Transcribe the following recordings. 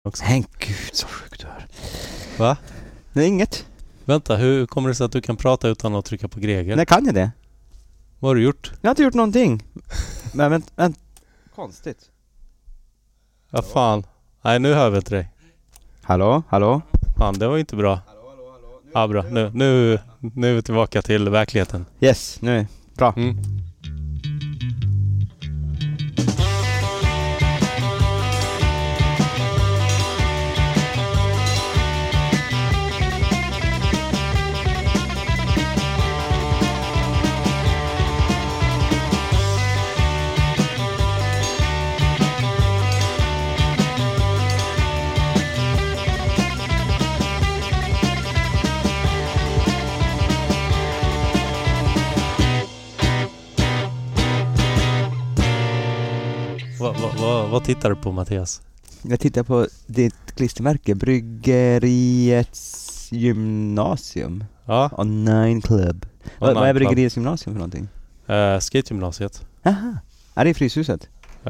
också. Men gud, så sjukt du är. Va? Det är inget. Vänta, hur kommer det sig att du kan prata utan att trycka på greger? När kan jag det? Vad har du gjort? Jag har inte gjort någonting. Men konstigt. Ja, fan. Nej, nu hör vi inte dig. Hallå? Fan, det var inte bra. Ja, bra. Nu är vi tillbaka till verkligheten. Yes, nu. Bra. Mm. Vad tittar du på, Mattias? Jag tittar på ditt klistermärke, Bryggeriets gymnasium. Ja. Online Club. Vad är Bryggeriets gymnasium för någonting? Skategymnasiet. Jaha. Är det i Fryshuset?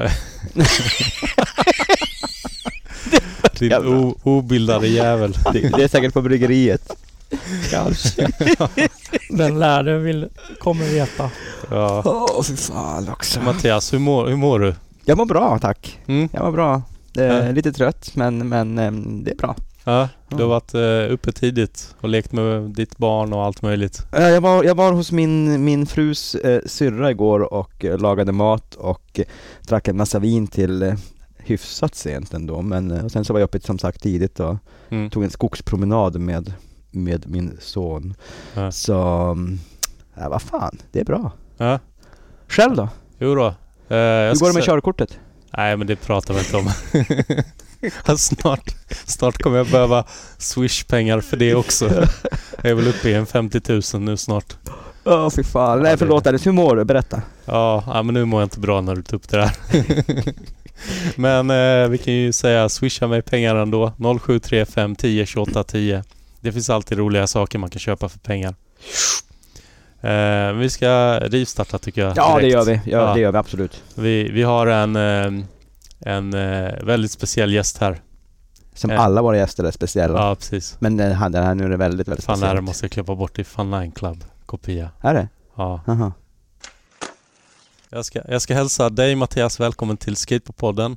Din obildade jävel. Det är säkert på Bryggeriet. Kanske. Den lärde kommer veta. Ja. Fy fan också. Mattias, hur mår du? Jag mår bra, tack. Mm. Jag mår bra. Lite trött, men det är bra. Ja, du har varit uppe tidigt och lekt med ditt barn och allt möjligt. Jag var hos min frus syrra igår och lagade mat och drack en massa vin till hyfsat sent ändå. Men och sen så var jag uppe som sagt tidigt och tog en skogspromenad med min son. Ja. Så, vad fan, det är bra. Ja. Själv då? Jo då. Hur går det med körkortet? Nej, men det pratar vi inte om. Snart kommer jag behöva Swish-pengar för det också. Jag är väl uppe i en 50 000 nu snart. Fy fan. Nej, förlåt Alice. Hur mår du? Berätta. Ja, men nu mår jag inte bra när du tog upp det där. Men vi kan ju säga swisha mig pengar ändå. 0735 10 28 10. Det finns alltid roliga saker man kan köpa för pengar. Vi ska rivstarta tycker jag. Ja, direkt. det gör vi. Det gör vi absolut. Vi har en väldigt speciell gäst här. Som alla våra gäster är speciella. Ja, precis. Men den här nu är det väldigt, väldigt Fan, speciellt. det måste jag klippa bort i Funline Club-kopia. Är det? Ja. Aha. Jag ska hälsa dig, Mattias, välkommen till Skateboardpodden.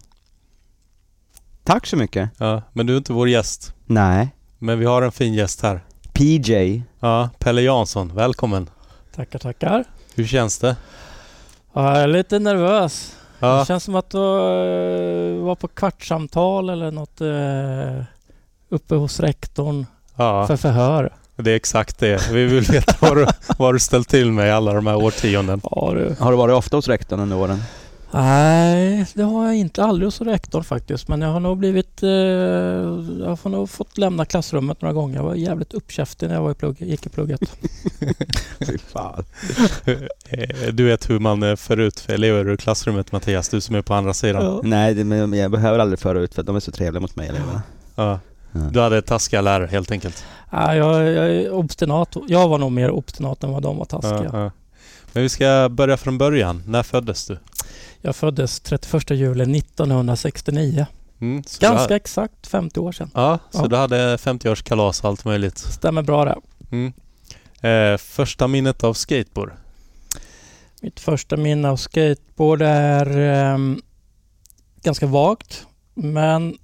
Tack så mycket. Ja, men du är inte vår gäst. Nej. Men vi har en fin gäst här. PJ. Ja, Pelle Jansson, välkommen. Tackar. Hur känns det? Ja, jag är lite nervös. Ja. Det känns som att du var på kvartssamtal eller något uppe hos rektorn för förhör. Det är exakt det. Vi vill veta vad du ställt till med i alla de här årtionden. Ja, Har du varit ofta hos rektorn under åren? Nej, det har jag inte. Aldrig hos rektorn faktiskt. Men jag har nog jag har nog fått lämna klassrummet några gånger. Jag var jävligt uppkäftig när jag gick i plugget. Fy fan. Du vet hur man för ut för elever ur klassrummet, Mattias, du som är på andra sidan. Ja. Nej, men jag behöver aldrig föra ut för att de är så trevliga mot mig, eleverna. Ja. Du hade taskiga lärare helt enkelt. Ja, jag är obstinat. Jag var nog mer obstinat än vad de var taskiga. Ja. Men vi ska börja från början. När föddes du? Jag föddes 31 juli 1969. Ganska exakt 50 år sedan. Ja, så du hade 50-årskalas och allt möjligt. Stämmer bra det. Första minnet av skateboard? Mitt första minne av skateboard är ganska vagt. Men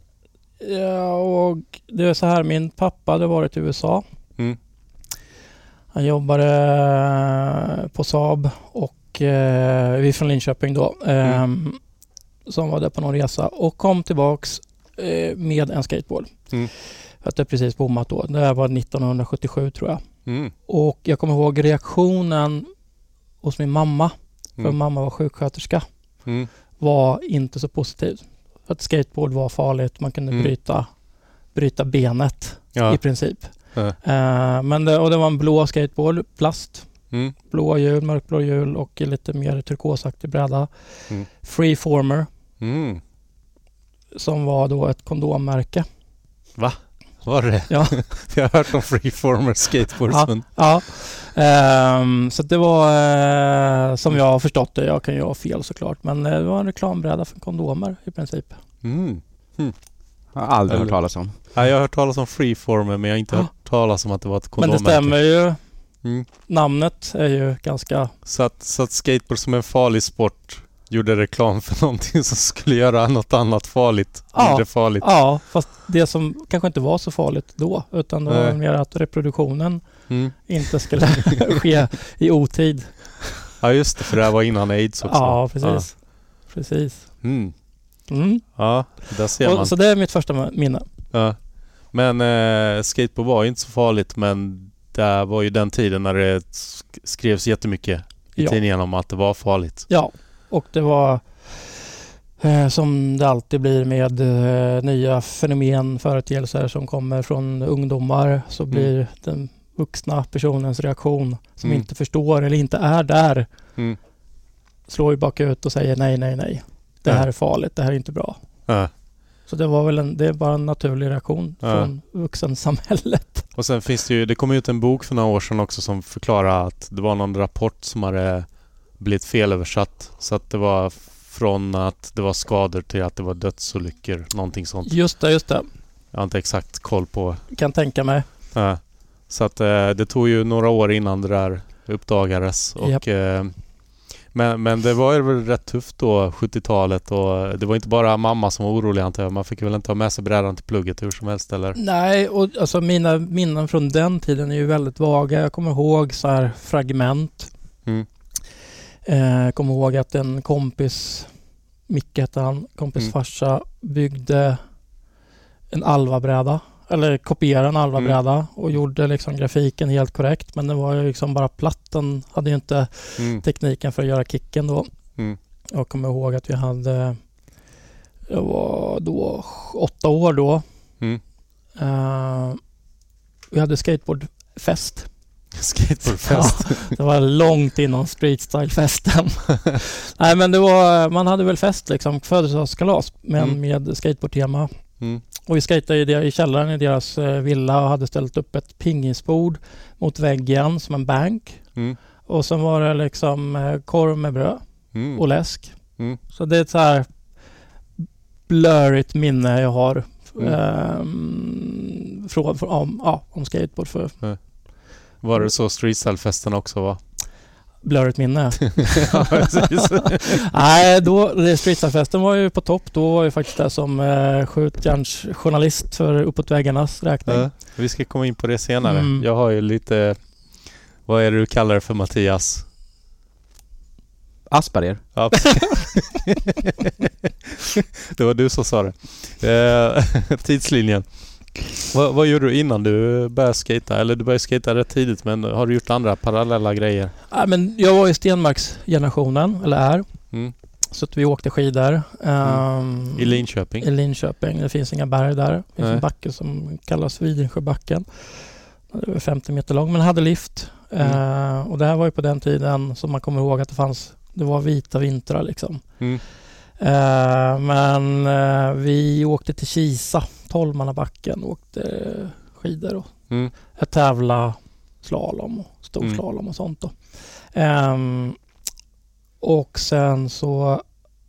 och det är så här, min pappa hade varit i USA. Han jobbade på Saab och vi är från Linköping då. Som var där på någon resa och kom tillbaks med en skateboard. För att det precis bommat då. Det här var 1977 tror jag. Och jag kommer ihåg reaktionen hos min mamma. För mamma var sjuksköterska. Var inte så positiv. För att skateboard var farligt. Man kunde bryta benet i princip. Men det var en blå skateboard, plast. Blåa hjul, mörkblå hjul och lite mer turkosaktig bräda. Freeformer. Som var då ett kondommärke. Va? Var det? Ja. Jag har hört om Freeformer skateboards. Ja. Så det var som jag har förstått det. Jag kan ju ha fel såklart. Men det var en reklambräda för kondomer i princip. Har aldrig hört talas om. Ja, jag har hört talas om freeformer, men jag har inte hört talas om att det var ett kondommärke. Men det stämmer ju. Namnet är ju ganska... Så att skateboard som en farlig sport gjorde reklam för någonting som skulle göra något annat farligt. Mindre farligt. Ja, fast det som kanske inte var så farligt då, utan det var mer att reproduktionen inte skulle ske i otid. Ja, just det, för det här var innan AIDS också. Ja, precis. Precis. Ja, där ser man. Så det är mitt första minne. Ja. Men skateboard var ju inte så farligt, men det var ju den tiden när det skrevs jättemycket i tidningen om att det var farligt. Ja, och det var som det alltid blir med nya fenomen, företeelser som kommer från ungdomar, så blir den vuxna personens reaktion som inte förstår eller inte är där slår ju bakut och säger nej. Det här är farligt, det här är inte bra. Så det var väl det är bara en naturlig reaktion från vuxensamhället. Och sen finns det kom ut en bok för några år sedan också som förklarar att det var någon rapport som hade blivit felöversatt. Så att det var från att det var skador till att det var dödsolyckor, någonting sånt. Just det. Jag har inte exakt koll på. Kan tänka mig. Så att det tog ju några år innan det där uppdagades. Och, men det var ju väl rätt tufft då, 70-talet, och det var inte bara mamma som var orolig, antar jag. Man fick väl inte ha med sig brädan till plugget hur som helst, eller? Nej, och alltså mina minnen från den tiden är ju väldigt vaga. Jag kommer ihåg så här fragment. Jag kommer ihåg att en kompis, Micke hette han, farsa, byggde en Alva-bräda. Eller kopierade en Alva-bräda och gjorde liksom grafiken helt korrekt. Men det var ju liksom bara platt. Den hade ju inte tekniken för att göra kicken då. Jag kommer ihåg att jag var då 8 år då. Vi hade skateboardfest. Skateboardfest. Ja, det var långt innan streetstyle-festen. Nej, men man hade väl fest liksom, födelsedagskalas med skateboardtema. Och vi skejtade i källaren i deras villa och hade ställt upp ett pingisbord mot väggen som en bank. Och sen var det liksom korv med bröd och läsk. Så det är ett så här blurrigt minne jag har om skateboard. Var det så streetstyle-festen också var? Blurrigt minne. Ja, precis. Nej, streetstyle-festen var ju på topp. Då var jag faktiskt där som skjutjärnsjournalist för Uppåt väggarnas räkning. Ja, vi ska komma in på det senare. Jag har ju lite... Vad är det du kallar det för, Mattias? Asperger. Ja. Det var du som sa det. Tidslinjen. Vad gjorde du innan du började skata? Eller du började skata rätt tidigt, men har du gjort andra parallella grejer? Ja, men jag var i Stenmarksgenerationen, eller är. Så att vi åkte skidor. I Linköping? I Linköping. Det finns inga berg där. Det finns en backe som kallas Vidingsjöbacken. Det var 50 meter lång, men hade lift. Och det här var ju på den tiden som man kommer ihåg att det var vita vintrar liksom. Men vi åkte till Kisa, 12-mannabacken, och åkte skidor och jag tävlade slalom och storslalom och sånt då. Och sen så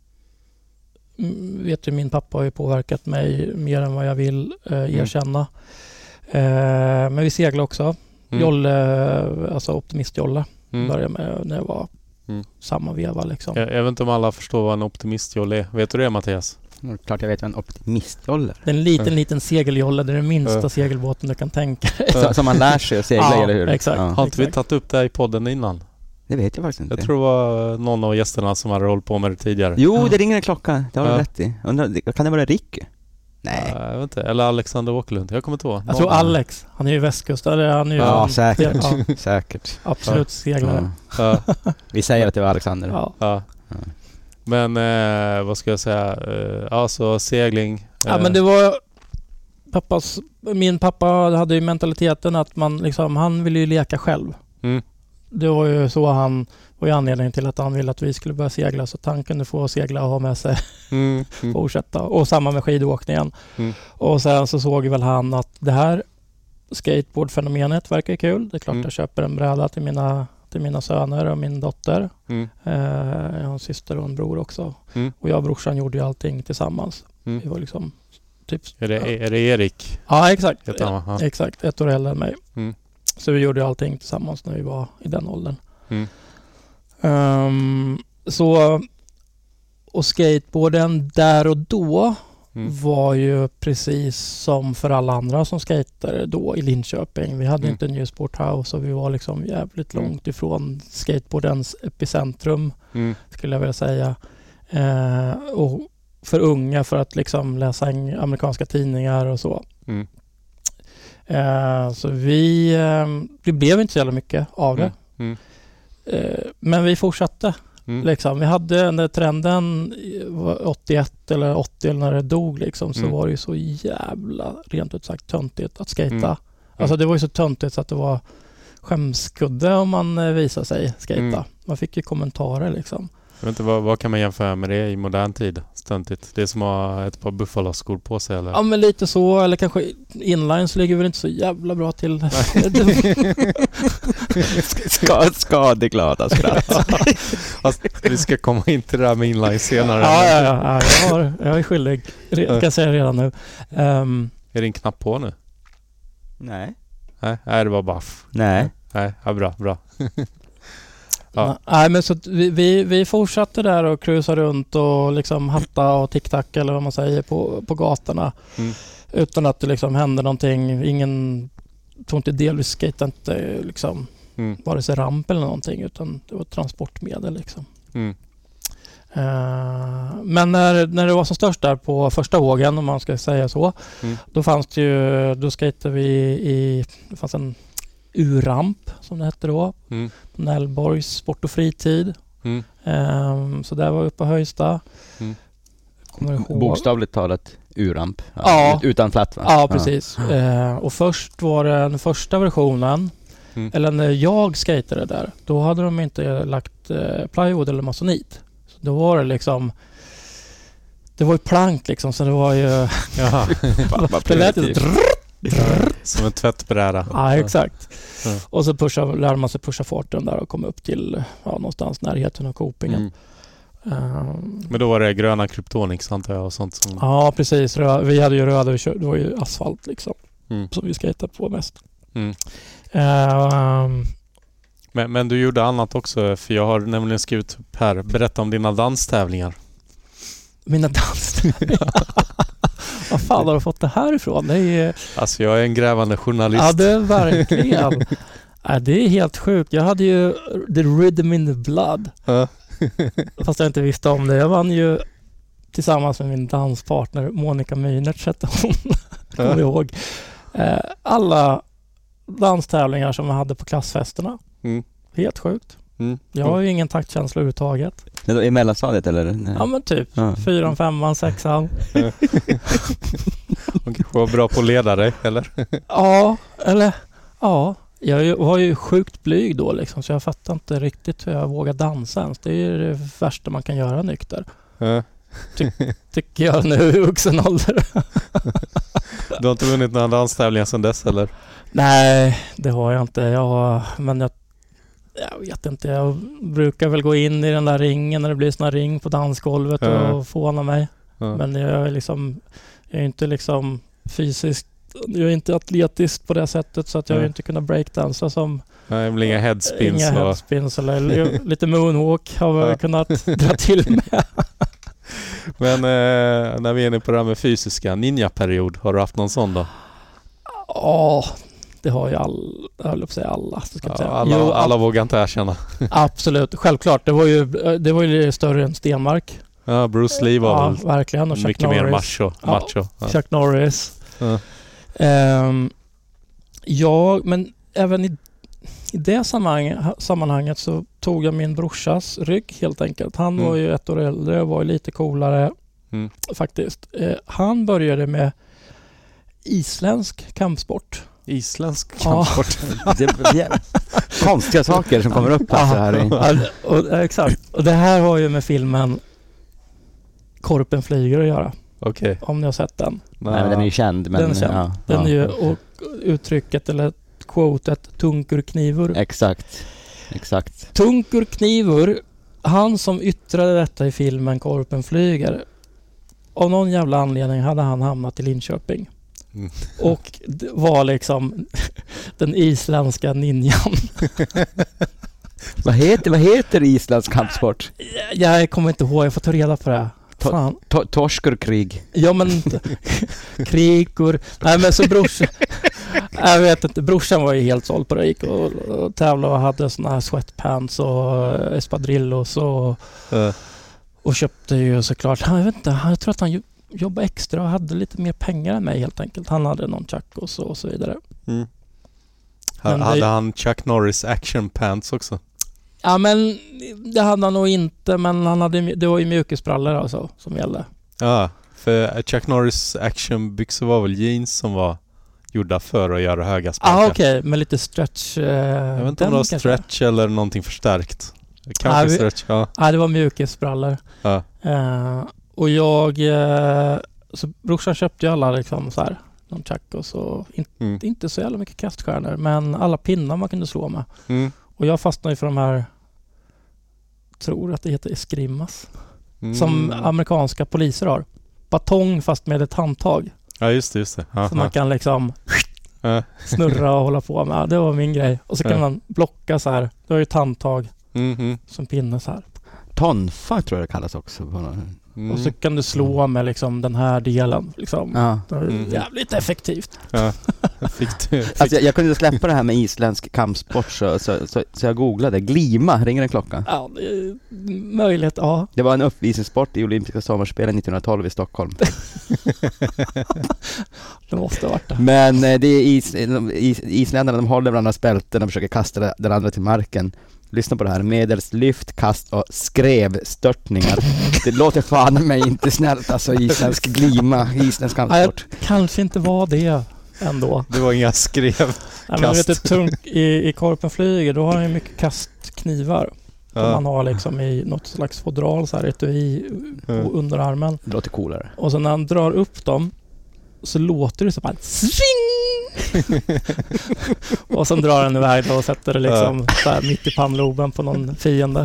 vet du, min pappa har ju påverkat mig mer än vad jag vill erkänna. Men vi seglade också. Jolle, alltså optimistjolle, började med när jag var samma veva liksom. Jag vet inte om alla förstår vad en optimistjolle är. Vet du det, Mattias? Klart jag vet vad en optimistjolle är. Det är en liten segeljolle. Det är den minsta segelbåten du kan tänka dig. Som man lär sig att segla, eller hur? Exakt. Har inte vi tagit upp det här i podden innan? Det vet jag faktiskt inte. Jag tror det var någon av gästerna som hade hållit på med det tidigare. Jo, det ringer en klocka. Det har du rätt i. Kan det vara Ricky? Nej. Jag vet inte. Eller Alexander Åkerlund. Jag kommer inte ihåg. Jag tror Alex. Han är ju västkustare. Ja, säkert. Säkert. Absolut seglare. Vi säger att det var Alexander. Ja. Men vad ska jag säga? Alltså segling. Ja, men det var min pappa hade ju mentaliteten att han ville ju leka själv. Det var ju så han var ju anledningen till att han ville att vi skulle börja segla, så att han kunde få segla och ha med sig fortsätta. Och samma med skidåkningen. Och sen så såg väl han att det här skateboardfenomenet verkar kul. Det är klart jag köper en bräda till mina söner och min dotter. Jag har en syster och en bror också. Och jag och brorsan gjorde ju allting tillsammans. Vi var liksom typ. Är det Erik? Ja, exakt. Exakt, 1 år äldre än mig. Så vi gjorde ju allting tillsammans när vi var i den åldern. Och skateboarden där och då var ju precis som för alla andra som skatade då i Linköping. Vi hade inte en New Sport House och vi var liksom jävligt långt ifrån skateboardens epicentrum skulle jag vilja säga. Och för unga för att liksom läsa amerikanska tidningar och så. Så det blev inte så jävla mycket av det. Men vi fortsatte. Liksom. Vi hade den där trenden 81 eller 80 när det dog liksom, så var det ju så jävla rent ut sagt töntigt att skata. Alltså det var ju så töntigt så att det var skämskudde om man visade sig skata. Man fick ju kommentarer liksom. Jag vet inte, vad kan man jämföra med det i modern tid? Stöntigt. Det är som att ha ett par Buffalo-skor på sig eller? Ja men lite så, eller kanske inlines ligger väl inte så jävla bra till. Skadeglada skratt. Vi ska komma in till det där med inlines senare. Ja, jag är skyldig. Kan jag säga redan nu. Är din knapp på nu? Nej. Nej, det var baff. Nej. Nej, ja, bra. Ja. Nej, men så vi fortsatte där och cruisa runt och liksom hatta och tic-tac eller vad man säger på gatorna. Utan att det liksom hände någonting. Ingen tog inte del, vi skatade inte liksom vare sig ramp eller någonting, utan det var ett transportmedel liksom. Men när det var som störst där på första vågen, om man ska säga så, då fanns det ju, då skatade vi det fanns en U-ramp som det hette då. På Nälborgs sport och fritid. Så där var vi på högsta. Bokstavligt talat U-ramp. Ja. Utan platt va? Ja, precis. Och först var det den första versionen. Eller när jag skatade där, då hade de inte lagt plywood eller masonit. Så då var det liksom, det var ju plank liksom, så det var ju det lät ju som en tvättbräda. Ja, exakt. Och så lärde man sig pusha farten där och komma upp till någonstans närheten av kopingen. Men då var det gröna Kryptonix antar jag och sånt som... Ja, precis. Vi hade ju röda, det var ju asfalt liksom. Som vi skatade på mest. Men du gjorde annat också, för jag har nämligen skrivit upp här. Berätta om dina danstävlingar. Mina danstävlingar? Vad fan har du fått det här ifrån? Det är... Alltså jag är en grävande journalist. Ja, det är verkligen. Det är helt sjukt. Jag hade ju the rhythm in the blood. Fast jag inte visste om det. Jag vann ju tillsammans med min danspartner Monica Mynertz, hon kommer ihåg. Alla danstävlingar som jag hade på klassfesterna. Helt sjukt. Jag har ju ingen taktkänsla överhuvudtaget. I mellanstadiet eller? Ja men typ 4, 5, 6. Hon kanske var bra på att leda dig, eller? Ja. Jag var ju sjukt blyg då liksom, så jag fattar inte riktigt hur jag vågar dansa ens. Det är ju det värsta man kan göra nykter. Tycker jag nu i vuxen ålder. Du har inte vunnit några danstävlingar sedan dess, eller? Nej, det har jag inte. Men jag vet inte. Jag brukar väl gå in i den där ringen när det blir såna ring på dansgolvet och fåna mig. Men jag är inte liksom fysiskt, jag är inte atletisk på det sättet, så att jag inte kunnat breakdansa som... Nej, det blir inga headspins. Inga headspins eller lite moonwalk har vi kunnat dra till med. Men när vi är inne på det här med fysiska, ninja-period, har du haft någon sån då? Ja, det har ju alla. Ska säga. Alla vågar inte erkänna. Absolut, självklart. Det var ju större än Stenmark. Ja, Bruce Lee var väl verkligen. Och mycket mer macho. Chuck Norris. Men även i det sammanhanget så tog jag min brorsas rygg helt enkelt. Han var ju 1 år äldre och var lite coolare faktiskt. Han började med isländsk kampsport. Isländsk kampsport? Det är konstiga saker som kommer upp här. Exakt. Och det här har ju med filmen Korpen flyger att göra. Okay. Om ni har sett den. Nej, men den är ju känd. Men, den är känd. Den är ju, och uttrycket eller quotet Tunkur Knivur. Exakt. Tunkur Knivur, han som yttrade detta i filmen Korpen flyger, av någon jävla anledning hade han hamnat i Linköping. Och det var liksom den isländska ninjan. Vad heter isländsk kampsport? Jag kommer inte ihåg, jag får ta reda på det. Fan. Torskerkrig. Ja men krigor. Nej men så brorsan. Jag vet inte, brorsan var ju helt såld på det. Gick och tävlade och hade såna här sweatpants och espadrillos och köpte ju såklart. Jag vet inte, jag tror att han jobbade extra och hade lite mer pengar än mig helt enkelt. Han hade någon Chuck och så vidare. Hade han Chuck Norris action pants också? Ja men det hade han nog inte, men det var ju mjukisbrallor alltså som gällde. Ja, för Chuck Norris actionbyxor var väl jeans som var gjorda för att göra höga sparkar. Okej, med lite stretch. Jag vet inte om det var stretch eller någonting förstärkt. Kanske stretch, ja. Ja, det var mjukisbrallor. Ja. Och så brorsan köpte ju alla liksom så här, någon Chuck och så. Inte så jävla mycket kaststjärnor, men alla pinnar man kunde slå med. Och jag fastnade ju för de här, tror att det heter Escrimas, som amerikanska poliser har. Batong fast med ett handtag. Ja, just det. Så man kan liksom snurra och hålla på med. Det var min grej. Och så kan man blocka så här. Det var ju ett handtag som pinne så här. Tonfa tror jag det kallas också. Och så kan du slå med liksom den här delen. Liksom. Det är jävligt effektivt. Ja. Alltså, jag kunde släppa det här med isländsk kampsport så jag googlade. Glima, ringer en klocka? Ja, det är möjligt, ja. Det var en uppvisningssport i olympiska sommarspelen 1912 i Stockholm. Det måste ha varit det. Men det är isländarna, de håller varandras bälten och försöker kasta den andra till marken. Lyssna på det här. Medelslyft, kast och skrevstörtningar. Det låter fan mig inte snällt. Alltså isländsk glima, isländsk kampsport. Kanske inte var det ändå. Det var inga skrev. Nej, men vet du, tungt i Korpen flyger, då har han ju mycket kastknivar. Som man har liksom i något slags fodral så här, etui på underarmen. Det låter coolare. Och sen när han drar upp dem så låter det så bara sving! Och sen drar han iväg och sätter det liksom så här mitt i pannloben på någon fiende.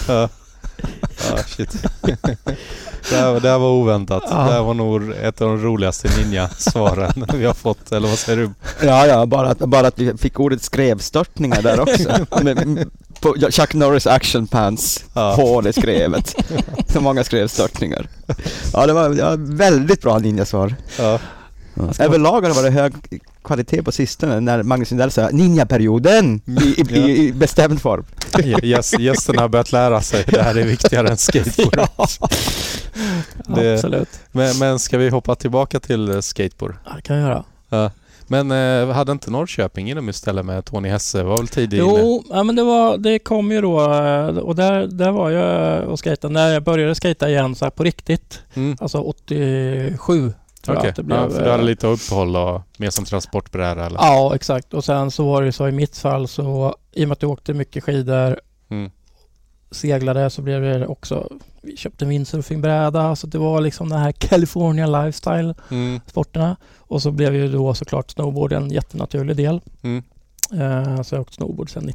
Shit. Det här var oväntat. Det här var nog ett av de roligaste ninja-svaren vi har fått. Eller vad säger du? Ja, bara att vi fick ordet skrevstörtningar där också. På Chuck Norris action pants hål i skrevet. Så många skrevstörtningar. Ja, det var väldigt bra ninja-svar. Ja. Överlag har det varit hög kvalitet på sistone när Magnus Lindell sa ninja-perioden i bestämd form. Gästerna har börjat lära sig. Det här är viktigare än skateboard. Absolut. Men ska vi hoppa tillbaka till skateboard? Ja, det kan jag göra. Ja. Men hade inte Norrköping inom istället med Tony Hesse? Var väl tidigt inne? Jo, ja, men det kom ju då och där var jag och skejtade. När jag började skejta igen så här på riktigt. Alltså 87. Okej, för du hade lite uppehåll och mer som transportbräda eller? Ja, exakt. Och sen så var det så i mitt fall så i och med att jag åkte mycket skidor seglade så blev det också, vi köpte en windsurfingbräda så det var liksom den här California lifestyle sporterna. Och så blev ju då såklart snowboard en jättenaturlig del. Så jag åkte snowboard sedan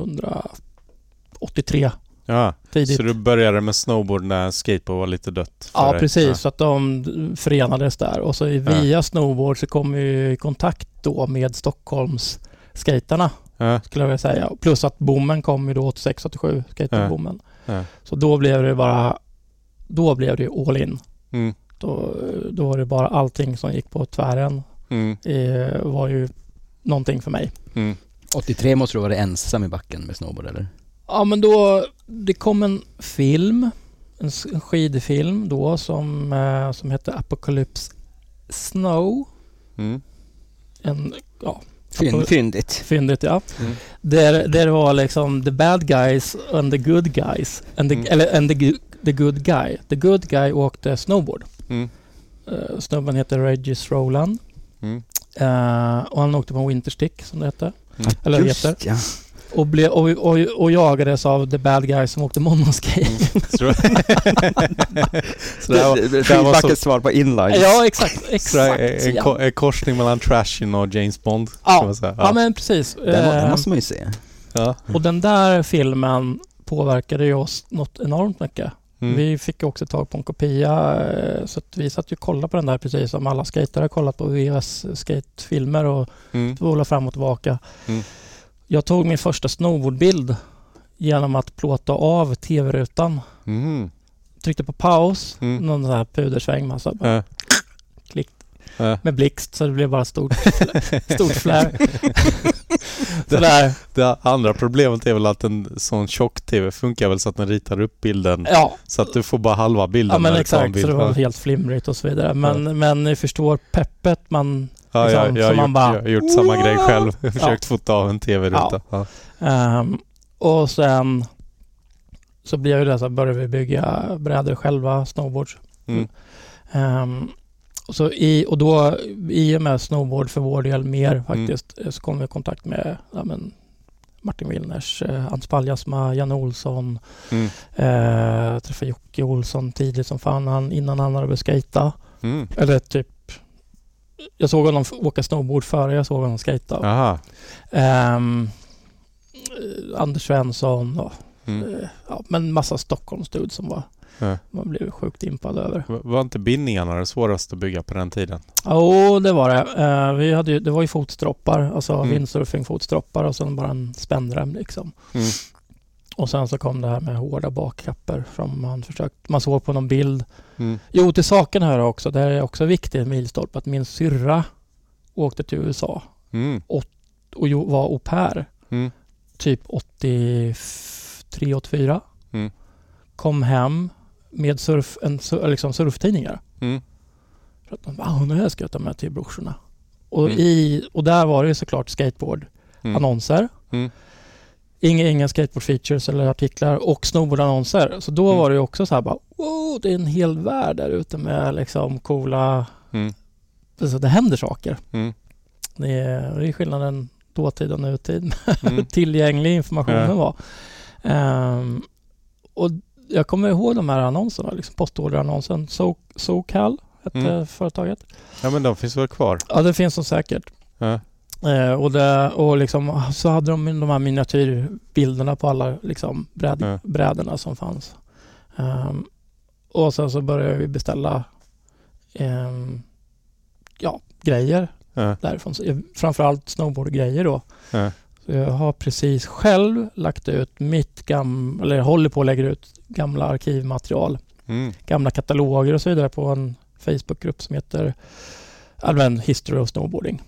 1983. Ja, tidigt. Så du började med snowboard när skateboard var lite dött? Ja, precis. Ja. Så att de förenades där. Och så via snowboard så kom vi i kontakt då med Stockholms skaterna, skulle jag vilja säga. Plus att bommen kom ju då 86-87, skateboardbommen. Så då blev det all in. Då var det bara allting som gick på tvären. Var ju någonting för mig. 83 måste du vara ensam i backen med snowboard, eller? Ja, men då det kom en film, en skidfilm då som hette Apocalypse Snow. Fyndigt, ja. Där det var liksom the bad guys and the good guys the good guy. The good guy åkte snowboard. Snubben heter Regis Rowland. Och han åkte på en winterstick som det hette. Eller just, heter. Ja. Och jagades av the bad guys som åkte monoskate. Så det var så svar på inline. Ja, exakt. En korsning mellan Trashin och James Bond. Ja, men precis. Det måste man ju se. Och den där filmen påverkade ju oss något enormt mycket. Vi fick också tag på en kopia, så att vi satt ju och kollade på den där precis som alla skatare har kollat på VHS-skatefilmer och spola fram och tillbaka. Jag tog min första snowboardbild genom att plåta av tv-rutan. Tryckte på paus, någon sån här pudersväng, massa klick med blixt, så det blev bara stort flär. Det andra problemet är väl att en sån tjock-tv funkar väl så att den ritar upp bilden så att du får bara halva bilden. Ja, men exakt, så det var helt flimrigt och så vidare. Men ni förstår peppet man... Ja, liksom, jag har gjort samma grej själv. Jag har försökt fota av en tv-ruta. Ja. Och sen så blir det så att började vi bygga brädor själva, snowboards. Och då i och med snowboard för vår del mer faktiskt så kom vi i kontakt med Martin Wilners, Hans Paljasma, Jan Olsson, träffade Jocke Olsson tidigt som fan innan han hade börjat skata. Eller typ jag såg honom åka snowboard före jag såg honom skata. Anders Svensson men massa Stockholmstud som var man blev sjukt impad över. Var inte bindningarna det svåraste att bygga på den tiden? Jo, det var det. Det var ju fotstroppar, alltså windsurfing-fotstroppar och sen bara en spännrem liksom. Och sen så kom det här med hårda bakkapper som man såg på någon bild. Jo, till saken här också, det är också viktigt milstolpe att min syrra åkte till USA och var au pair typ 83-84. Kom hem med surftidningar. För att nu här ska jag ta med till brorsorna. Och där var det såklart skateboard annonser. Inga skateboard features eller artiklar och snowboard-annonser. Så då var det också så här bara, wow, det är en hel värld där ute med liksom coola... Alltså det händer saker. Det är skillnaden dåtid och nutid. Tillgänglig informationen var. Och jag kommer ihåg de här annonserna, liksom postorderannonsen. SoCal hette företaget. Ja, men de finns väl kvar? Ja, det finns de säkert. Och liksom, så hade de här miniatyrbilderna på alla liksom brädorna som fanns. Och sen så började vi beställa grejer därifrån. Framförallt snowboardgrejer då. Så jag har precis själv lagt ut håller på att lägga ut gamla arkivmaterial. Gamla kataloger och så vidare på en Facebookgrupp som heter History of Snowboarding.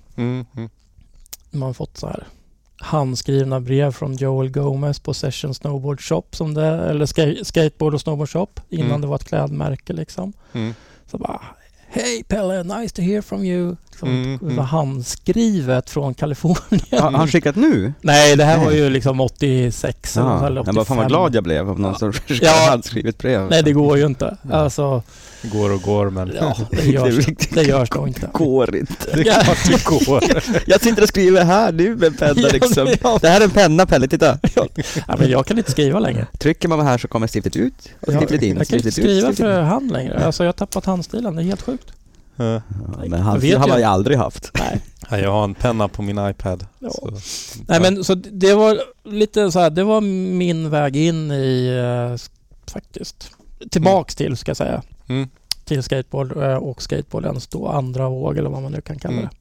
Man har fått så här handskrivna brev från Joel Gomez på Session Snowboard Shop eller Skateboard och Snowboard Shop innan det var ett klädmärke liksom. Så bara, hej Pelle, nice to hear from you. Det var handskrivet från Kalifornien. Har han skickat nu? Nej, det här var ju liksom 86 eller 85. Jag bara, fan vad glad jag blev av någon som skickade handskrivet brev. Nej, det går ju inte. Alltså, går och går, men... Ja, det görs nog inte. Det går inte. Det är klart det går. Jag sitter och skriver här nu med en penna liksom. Det här är en penna, Pelle, titta. Men jag kan inte skriva längre. Trycker man här så kommer stiftet ut och stiftet in. Jag kan inte skriva för hand längre. Alltså jag har tappat handstilen, det är helt sjukt. Men handstil har man ju aldrig haft. Nej. Jag har en penna på min iPad. Ja. Nej, men så det var lite så här, det var min väg in i faktiskt tillbaks till, ska jag säga. Till skateboard och skateboardens då andra våg eller vad man nu kan kalla det.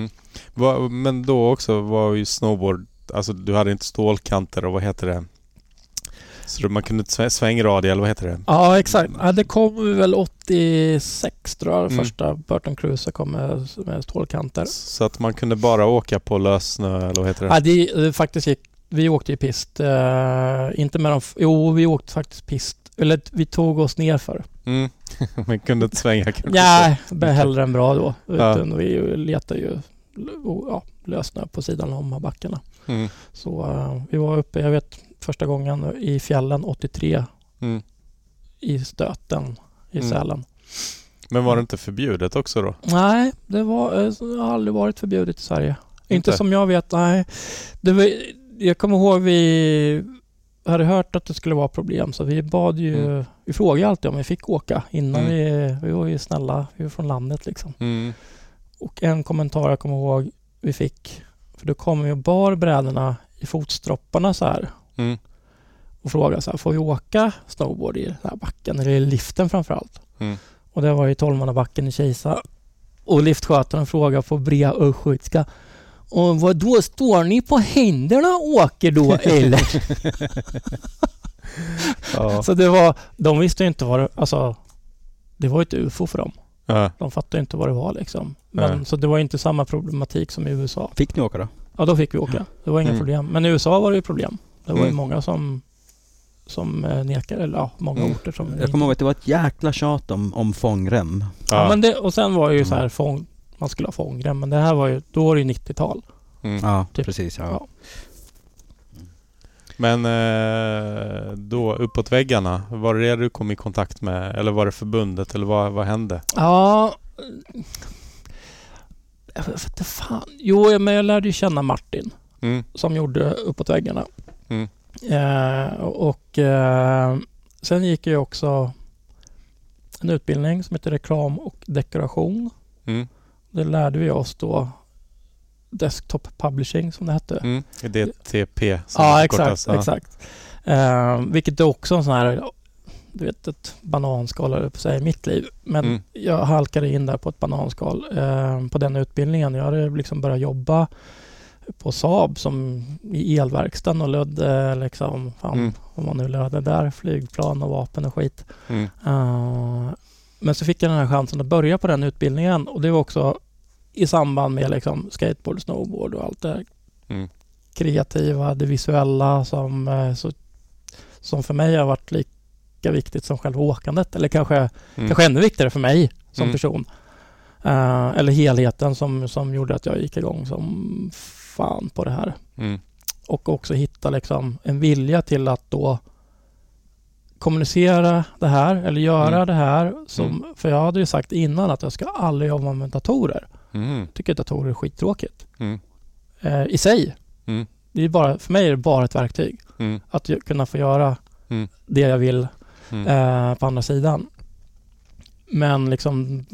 Men då också var ju snowboard, alltså du hade inte stålkanter och vad heter det? Så man kunde svängrad eller vad heter det? Ja, exakt. Ja, det kom väl 86 tror jag. Första Burton Cruiser kom med stålkanter. Så att man kunde bara åka på lössnö eller vad heter det? Ja, det faktiskt vi åkte ju pist. Inte med vi åkte faktiskt pist. Eller vi tog oss ner för. Man kunde inte svänga kanske. Nej, hellre än bra då. Utan vi letade ju lössnö på sidan om backarna. Så vi var uppe, jag vet första gången i fjällen 83 i Stöten i Sälen. Men var det inte förbjudet också då? Nej, det har aldrig varit förbjudet i Sverige. Inte som jag vet, nej. Jag kommer ihåg vi hade hört att det skulle vara problem så vi bad ju, vi frågade alltid om vi fick åka innan vi var ju snälla, vi var från landet liksom. Och en kommentar jag kommer ihåg vi fick, för då kom vi och bar brädorna i fotstropparna så här. och frågade så här, får vi åka snowboard i den här backen eller i liften framförallt? Mm. Och det var i 12-mannabacken i Kisa. Och liftskötaren frågade på brea östgötska, och vad då, står ni på händerna och åker då eller? Ja. Så det var, de visste ju inte vad det, alltså det var ett UFO för dem. Ja. De fattade inte vad det var liksom. Men, så det var inte samma problematik som i USA. Fick ni åka då? Ja, då fick vi åka. Det var inga problem. Men i USA var det ju problem. Det var ju många som nekade, eller många orter som... Jag kommer ihåg att det var ett jäkla tjat om fångrem. Ja, men det, och sen var det ju så här, man skulle ha fångrem, men det här var ju, då var det ju 90-tal. Ja, typ. precis. Ja. Men då uppåt väggarna, var det du kom i kontakt med, eller var det förbundet, eller vad hände? Ja, jag vet inte fan. Jo, men jag lärde ju känna Martin som gjorde uppåt väggarna. Sen gick jag också en utbildning som heter reklam och dekoration. Det lärde vi oss då desktop publishing som det hette. DTP. Ja, exakt. Vilket är också en sån här, du vet, ett bananskal på sig i mitt liv. Men jag halkade in där på ett bananskal på den utbildningen. Jag hade liksom börjat jobba på Saab som i elverkstan och lödde liksom, om man nu lödde där, flygplan och vapen och skit. Men så fick jag den här chansen att börja på den utbildningen, och det var också i samband med liksom skateboard, snowboard och allt det här kreativa, det visuella som för mig har varit lika viktigt som själva åkandet, eller kanske ännu viktigare för mig som person. Eller helheten som gjorde att jag gick igång som fan på det här. Och också hitta liksom en vilja till att då kommunicera det här eller göra det här. För jag hade ju sagt innan att jag ska aldrig jobba med datorer. Tycker att datorer är skittråkigt. I sig. Det är bara, för mig är det bara ett verktyg. Att kunna få göra det jag vill på andra sidan. Men liksom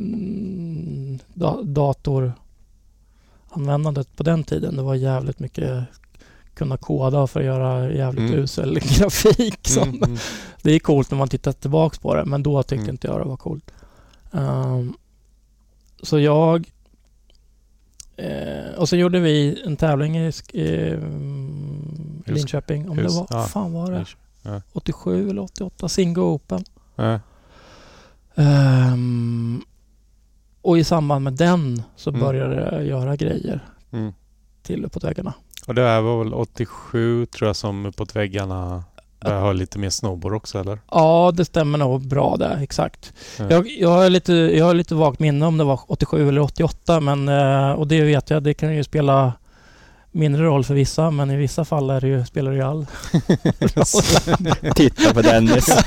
datoranvändandet på den tiden, det var jävligt mycket kunna koda för att göra jävligt usel grafik. Det är coolt när man tittar tillbaka på det, men då tyckte inte jag det var coolt. Så jag och så gjorde vi en tävling i Linköping, om det var, fan var det? 87 eller 88, Singo Open. Och i samband med den så började jag göra grejer till uppåt väggarna. Och det här var väl 87 tror jag som uppåt väggarna började ha lite mer snowboard också, eller? Ja, det stämmer nog bra där, exakt. Jag har lite vagt minne om det var 87 eller 88, men och det vet jag, det kan ju spela mindre roll för vissa, men i vissa fall spelar det ju all. Titta på Dennis.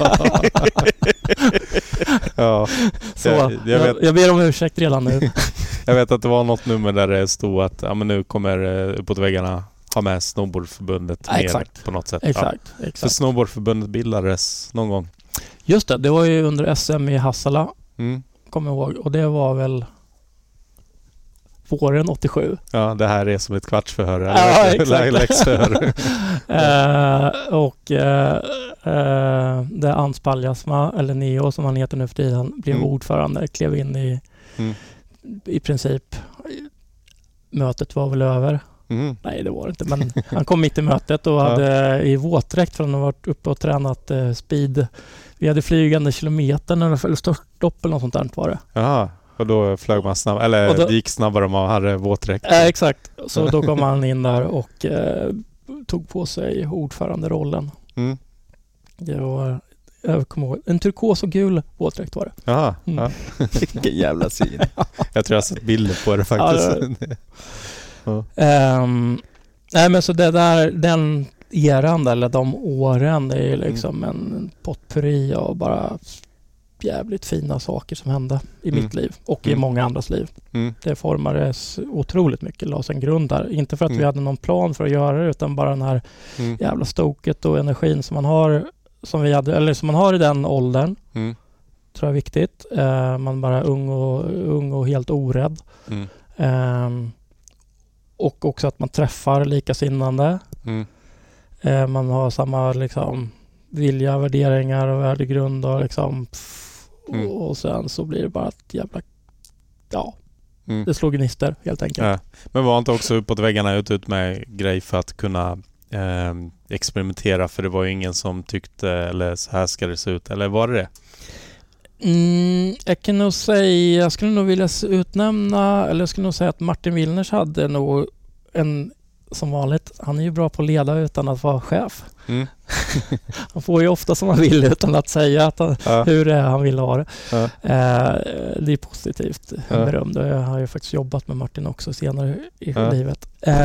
Så, jag ber om ursäkt redan nu. Jag vet att det var något nummer där det stod att men nu kommer uppåt väggarna ha med snowboardförbundet med på något sätt. Exakt. För snowboardförbundet bildades någon gång. Just det var ju under SM i Hassala. Kommer jag ihåg. Och det var väl våren 87. Ja, det här är som ett kvartsförhör. Ja, exakt. Läxförhör. Där Ans Paljasma, eller Neo som han heter nu för tiden, blev ordförande, klev in i princip. Mötet var väl över. Nej, det var det inte. Men han kom mitt i mötet och hade i våtdräkt från att ha varit uppe och tränat speed. Vi hade flygande kilometer eller störtlopp eller något sånt där var det. Jaha. Och då flög man snabbare, eller det gick snabbare om man hade våtdräkt. Exakt. Så då kom han in där och tog på sig ordföranderollen. Det var, jag kommer ihåg, en turkos och gul våtdräkt var det. Jaha. Vilken jävla syn. Jag tror jag har sett bilder på det faktiskt. Nej, men så det där, den eran eller de åren, det är liksom en potpurri och bara jävligt fina saker som hände i mitt liv och i många andras liv. Det formades otroligt mycket, lades en grund där. Inte för att vi hade någon plan för att göra det, utan bara den här jävla stoket och energin som man har, som vi hade, eller som man har i den åldern. Tror jag är viktigt. Man bara ung och helt orädd. Och också att man träffar likasinnande. Man har samma liksom vilja, värderingar och värdegrund och liksom och sen så blir det bara ett jävla det slår gnister helt enkelt. Ja. Men var inte också uppåt väggarna ut med grej för att kunna experimentera, för det var ju ingen som tyckte eller så här ska det se ut, eller var det? Jag kan nog säga, jag skulle nog vilja utnämna, eller jag skulle nog säga att Martin Willners hade nog som vanligt, han är ju bra på att leda utan att vara chef. Han får ju ofta som han vill utan att säga att hur det är han vill ha det. Det är positivt beröm. Jag har ju faktiskt jobbat med Martin också senare i livet.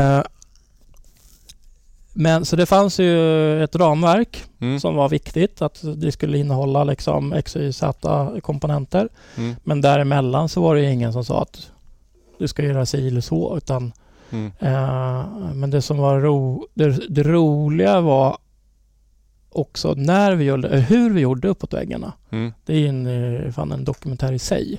Men så det fanns ju ett ramverk som var viktigt, att det skulle innehålla liksom X, Y, Z-komponenter. Men däremellan så var det ingen som sa att du ska göra sig eller så, utan men det som var det roliga var också när vi gjorde, hur vi gjorde uppåt väggarna. Det är en dokumentär i sig.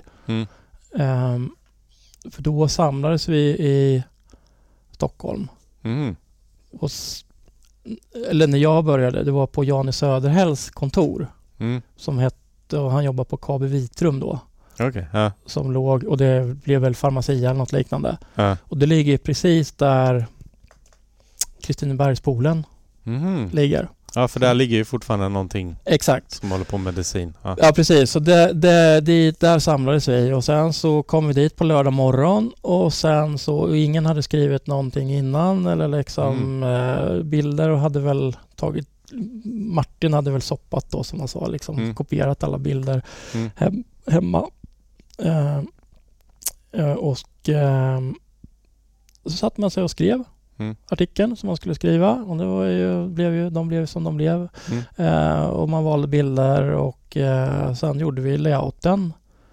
För då samlades vi i Stockholm. Och eller när jag började, det var på Jan Söderhälls kontor som hette, och han jobbade på KB Vitrum då. Som låg, och det blev väl Farmacia eller något liknande. Och det ligger precis där Kristinebergspoolen ligger. Ja, för där ligger ju fortfarande någonting. Exakt. Som håller på med medicin. Ja, precis. Så där samlades vi, och sen så kom vi dit på lördag morgon, och sen så ingen hade skrivit någonting innan eller liksom bilder, och hade väl tagit, Martin hade väl soppat då som man sa, liksom kopierat alla bilder hemma. Och så satt man sig och skrev artikeln som man skulle skriva, och det var de blev som de blev. Och man valde bilder, och sen gjorde vi layouten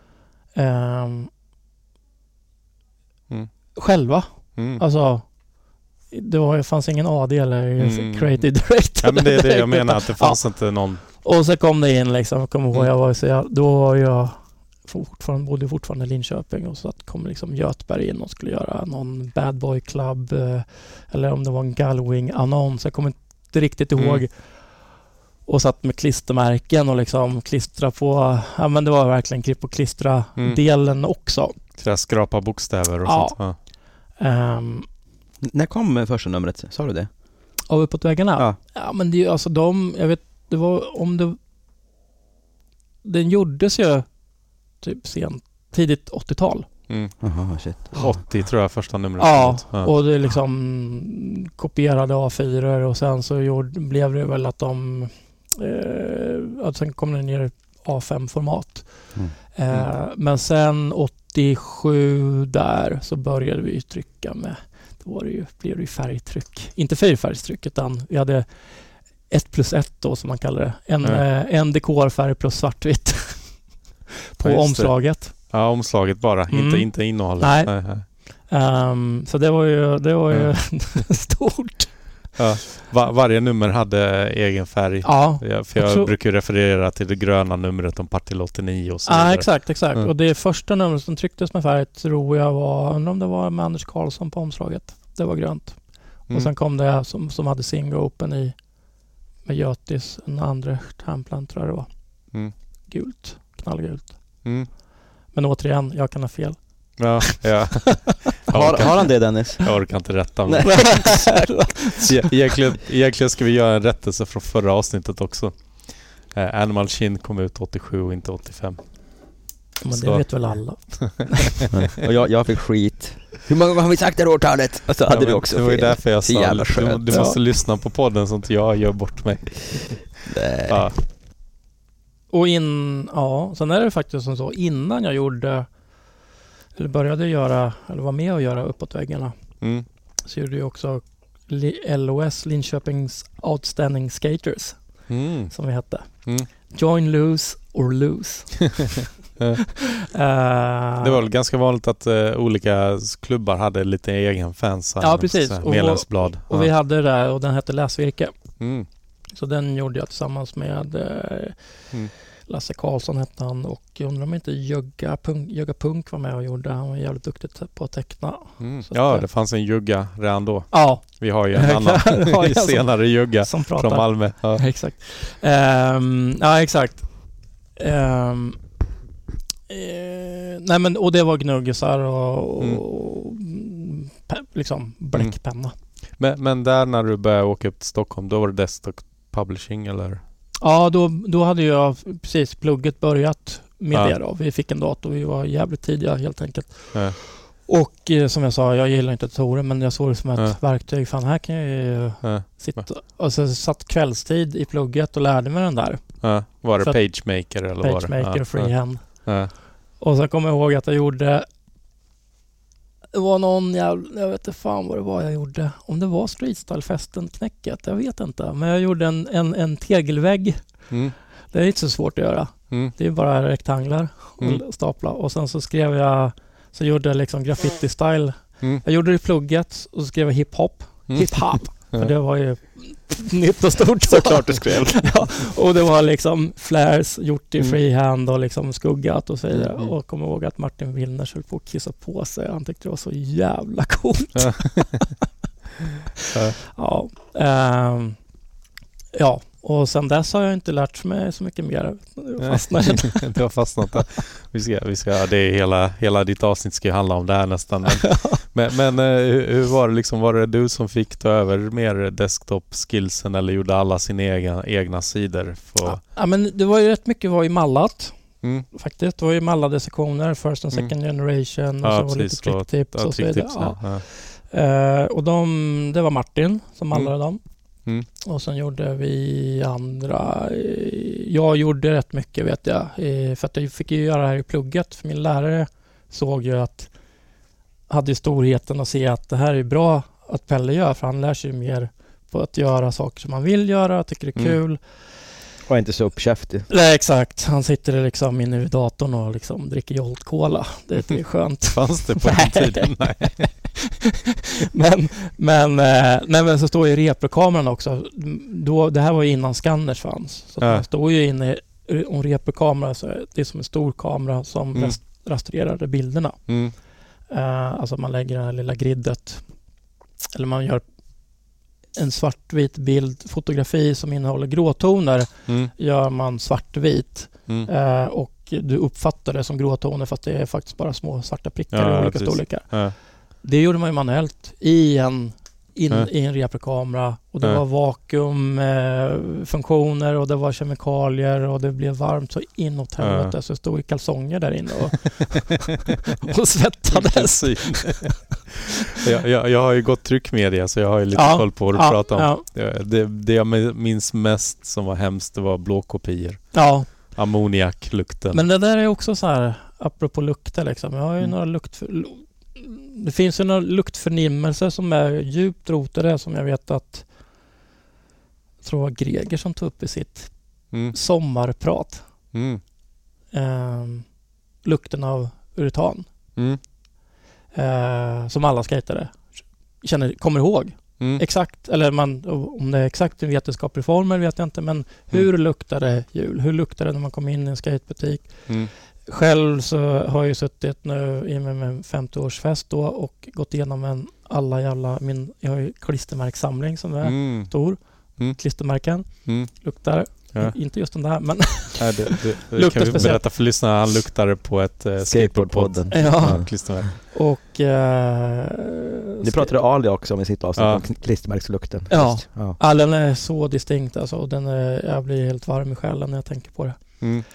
själva. Alltså det fanns ingen AD eller creative director. Ja, men det är det jag menar, att det fanns inte någon. Och så kom det in liksom, då var jag bodde fortfarande i Linköping, och så att kom liksom Göteborg in och skulle göra någon Bad Boy Club eller om det var en Gullwing-annons, jag kommer inte riktigt ihåg. Och satt med klistermärken och liksom klistra på, men det var verkligen klipp och klistra delen också. Så skrapa bokstäver och sånt. När kom första numret? Sa du det? Av Uppåt väggarna? Ja, men det är ju alltså jag vet, det var den gjordes ju typ tidigt 80-tal. Aha, shit. 80 tror jag första numret. Ja, och det liksom kopierade A4, och sen så blev det väl att sen kom det ner i A5-format. Men sen 87 där så började vi trycka med, då blev det ju färgtryck. Inte fyrfärgstryck, utan vi hade 1+1 då, som man kallar det. En dekorfärg plus svartvitt på omslaget. Ja, omslaget bara, inte innehållet. Nej. Så det var ju stort. Ja. Varje nummer hade egen färg. Ja. För jag brukar referera till det gröna numret om Partille 89 och så vidare. Ja, exakt. Och det första numret som trycktes med färg tror jag var, undrar om det var med Anders Karlsson på omslaget. Det var grönt. Och sen kom det som hade Singo Open med Götis, en andra Tamplan tror jag det var. Gult, knallgult. Men återigen, jag kan ha fel. Ja. Har han det, Dennis? Jag orkar inte rätta mig. Egentligen ska vi göra en rättelse från förra avsnittet också. Animal Chin kom ut 87 och inte 85. Men det vet väl alla. Och jag fick skit. Hur många gånger har vi sagt det årtalet? Och så hade du också fel. Det var ju därför jag sa du måste lyssna på podden så att jag gör bort mig. Ja. Och sen är det faktiskt som så, innan jag började göra, eller var med och göra Uppåt väggarna, så gjorde jag också LOS, Linköpings Outstanding Skaters, som vi hette. Join, lose or lose. Det var väl ganska vanligt att olika klubbar hade lite egen fans. Ja, precis. Medlemsblad. Och vi hade det där, och den hette Läsvirke. Så den gjorde jag tillsammans med Lasse Karlsson hette han, och jag undrar om inte Jögga Punk var med och gjorde. Han var jävligt duktig på att teckna. Ja, det fanns en Jögga redan då. Ja. Vi har ju en annan senare Jögga från Malmö. Ja. Exakt. Ja, exakt. Nej, men och det var gnuggisar och liksom bläckpenna. Men där när du började åka upp till Stockholm, då var det Desktop Publishing eller? Ja, då hade jag precis plugget börjat med det då. Vi fick en dator, vi var jävligt tidiga helt enkelt. Ja. Och som jag sa, jag gillar inte datorer, men jag såg det som ett verktyg. Fan, här kan jag ju sitta. Och så satt kvällstid i plugget och lärde mig den där. Ja. Var det PageMaker eller var det? PageMaker och Freehand. Ja. Och så kommer jag ihåg att jag gjorde... Det var någon jag vet inte fan vad det var jag gjorde. Om det var Streetstyle-festen-knäcket, jag vet inte. Men jag gjorde en tegelvägg. Det är inte så svårt att göra. Det är bara rektanglar och stapla. Och sen så skrev jag... Så gjorde jag liksom graffiti-style. Jag gjorde det i plugget och så skrev jag hip-hop. Hip-hop. För det var ju nytt och stort. Såklart du skrev. Ja, och det var liksom flares gjort i freehand och liksom skuggat och så vidare. Och kom ihåg att Martin Willners höll på att kissa på sig. Han tyckte det var så jävla coolt. Ja, och sen dess har jag inte lärt mig så mycket mer. Du har fastnat där. Vi ska, det är hela ditt avsnitt ska ju handla om det här nästan. Men hur var det liksom, var det du som fick ta över mer desktop-skillsen eller gjorde alla sina egna sidor? Ja, men det var ju rätt mycket var i mallat. Faktiskt, det var ju mallade sektioner, first and second generation och så var lite tricktips och så vidare. Och det var Martin som mallade dem. Och sen gjorde vi andra. Jag gjorde rätt mycket vet jag. För att jag fick ju göra det här i plugget. För min lärare såg ju att hade storheten att se att det här är bra att Pelle gör. För han lär sig ju mer på att göra saker som man vill göra. Tycker det är kul. Och inte så uppkäftig. Nej, exakt. Han sitter liksom inne vid datorn och liksom dricker Jolt Cola. Det är skönt. Fanns det på den tiden? Nej. men så står ju reprokameran också. Det här var ju innan scanners fanns. Så det står ju inne om reprokamera, så det är som en stor kamera som rastrerade bilderna. Alltså man lägger det här lilla gridet. Eller man gör en svartvit bild, fotografi som innehåller gråtoner gör man svartvit och du uppfattar det som gråtoner fast det är faktiskt bara små svarta prickar i olika storlekar. Det gjorde man ju manuellt i en reprokamera och det var vakuumfunktioner och det var kemikalier och det blev varmt så inåt helvete så stod i kalsonger där inne och svettades. Jag har ju gått tryckmedia så jag har ju lite koll på vad du pratar om. Det jag minns mest som var hemskt det var blåkopior. Ja. Ammoniaklukten. Men det där är också så här apropå lukter liksom. Jag har ju några det finns ju några luktförnimmelser som är djupt rotade som jag vet att jag tror det var Greger som tog upp i sitt sommarprat. Lukten av uretan. Som alla skatare kommer ihåg. Exakt, eller om det är exakt en vetenskaplig formel vet jag inte, men hur luktar det jul? Hur luktar det när man kommer in i en skatebutik? Själv så har jag ju suttit nu i med en 50-årsfest då och gått igenom jag har ju klistermärkssamling som är stor. Klistermärken. Luktar. Inte just den där, men det kan vi berätta för lyssnarna. Han luktar på ett skateboardpodden. Klistermärk. Och det pratade Ali också om i sitt avsnitt om klistermärkslukten. Ja, den är så distinkt alltså, och jag blir helt varm i själen när jag tänker på det.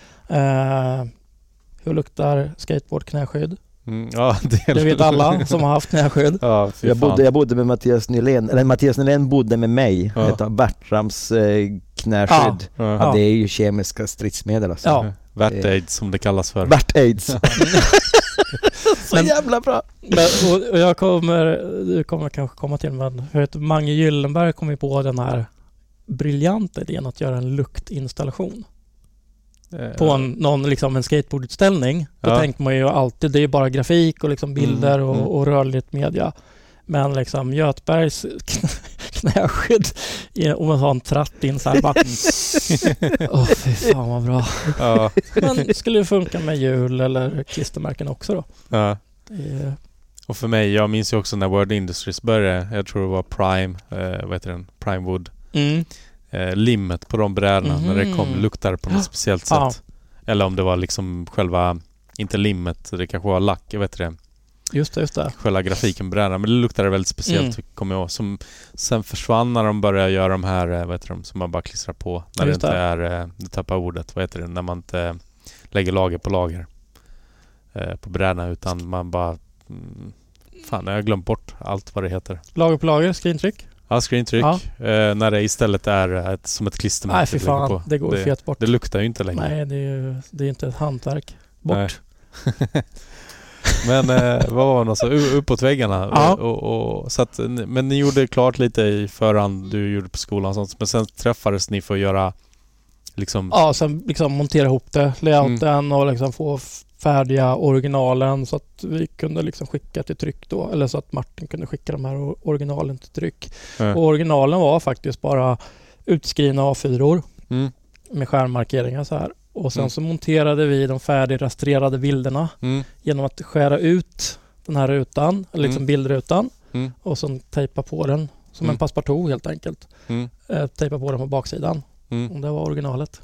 Hur luktar skateboard knäskydd? Det vet alla som har haft knäskydd. Jag bodde med Mattias Nylén, eller Mattias Nylén bodde med mig. Bertrams knäskydd. Det är ju kemiska stridsmedel alltså. Vert-aids som det kallas för. Vert-aids. Så jävla bra. Och du kommer kanske komma till, men Mange Gyllenberg kom ju på den här briljanta idén att göra en luktinstallation. På en skateboardutställning. Då tänkte man ju alltid, det är bara grafik och liksom bilder och rörligt media. Men liksom Götbergs knäskydd och man har en tratt in så här bara. Fy fan vad bra. Ja. Men det skulle ju funka med hjul eller klistermärken också då. Ja. Och för mig, jag minns ju också när Word Industries började, jag tror det var Prime, vad heter den? Prime Wood. Limmet på de brädorna när det kom luktade på något speciellt sätt. Eller om det var liksom själva, inte limmet, det kanske var lack, jag vet det. Just det. Själva grafiken på brädorna, men det luktade väldigt speciellt, kommer jag ihåg. Som sen försvann när de började göra de här, vad heter de, som man bara klistrar på. När det inte är, det tappar ordet, vad heter det, när man inte lägger lager på lager på brädorna, utan man bara, fan, jag har glömt bort allt vad det heter. Lager på lager, skrintryck? Ja, skrintryck. Ja. När det istället är som ett klistermärke. Nej, för fan, på. Det går ju fet bort. Det luktar ju inte längre. Nej, det är inte ett hantverk. Bort. Men vad var det alltså? Uppåt väggarna. Ja. Så att, men ni gjorde klart lite i förhand, du gjorde på skolan och sånt. Men sen träffades ni för att göra liksom... Ja, sen liksom montera ihop det, layouten och liksom få färdiga originalen så att vi kunde liksom skicka till tryck då. Eller så att Martin kunde skicka de här originalen till tryck. Och originalen var faktiskt bara utskrivna A4-or med skärmmarkeringar så här. Och sen så monterade vi de färdigrastrerade bilderna genom att skära ut den här rutan, liksom bildrutan, och sen tejpa på den som en passepartout helt enkelt. Tejpa på den på baksidan. Och det var originalet.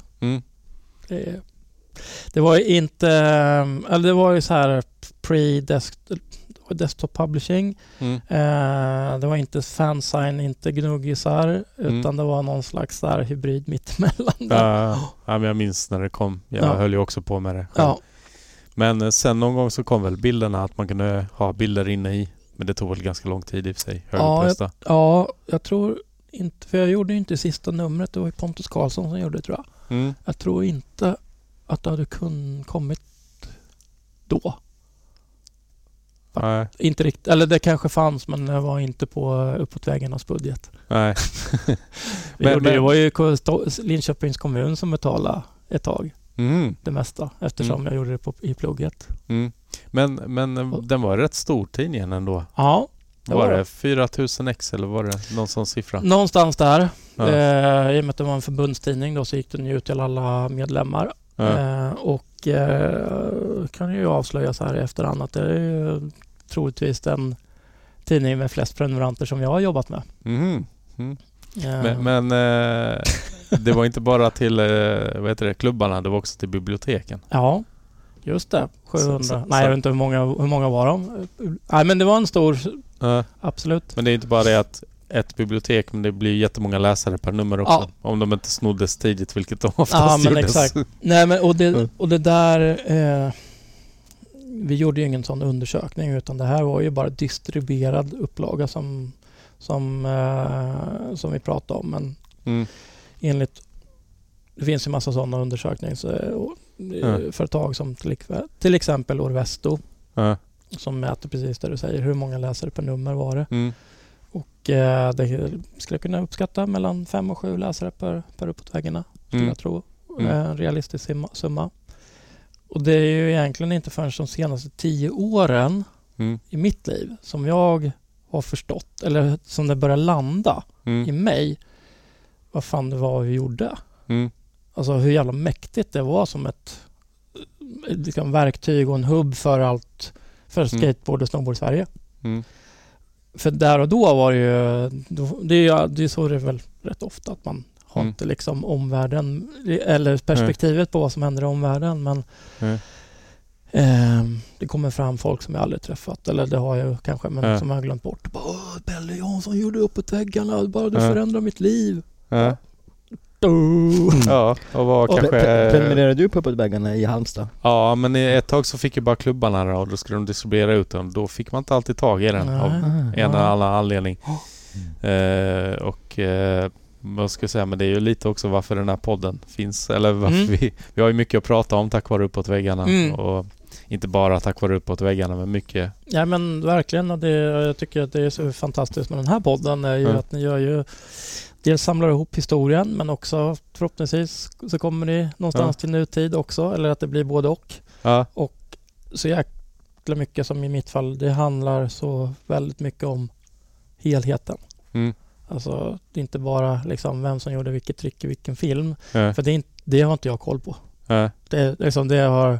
Det var inte, eller det var ju så här desktop publishing. Det var inte fansign, inte gnuggisar, utan det var någon slags där hybrid mittemellan. Ja, men jag minns när det kom. Jag höll ju också på med det. Ja. Men sen någon gång så kom väl bilderna att man kunde ha bilder inne i. Men det tog väl ganska lång tid i och för sig. Jag tror inte, för jag gjorde ju inte sista numret. Det var ju Pontus Karlsson som gjorde det, tror jag. Jag tror inte att det hade kommit då. Nej. Inte riktigt, eller det kanske fanns, men det var inte på uppåt väggarnas budget. Nej. Det var ju Linköpings kommun som betalade ett tag. Det mesta, eftersom jag gjorde det i plugget. Men den var rätt stor tidningen ändå. Ja. Var det 4000 ex eller var det någon sån siffra? Någonstans där. Ja. I och med att det var en förbundstidning då, så gick den ju ut till alla medlemmar. Och kan ju avslöja så här i efterhand att det är ju troligtvis den tidning med flest prenumeranter som jag har jobbat med. Men det var inte bara till klubbarna, det var också till biblioteken. Ja, just det. 700. Nej, jag vet inte hur många var de. Nej, men det var en stor, absolut. Men det är inte bara det att ett bibliotek, men det blir jättemånga läsare per nummer också. Ja. Om de inte snoddes tidigt, vilket de oftast gjordes. Exakt. Nej, men och det där... vi gjorde ju ingen sån undersökning, utan det här var ju bara distribuerad upplaga som vi pratade om. Men enligt... Det finns ju massa sådana undersökningsföretag som till exempel Orvesto, som mäter precis det du säger. Hur många läsare per nummer var det? Och det skulle kunna uppskatta mellan 5 och 7 läsare per uppåt väggarna, skulle jag tro. En realistisk summa. Och det är ju egentligen inte förrän de senaste 10 åren i mitt liv som jag har förstått, eller som det börjar landa i mig, vad fan det var vi gjorde. Alltså hur jävla mäktigt det var som ett liksom verktyg och en hubb för allt, för skateboard och snowboard i Sverige. För där och då var det ju, det är så det är väl rätt ofta att man har inte liksom omvärlden eller perspektivet på vad som händer i omvärlden, men det kommer fram folk som jag aldrig träffat, eller det har jag kanske, men som jag har glömt bort. Pelle Jansson gjorde uppåt väggarna, bara du förändrar mitt liv. Ja, och var kanske... Prenumererade du på uppåt väggarna i Halmstad? Ja, men ett tag så fick ju bara klubbarna och då skulle de distribuera ut den. Då fick man inte alltid tag i den av en eller annan anledning. Vad ska jag säga, men det är ju lite också varför den här podden finns, eller varför vi har ju mycket att prata om tack vare uppåt väggarna, och inte bara tack vare uppåt väggarna, men mycket. Ja, men verkligen, och jag tycker att det är så fantastiskt med den här podden är ju att ni gör ju, dels samlar ihop historien, men också förhoppningsvis så kommer ni någonstans till nutid också, eller att det blir både och. Och så jäkla mycket som i mitt fall, det handlar så väldigt mycket om helheten. Alltså, det är inte bara liksom vem som gjorde vilket trick i vilken film. För det har inte jag koll på. Det är liksom det jag har...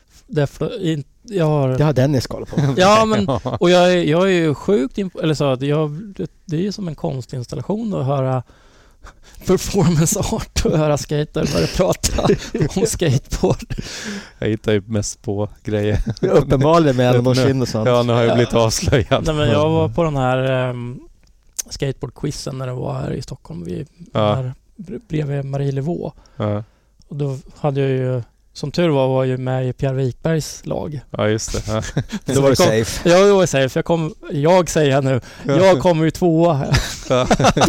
Det har Dennis koll på. Ja, men och jag är ju sjukt eller så att det är ju som en konstinstallation att höra performance art och höra skater börja prata om skateboard. Jag hittar ju mest på grejer. Uppenbarligen med Alan Shin och sånt. Ja, nu har jag blivit avslöjad. Nej, men jag var på den här skateboardquizen när det var här i Stockholm bredvid Marie Levaux. Och då hade jag ju som tur var ju med i Pierre Wikbergs lag. Ja, just det. Ja. Då var du safe. Ja, jag var safe. Jag säger nu, jag kommer ju 2 här. Ja.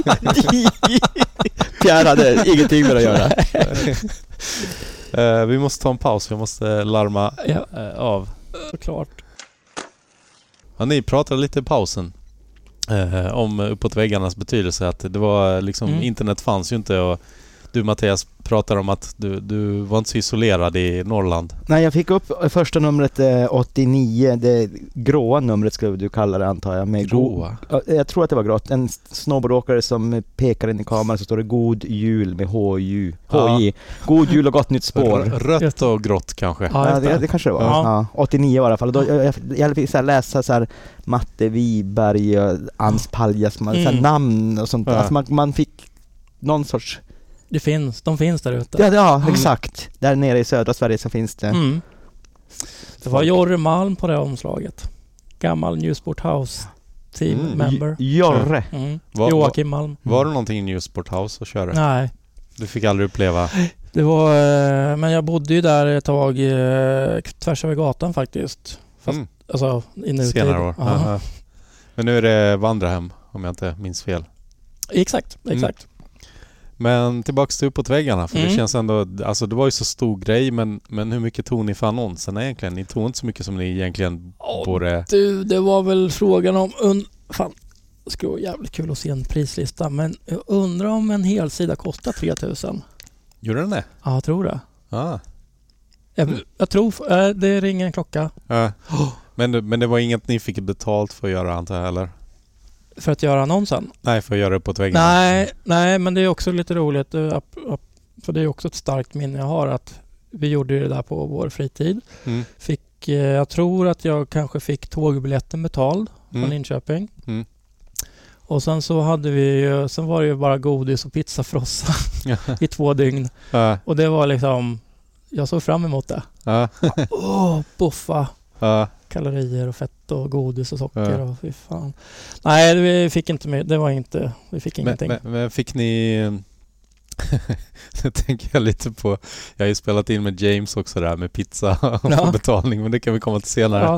Pierre hade ingenting med att göra. Vi måste ta en paus. Vi måste larma av. Såklart. Ja, ni pratade lite i pausen om uppåt väggarnas betydelse. Att det var liksom, internet fanns ju inte och du Mattias pratar om att du var inte så isolerad i Norrland. Nej, jag fick upp första numret 89, det gråa numret skulle du kalla det antar jag. Med gråa? Jag tror att det var grått. En snowboardåkare som pekar in i kameran så står det God jul med HJ. God jul och gott nytt spår. Rött och grått kanske. Ja, det kanske det var. Ja. 89 var i alla fall. Då, jag fick läsa så här Matte Wiberg och Ans Paljas så här, namn och sånt. Alltså man fick någon sorts... De finns där ute. Ja, exakt. Där nere i södra Sverige så finns det. Det var Jorre Malm på det omslaget. Gammal Newsport House team member. Jorre. Joakim Malm. Var det någonting i Newsport House att köra? Nej. Du fick aldrig uppleva? Det var, men jag bodde ju där ett tag tvärs över gatan faktiskt. Fast, alltså i nutid. Senare år. Men nu är det vandrarhem om jag inte minns fel. Exakt. Men tillbaks till uppåt väggarna, för det känns ändå, alltså det var ju så stor grej, men hur mycket tog ni för annonserna egentligen? Ni tog inte så mycket som ni egentligen borde... Du, det var väl frågan om... Fan, det skulle vara jävligt kul att se en prislista, men jag undrar om en hel sida kostar 3000. Gjorde den det? Ja, jag tror det. Jag tror, det ringer en klocka. Men det var inget ni fick betalt för att göra, antar jag, eller? För att göra annonsen? Nej, för att göra uppåt väggarna. Nej, men det är också lite roligt. För det är också ett starkt minne jag har att vi gjorde det där på vår fritid. Jag tror att jag kanske fick tågbiljetten betald från Linköping. Och sen så sen var det ju bara godis och pizzafrossa i 2 dygn. Och det var liksom, jag såg fram emot det. Buffa. Kalorier och fett och godis och socker och fy fan. Nej, vi fick inte med. Vi fick ingenting. Men fick ni... Nu tänker jag lite på... Jag har ju spelat in med James också där med pizza och betalning, men det kan vi komma till senare.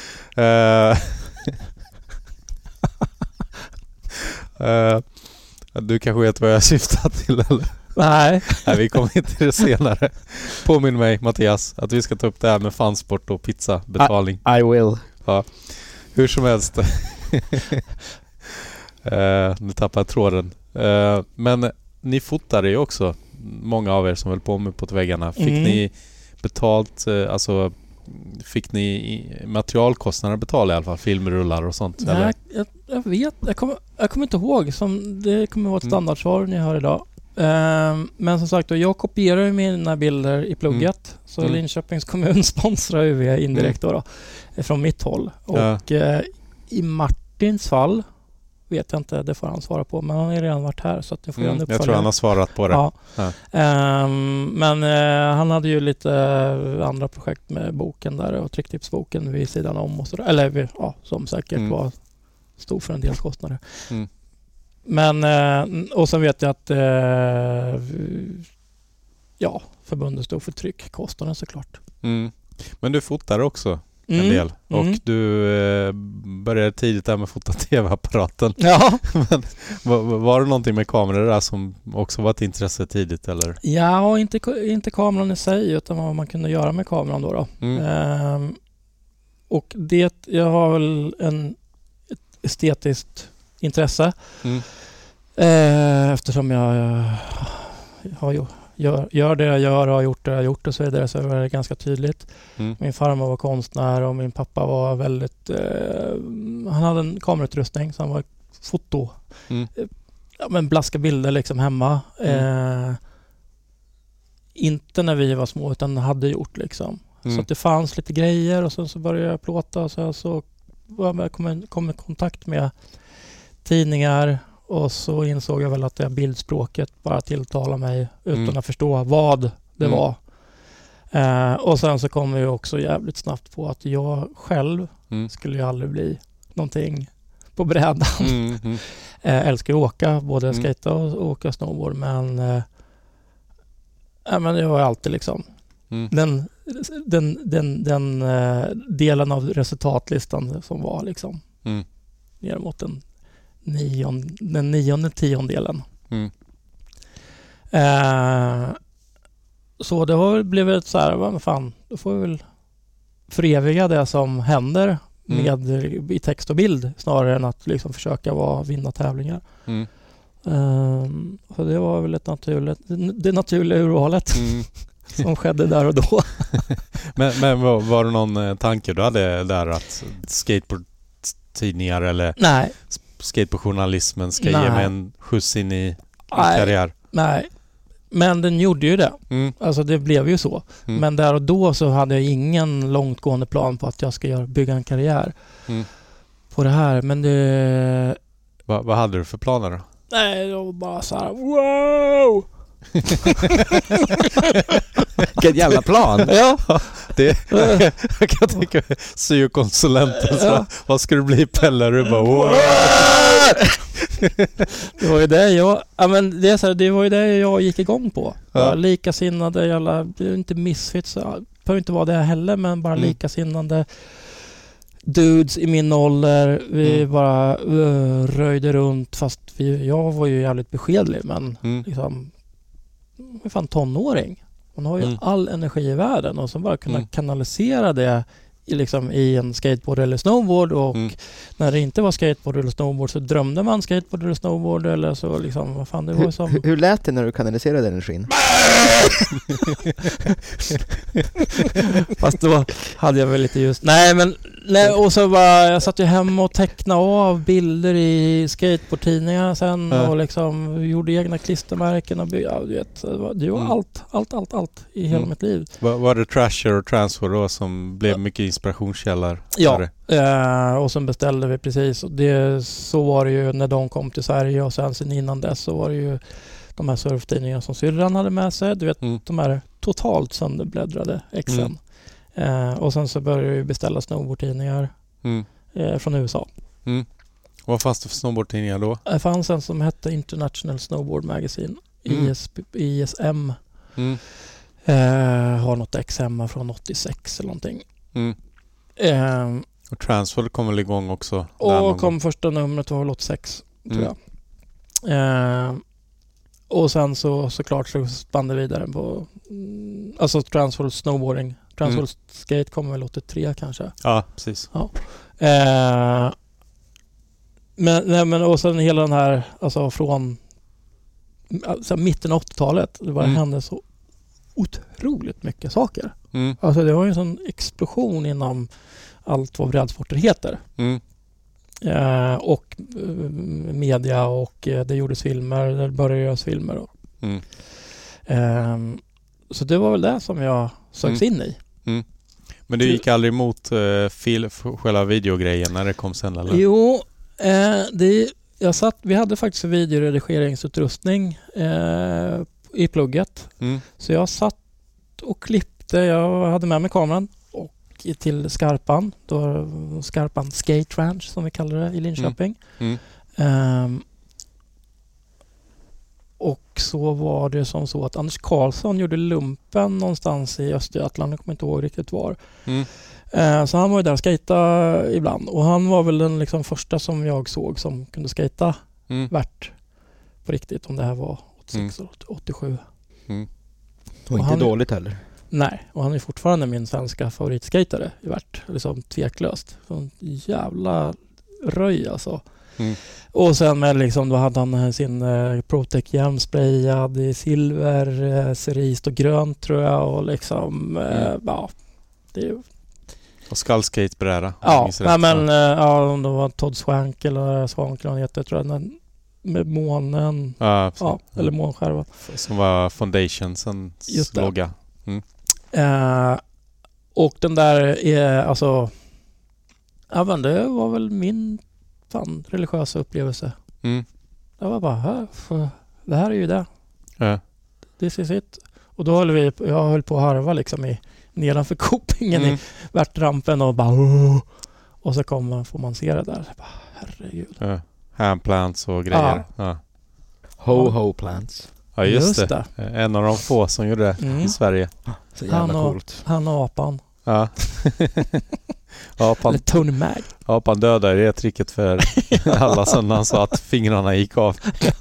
Du kanske vet vad jag syftar till, eller? Nej, vi kommer inte till det senare. Påminn mig, Mattias, att vi ska ta upp det här med fansport och pizza, betalning. I will. Ja, hur som helst. Nu tappar jag tråden. Men ni fotade ju också, många av er som höll på med uppåt väggarna. Fick ni betalt, alltså fick ni materialkostnader betala i alla fall, filmrullar och sånt? Nej, eller? jag vet. Jag kommer inte ihåg. Det kommer vara ett standardsvar ni hör idag. Men som sagt, jag kopierar ju mina bilder i plugget. Så Linköpings kommun sponsrar ju vi indirekt då, från mitt håll. Och i Martins fall vet jag inte, det får han svara på. Men han har ju redan varit här så att det får han uppfölja. Jag tror han har svarat på det. Ja. Men han hade ju lite andra projekt med boken där och trycktipsboken vid sidan om och sådär. Eller som säkert var stor för en del kostnader. Men och sen vet jag att förbundet stod för tryckkostnaden såklart. Men du fotar också en del. Och du började tidigt där med att fota tv-apparaten. Ja. Men, var det någonting med kameror där som också var ett intresse tidigt, eller? Ja, inte kameran i sig utan vad man kunde göra med kameran då. Och jag har väl ett estetiskt intresse. Eftersom jag gör det jag gör och har gjort det jag har gjort och så vidare, så är det ganska tydligt. Min farmor var konstnär och min pappa var väldigt... han hade en kamerautrustning så han var men blaska bilder liksom hemma. Inte när vi var små utan hade gjort liksom. Så att det fanns lite grejer och sen så började jag plåta och sen så kom i kontakt med tidningar och så insåg jag väl att det bildspråket bara tilltalar mig utan att förstå vad det var. Och sen så kom vi också jävligt snabbt på att jag själv skulle ju aldrig bli någonting på brädan. Älskar att åka, både skata och åka snowboard, men men det var alltid liksom den delen av resultatlistan som var liksom ner mot den 9:e tiondelen. Så det har blivit så här, vad fan, då får vi väl föreviga det som händer i text och bild snarare än att liksom försöka vinna tävlingar. Så det var väl det naturliga urvalet som skedde där och då. men var det någon tanke du hade där att skateboardtidningar eller skateboardjournalismen ska ge mig en skjuts in i karriär? Nej, men den gjorde ju det. Alltså det blev ju så. Men där och då så hade jag ingen långtgående plan på att jag ska bygga en karriär på det här. Men det... Vad hade du för planer då? Nej, det var bara så här, wow! Vilken jävla plan! Ja, jag kan tänka mig syokonsulenten. Vad ska du bli, Pelle? Du bara, wow! Det var ju det var ju det jag gick igång på. Likasinnade, det är inte misfits, det behöver inte vara det heller, men bara likasinnade dudes i min ålder. Vi bara röjde runt, fast jag var ju jävligt beskedlig, men liksom, jag är fan tonåring. Man har ju all energi i världen och så bara kunna kanalisera det i en skateboard eller snowboard, och när det inte var skateboard eller snowboard så drömde man skateboard eller snowboard, eller så liksom, vad fan det var som... Hur lät det när du kanaliserade energin? Fast då hade jag väl lite just... och så jag satt ju hemma och tecknade av bilder i skateboardtidningar sen och liksom gjorde egna klistermärken och det var allt i hela mitt liv. Var det Trasher och Transfer då som blev mycket inspirationskällor? Ja, och sen beställde vi precis, och så var det ju när de kom till Sverige, och sen innan dess så var det ju de här surftidningarna som syrran hade med sig, du vet, de här totalt sönderbläddrade exen. Och sen så började vi beställa snowboardtidningar från USA. Vad fanns det för snowboardtidningar då? Det fanns en som hette International Snowboard Magazine, ISM. Har något XM från 86 eller någonting. Och Transfer kom väl igång också? Och kom första numret var väl 86, tror jag. Och sen såklart så spann det vidare på alltså Transfer Snowboarding. Transfer Skate kom väl 83 kanske. Ja, precis. Ja. Men och sen hela den här, alltså från mitten av 80-talet, det bara hände så otroligt mycket saker. Alltså det var ju en sån explosion inom allt vad brädsporter heter. Och media, och det gjordes filmer, det började göras filmer. Så det var väl det som jag söks in i. Men du gick aldrig emot själva videogrejen när det kom sen, eller? Jo, vi hade faktiskt videoredigeringsutrustning i plugget. Så jag satt och klippte, jag hade med mig kameran och till Skarpan, då Skarpan Skate Ranch som vi kallar det i Linköping. Och så var det som så att Anders Karlsson gjorde lumpen någonstans i Östergötland, jag kommer inte ihåg riktigt var. Så han var ju där och skejta ibland, och han var väl den liksom första som jag såg som kunde skejta värt på riktigt, om det här var 86 eller 87. Och inte dåligt heller. Nej, och han är fortfarande min svenska favoritskejtare i värt, liksom tveklöst. Sån jävla röj alltså. Och sen med liksom, då hade han sin Protec hjälm sprayad i silver, cerist och grönt tror jag, och liksom det. Och skullskatebräda. Ja, om det var Todd Swank eller Swank eller vad han heter, tror jag. med månen. Ja, eller månskärva. Som var Foundationsens logga. Och den där är alltså... Ja, men det var väl min religiösa upplevelse. Jag var bara, det här är ju det. This is it. Och då jag höll på att harva liksom nedanför kopingen i värtrampen och bara... Och så får man se det där. Bara, herregud. Handplants och grejer. Ho plants. Ja, just det. En av de få som gjorde det i Sverige. Så jävla coolt. Han och apan. Ja. Eller Tony Mag. Apan dödade det tricket för alla som han sa att fingrarna gick av.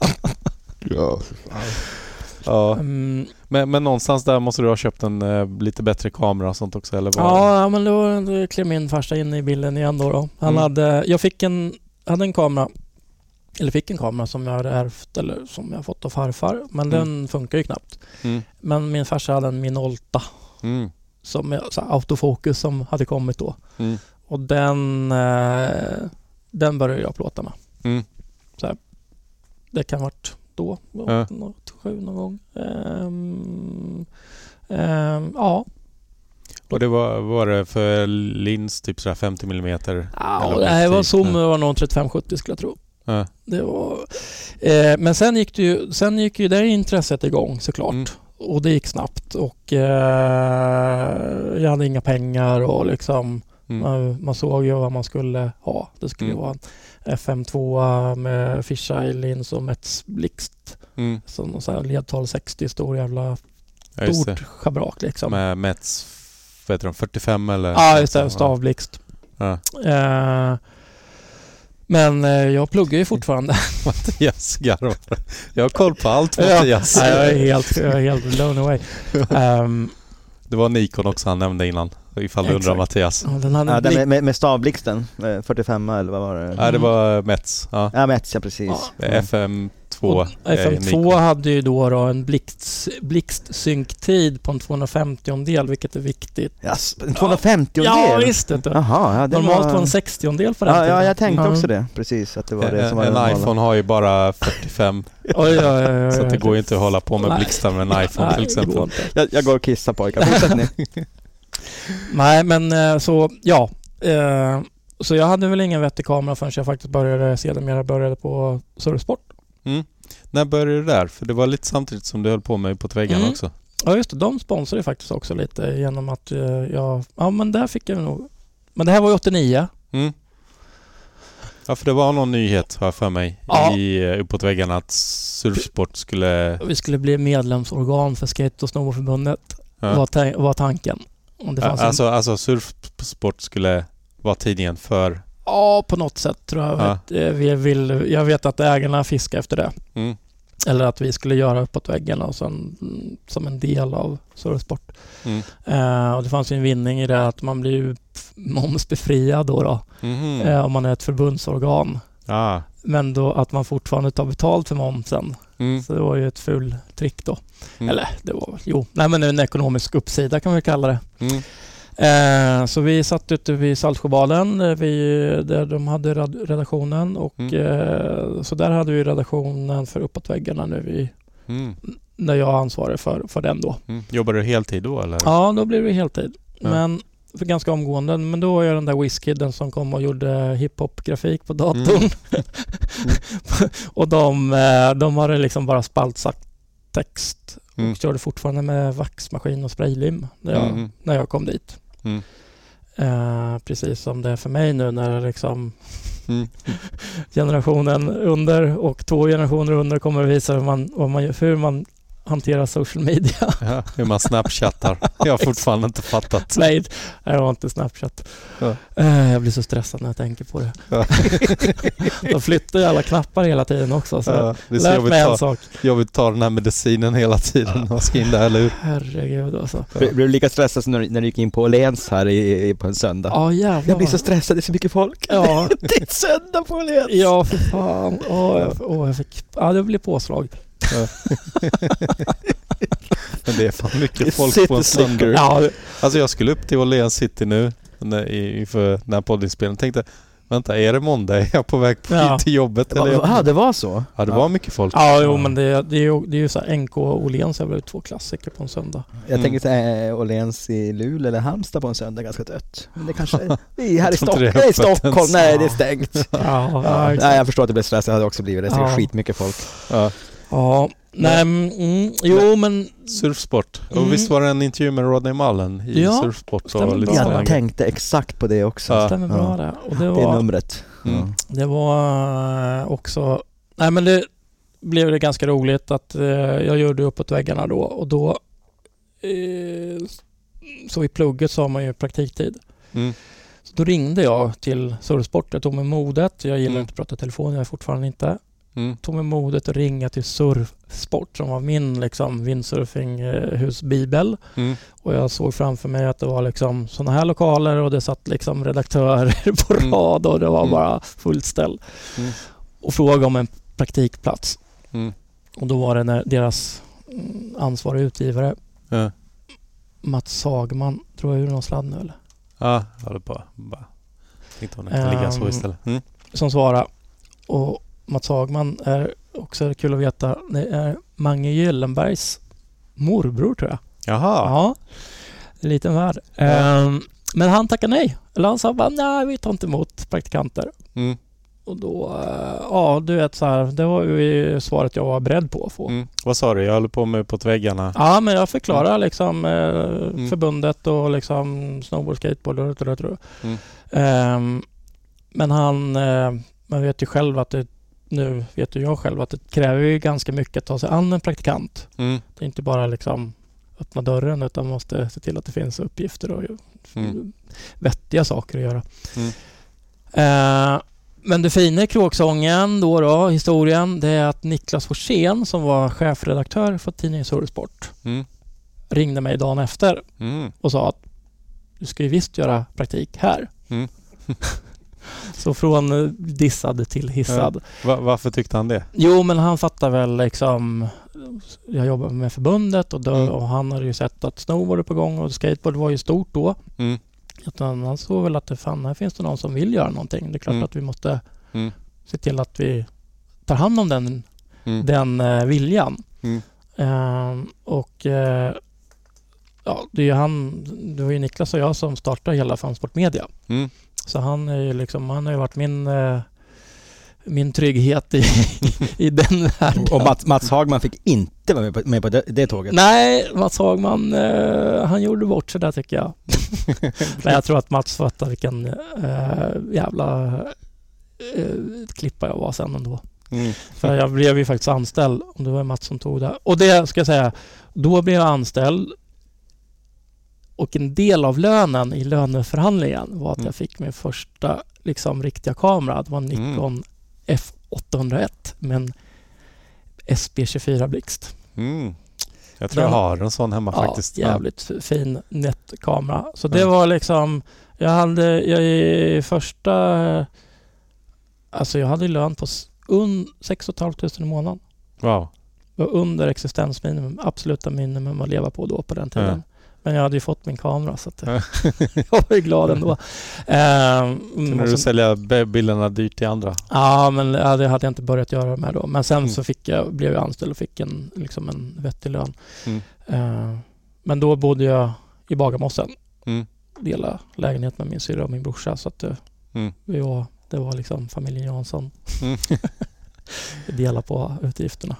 Ja. Men någonstans där måste du ha köpt en lite bättre kamera och sånt också, eller vad? Ja, men då klev min farsa in i bilden igen då. Han hade en kamera. Eller fick en kamera som jag hade ärvt eller som jag fått av farfar. Men den funkar ju knappt. Men min farsa hade en Minolta. Som så autofokus som hade kommit då. Och den började jag plåta med. Så här, det kan ha varit då. 7 någon gång. Ja. Och det var det för lins typ så här 50 mm? Ja, det här var zoom, det var nog 35-70 skulle jag tro. Det var, men sen gick ju det intresset igång såklart. Och det gick snabbt och jag hade inga pengar och liksom man såg ju vad man skulle ha. Det skulle vara en FM2 med fisheye lins och Mets blixt. Som så här ledtal 60, stor jävla stort schabrak liksom. Med Mets 45 eller? Ja, just det, stavblixt. Men jag pluggar ju fortfarande. Mattias garvar. Jag har koll på allt, Mattias. Jag är helt blown away. Det var Nikon också han nämnde innan. Ifall du undrar, Mattias. Med stavblixten 45 eller vad var det? Ja, det var Mets. Ja, Mets, ja precis. FM2. FM2 hade ju då en blixtsynktid på en 250-ondel, vilket är viktigt. Yes, en 250-ondel? Ja, visst. Normalt var en 60-ondel på den tiden. Ja, jag tänkte också det. Precis, att det var det som var en iPhone har ju bara 45. Så det går ju inte att hålla på med blixtar med en iPhone till exempel. Jag går och kissar, pojkar. Fortsätt ni. Nej, men så ja. Så jag hade väl ingen vettig kamera förrän jag faktiskt började på Surfsport. När började du där? För det var lite samtidigt som du höll på med Uppåt väggarna också. Ja, just det. De sponsrade faktiskt också lite genom att men där fick jag nog... Men det här var ju 89. Ja, för det var någon nyhet har jag för mig i Uppåt väggarna att Surfsport skulle... Vi skulle bli medlemsorgan för Skate- och Snowboardförbundet. Var tanken. Och det fanns alltså Surfsport skulle vara tidningen för... Ja, på något sätt tror jag. Jag vet att ägarna fiskar efter det. Eller att vi skulle göra Uppåt väggarna och sen, som en del av Surfsport. Och det fanns ju en vinning i det att man blir ju momsbefriad då. Om man är ett förbundsorgan. Men då att man fortfarande tar betalt för momsen. Så det var ju ett full trick då. Eller det var men en ekonomisk uppsida kan vi kalla det. Så vi satt ute vid Saltsjöbaden där de hade redaktionen och så där hade vi redaktionen för Uppåt väggarna nu när jag ansvarig för den då. Jobbar du heltid då eller? Ja, då blev det heltid. Men för ganska omgående. Men då var jag den där Whiskiden som kom och gjorde hiphop-grafik på datorn. Och de hade liksom bara spaltsatt text och körde fortfarande med vaxmaskin och spraylim när jag kom dit. Precis som det är för mig nu när liksom generationen under och 2 generationer under kommer att visa hur man hanterar social media. Ja, hur man snapchattar. Jag har fortfarande inte fattat. Nej, jag har inte Snapchat. Jag blir så stressad när jag tänker på det. De flyttar ju alla knappar hela tiden också. Så lärt mig en sak. Jag vill ta den här medicinen hela tiden och ska in där, eller hur? Herregud alltså. Blev du lika stressad när du gick in på Åhléns här på en söndag? Ja, jävlar. Jag blir så stressad, det är så mycket folk. Ja. Det är söndag på Åhléns. Ja, för fan. Det blev påslag. Men det är fan mycket folk på en söndag. Alltså jag skulle upp till Åhléns City nu inför den här poddinspelningen. Tänkte, Vänta, är det måndag? Är jag på väg till jobbet? Ja, det var så? Ja, det var mycket folk. Ja, jo, men det är ju så här, NK och Åhléns är väl 2 klassiker på en söndag. Jag tänker så här, Åhléns i Luleå eller Halmstad på en söndag ganska dött. Men det kanske vi här i Stockholm. Nej, det är stängt. Nej, jag förstår att det blir stress. Det hade också blivit det. Är skitmycket folk. Ja. Nej, men surfsport. Och visst var det en intervju med Rodney Mullen i surfsport och lite sådana. Jag tänkte exakt på det också. Stämmer bra det. Och det är numret. Det var också... Nej, men det blev det ganska roligt att jag gjorde uppåt väggarna då. Och då så i plugget så har man ju praktiktid. Så då ringde jag till surfsport. Jag tog med modet. Jag gillar inte att prata telefon. Jag är fortfarande inte. Tog med modet att ringa till surfsport som var min liksom windsurfinghusbibel. Och jag såg framför mig att det var liksom såna här lokaler och det satt liksom redaktörer på rad och det var bara fullt ställ. Och frågade om en praktikplats. Och då var det deras ansvariga utgivare Mats Hagman, tror jag, ur någon sladd nu eller? Ja, jag håller på. Tänkte om det kan ligga så istället. Som svarade. Och Mats Hagman är också kul att veta. Det är Mange Gyllenbergs morbror, tror jag. Jaha. Ja, en liten värld. Men han tackade nej. Eller han sa bara, nej, vi tar inte emot praktikanter. Och då, du vet så här, det var ju svaret jag var beredd på att få. Vad sa du? Jag håller på med uppåt väggarna. Ja, men jag förklarar liksom förbundet och liksom snowboard, skateboard och men man vet ju själv att nu vet ju jag själv att det kräver ju ganska mycket att ta sig an en praktikant. Det är inte bara liksom öppna dörren, utan man måste se till att det finns uppgifter och vettiga saker att göra. Men det fina i kråksången då, historien, det är att Niklas Forsén som var chefredaktör för tidningen Surfsport ringde mig dagen efter och sa att du ska ju visst göra praktik här. Så från dissad till hissad. Varför tyckte han det? Jo, men han fattar väl liksom... Jag jobbar med förbundet och han hade ju sett att snowboard är på gång och skateboard var ju stort då. Utan han såg väl att här finns det någon som vill göra någonting. Det är klart att vi måste se till att vi tar hand om den viljan. Det var ju Niklas och jag som startade hela Fansport Media. Så han är ju liksom, han har ju varit min trygghet i den här. Och Mats Hagman fick inte vara med på det tåget? Nej, Mats Hagman han gjorde bort sig där, tycker jag. Men jag tror att Mats fattar vilken jävla klippa jag var sen ändå. För jag blev ju faktiskt anställd, och det var Mats som tog det. Och det ska jag säga, då blev jag anställd. Och en del av lönen i löneförhandlingen var att jag fick min första liksom riktiga kamera. Det var en Nikon F801 med en SB24 blixt. Jag tror jag har en sån hemma faktiskt. Jävligt fin nätkamera. Så det var liksom, jag hade lön på 6 500 i månaden. Wow. Det var under existensminimum, absoluta minimum att leva på då på den tiden. Men jag hade ju fått min kamera, så att jag var ju glad ändå. Kunde du sälja bilderna dyrt till andra? Ja, men det hade jag inte börjat göra med då. Men sen så blev jag anställd och fick en vettig lön. Men då bodde jag i Bagarmossen. Delade lägenhet med min syrra och min brorsa. Så att det var liksom familjen Jansson. Vi delade på utgifterna.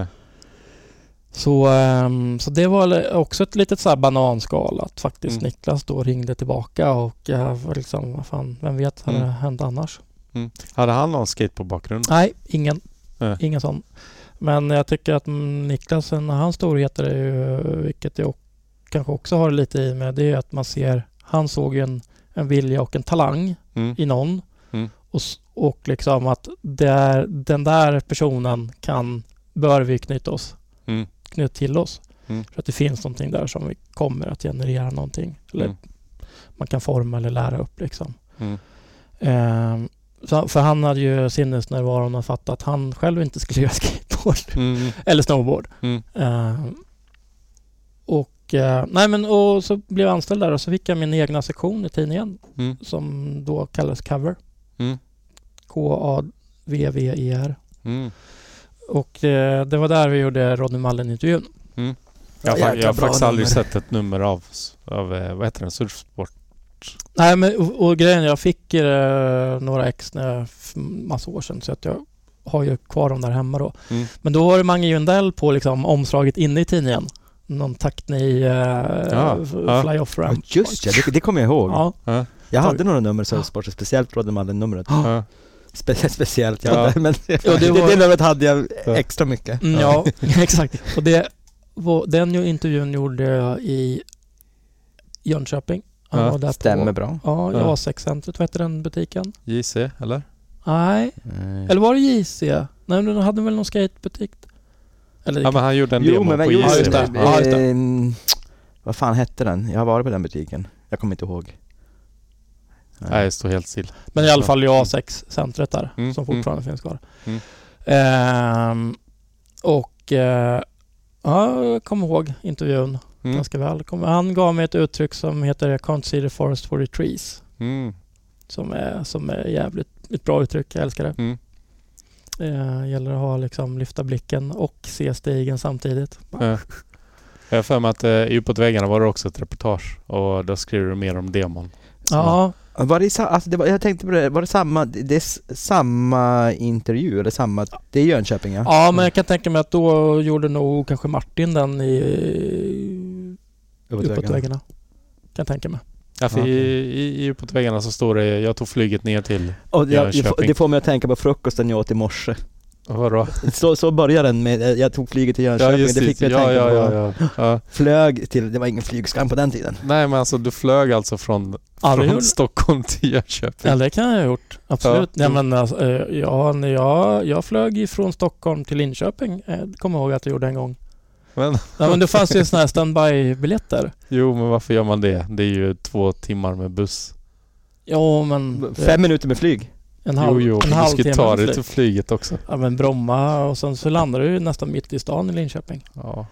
Så det var också ett litet så här bananskal att faktiskt Niklas då ringde tillbaka och jag var liksom, vad fan, vem vet, hade det hänt annars? Hade han någon skate på bakgrund? Nej, ingen sån. Men jag tycker att Niklas, hans storheter är ju, vilket jag kanske också har lite i med, det är att man ser, han såg ju en vilja och en talang i någon och liksom att den där personen bör vi knyta till oss. För att det finns någonting där som vi kommer att generera någonting. Eller man kan forma eller lära upp liksom. För han hade ju sinnesnärvaron och fattat att han själv inte skulle göra skateboard. Eller snowboard. Och så blev jag anställd där och så fick jag min egna sektion i tidningen som då kallades Cover. KAVVER. Och det var där vi gjorde Rodney Mullen-intervjun. Jag har faktiskt aldrig sett ett nummer av vad heter den, surfsport. Nej, men och grejen, jag fick några ex när massa år sedan, så att jag har ju kvar dem där hemma då. Men då var det Mange Jundell på liksom omslaget inne i tidningen. Någon tackning fly-off ramp. Just ja, det kommer jag ihåg. Ja. Jag hade några nummer surfsport, speciellt Rodney Mullen-numret. Speciellt, men det numret hade jag extra mycket. Ja, exakt. Och den intervjun gjorde jag i Jönköping. Stämmer bra. Ja, jag var sexcentret. Vad heter den butiken? JC, eller? Nej. Eller var det JC? Nej, men den hade väl någon skatebutik? Eller men han gjorde en demo på JC. Just det. Vad fan hette den? Jag har varit på den butiken. Jag kommer inte ihåg. Nej, det står helt still. Men i alla fall jag sexcentret där som fortfarande finns kvar. Jag kommer ihåg intervjun ganska väl. Han gav mig ett uttryck som heter I can't see the forest for the trees. Som är jävligt ett bra uttryck. Jag älskar det. Gäller att ha liksom lyfta blicken och se stigen samtidigt. Jag har för mig att i Uppåt väggarna var det också ett reportage och då skriver du mer om demon. Ja. Var det jag tänkte på det, var det samma intervju eller samma, det är Jönköping, ja? Ja, men jag kan tänka mig att då gjorde nog kanske Martin den Uppåt väggarna. Kan jag tänka mig. Ja, för i Uppåt väggarna så står det jag tog flyget ner till Jönköping. Det får mig att tänka på frukosten jag åt i morse. Vadå? Så började den med jag tog flyget till Jönköping. Ja, det fick mig att tänka på. Flög till, det var ingen flygskam på den tiden. Nej, men alltså du flög alltså från Stockholm till Jönköping. Ja, det kan jag ha gjort. Absolut. Ja. Men alltså, jag flög ifrån Stockholm till Linköping. Jag kommer ihåg att jag gjorde en gång. Men det fanns ju såna här standby-biljetter. Jo, men varför gör man det? Det är ju 2 timmar med buss. Jo, men 5 minuter med flyg. En halv du ska ta det till flyget också. Ja, men Bromma, och sen så landar du nästan mitt i stan i Linköping. Ja.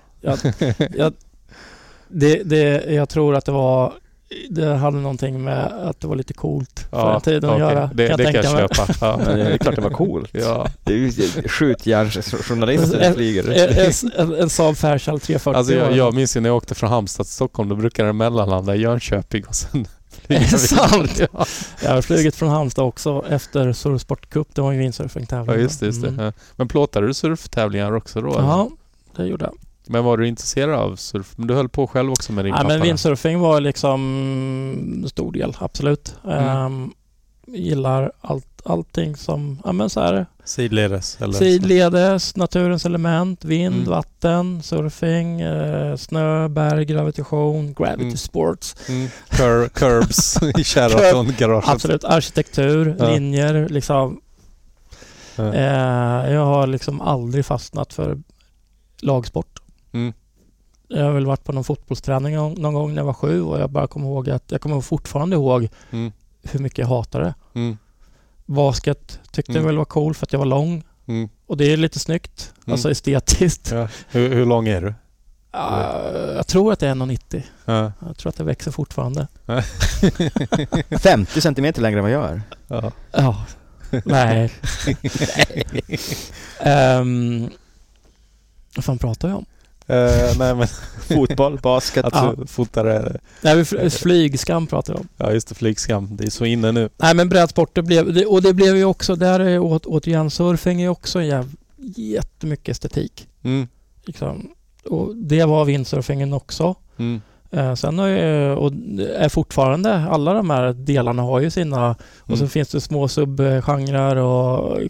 Jag tror att det hade någonting med att det var lite coolt för den tiden att göra. Det kan jag köpa. Ja. Men det är klart det var coolt. Ja. Det är ju skjutjärnsjournalister som flyger. En Saab Fairchild 340. Alltså jag minns ju när jag åkte från Halmstad till Stockholm, då brukade det mellanlanda i Jönköping och sen är det sant? Ja. Jag har flugit från Halmstad också efter Surfsport Cup. Det var ju windsurfing-tävling. Ja, just det. Ja. Men plåtade du surftävlingar också då? Ja, det gjorde jag. Men var du intresserad av surf? Men du höll på själv också med din pappa? Men windsurfing var liksom stor del, absolut. Gillar allting som, så här. Sidledes, naturens element, vind, vatten, surfing, snö, berg, gravitation, gravity sports. Curbs i Sheraton-garaget. Absolut, arkitektur, linjer, liksom. Jag har liksom aldrig fastnat för lagsport. Jag har väl varit på någon fotbollsträning någon gång när jag var 7 och jag bara kommer fortfarande ihåg hur mycket jag hatade det. Basket tyckte jag väl var cool för att jag var lång. Och det är lite snyggt, alltså estetiskt. Ja. Hur lång är du? Jag tror att det är 1,90. Jag tror att det växer fortfarande. 50 centimeter längre än vad jag är. Ja. Nej. Vad fan pratar jag om? Nej, men fotboll, basket, fotare. Nej, flygskam pratar jag om. Ja, just det, flygskam. Det är så inne nu. Nej, men brädsport det blev ju också där återigen surfing är också jättemycket estetik. Liksom. Och det var windsurfingen också. Sen är fortfarande alla de här delarna har ju sina och så finns det små subgenrer och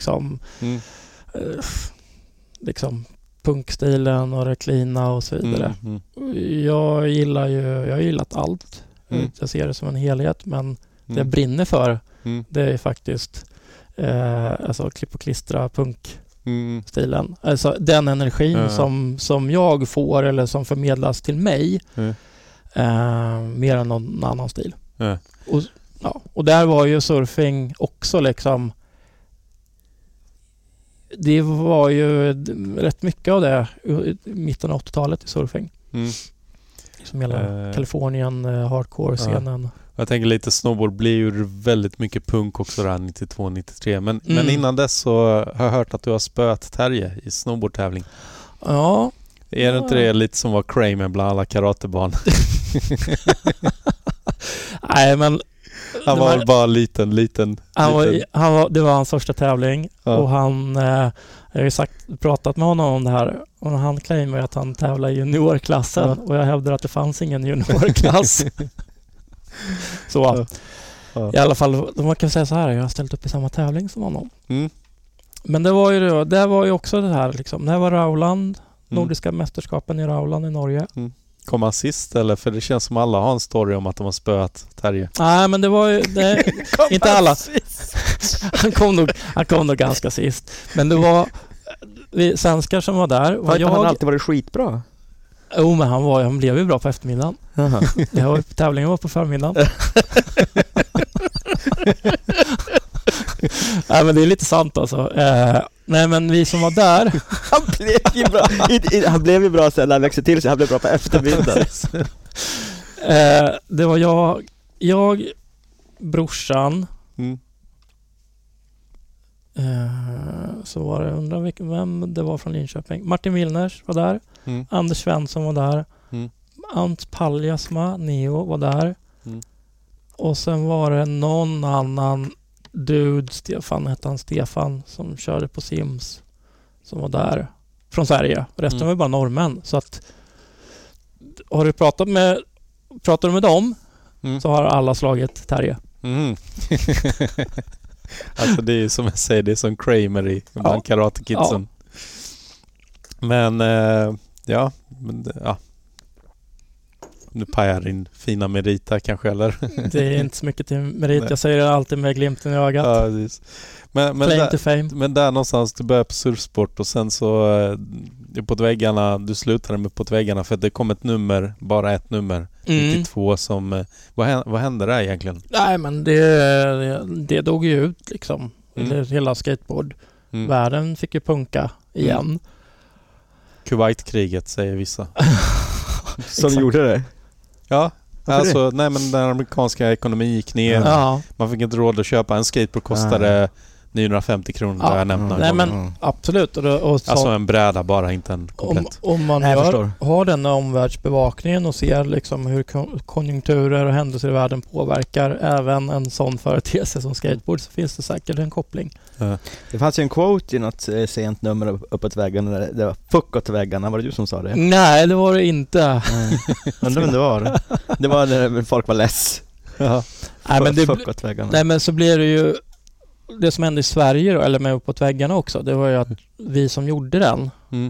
liksom punkstilen och reklina och så vidare. Jag har gillat allt. Jag ser det som en helhet, men det jag brinner för det är faktiskt alltså klipp och klistra punkstilen. Alltså den energin som jag får eller som förmedlas till mig mer än någon annan stil. Och där var ju surfing också liksom. Det var ju rätt mycket av det i mitten av 80-talet i surfing. Som hela Kalifornien hardcore-scenen. Jag tänker lite snowboard blir ju väldigt mycket punk också där 92-93. Men innan dess så har jag hört att du har spöat Terje i snowboardtävling. Ja. Är det inte det lite som var Kramer bland alla karatebarn? Nej, men han var bara liten. Det var hans första tävling. Ja. Och han, jag har ju pratat med honom om det här. Och han claimar att han tävlar i juniorklassen. Ja. Och jag hävdar att det fanns ingen juniorklass. Så i alla fall, man kan säga så här, jag har ställt upp i samma tävling som honom. Men det var ju också det här liksom, det här var Rauland, Nordiska mästerskapen i Rauland i Norge. Kom han sist eller? För det känns som alla har en story om att de har spöat Terje. Nej, men det var ju inte alla. Han kom nog ganska sist. Men det var vi svenskar som var där. Har han alltid varit skitbra? Jo, men han blev ju bra på eftermiddagen. Tävlingen var på förmiddagen. Nej, men det är lite sant alltså. Nej, men vi som var där... han blev ju bra sen när han växte till sig. Han blev bra på eftermiddagen. Det var jag brorsan. Så var det, undrar vem det var från Linköping. Martin Wilners var där. Anders Svensson var där. Ant Paljasma, Neo var där. Och sen var det någon annan dude, Stefan som körde på Sims, som var där från Sverige. Resten var bara norrmän. Så att har du pratar du med dem så har alla slagit Terje. Alltså det är som jag säger, det är som Kramer i bland Karate Kidsen. Men ja. Nu pajar din fina merita kanske, eller? Det är inte så mycket till merit. Jag säger det alltid med glimten i ögat. Ja, men där någonstans du började på surfsport och sen så uppåt väggarna, du slutade med uppåt väggarna för att det kom ett nummer, bara ett nummer, 92 som... Vad hände där egentligen? Nej, men det dog ju ut liksom. Hela skateboardvärlden fick ju punka igen. Kuwaitkriget säger vissa. Som gjorde det? Ja, alltså nej, men den amerikanska ekonomin gick ner. Ja. Man fick inte råd att köpa en skateboard, kostade 950 kronor. Ja. Jag nämnt nej, men absolut. Och så, alltså en bräda bara, inte en komplett. Om man har den omvärldsbevakningen och ser liksom hur konjunkturer och händelser i världen påverkar även en sån företeelse som skateboard, så finns det säkert en koppling. Ja. Det fanns ju en quote i något sent nummer uppåt väggarna. Det var fuck åt väggarna. Var det du som sa det? Nej, det var det inte. Undrar vem det var. Det var när folk var less. Ja. Fuck åt väggarna. Nej, men så blir det ju det som hände i Sverige då, eller med uppåt väggarna också, det var ju att vi som gjorde den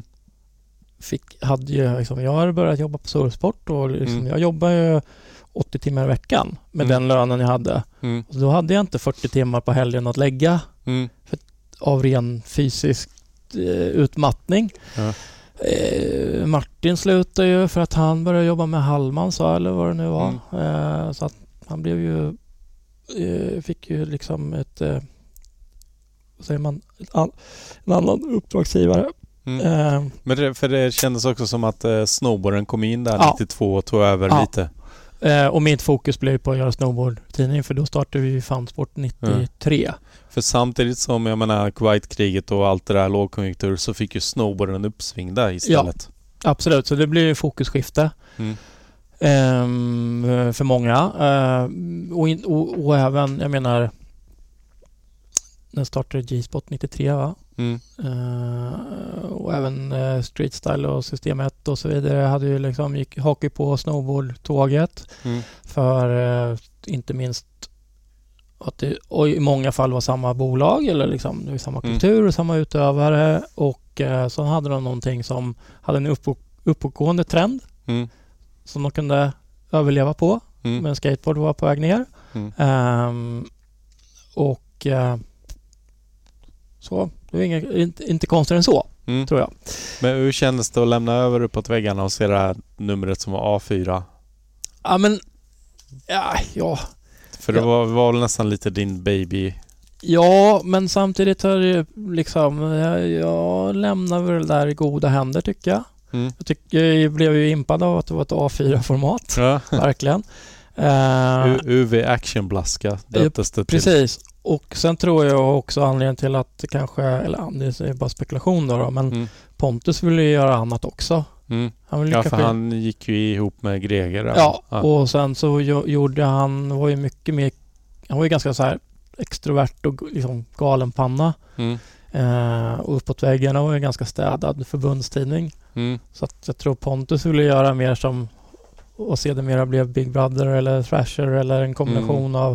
hade ju liksom, jag hade börjat jobba på surfsport och liksom, jag jobbade ju 80 timmar i veckan med den lönen jag hade. Och då hade jag inte 40 timmar på helgen att lägga av ren fysisk utmattning. Martin slutade ju för att han började jobba med Hallman, eller vad det nu var. Så att han blev ju fick ju liksom ett säger man, en annan uppdragsgivare. Men för det kändes också som att snowboarden kom in där 92 och tog över lite. Och mitt fokus blev på att göra snowboardtidning, för då startade vi Fansport 93. För samtidigt som jag menar Kuwaitkriget och allt det där lågkonjunktur, så fick ju snowboarden en uppsving där istället. Ja, absolut. Så det blev ju fokusskifte. För många. Och även, jag menar, den startade G-spot 93, va? Och även Street Style och System 1 och så vidare hade ju liksom gick på snowboardtåget för inte minst att det och i många fall var samma bolag eller liksom det var samma kultur och samma utövare, och så hade de någonting som hade en uppåtgående trend som de kunde överleva på, men skateboard var på väg ner. Så det är inte konstigt än så, tror jag. Men hur kändes det att lämna över uppåt väggarna och se det här numret som var A4? Ja, men ja. För det var väl nästan lite din baby. Ja, men samtidigt har det liksom, jag lämnar väl där i goda händer, tycker jag. Jag blev ju impad av att det var ett A4-format, verkligen. UV actionblaska döptes det till. Precis. Och sen tror jag också anledningen till att det kanske, eller det är bara spekulation då, men Pontus ville ju göra annat också. För han gick ju ihop med Greger. Ja, och sen så gjorde han var ju mycket mer, han var ju ganska så här extrovert och liksom galenpanna. Och uppåt väggarna var ju ganska städad förbundstidning. Så att jag tror Pontus ville göra mer som, och sedermera blev Big Brother eller Thrasher eller en kombination av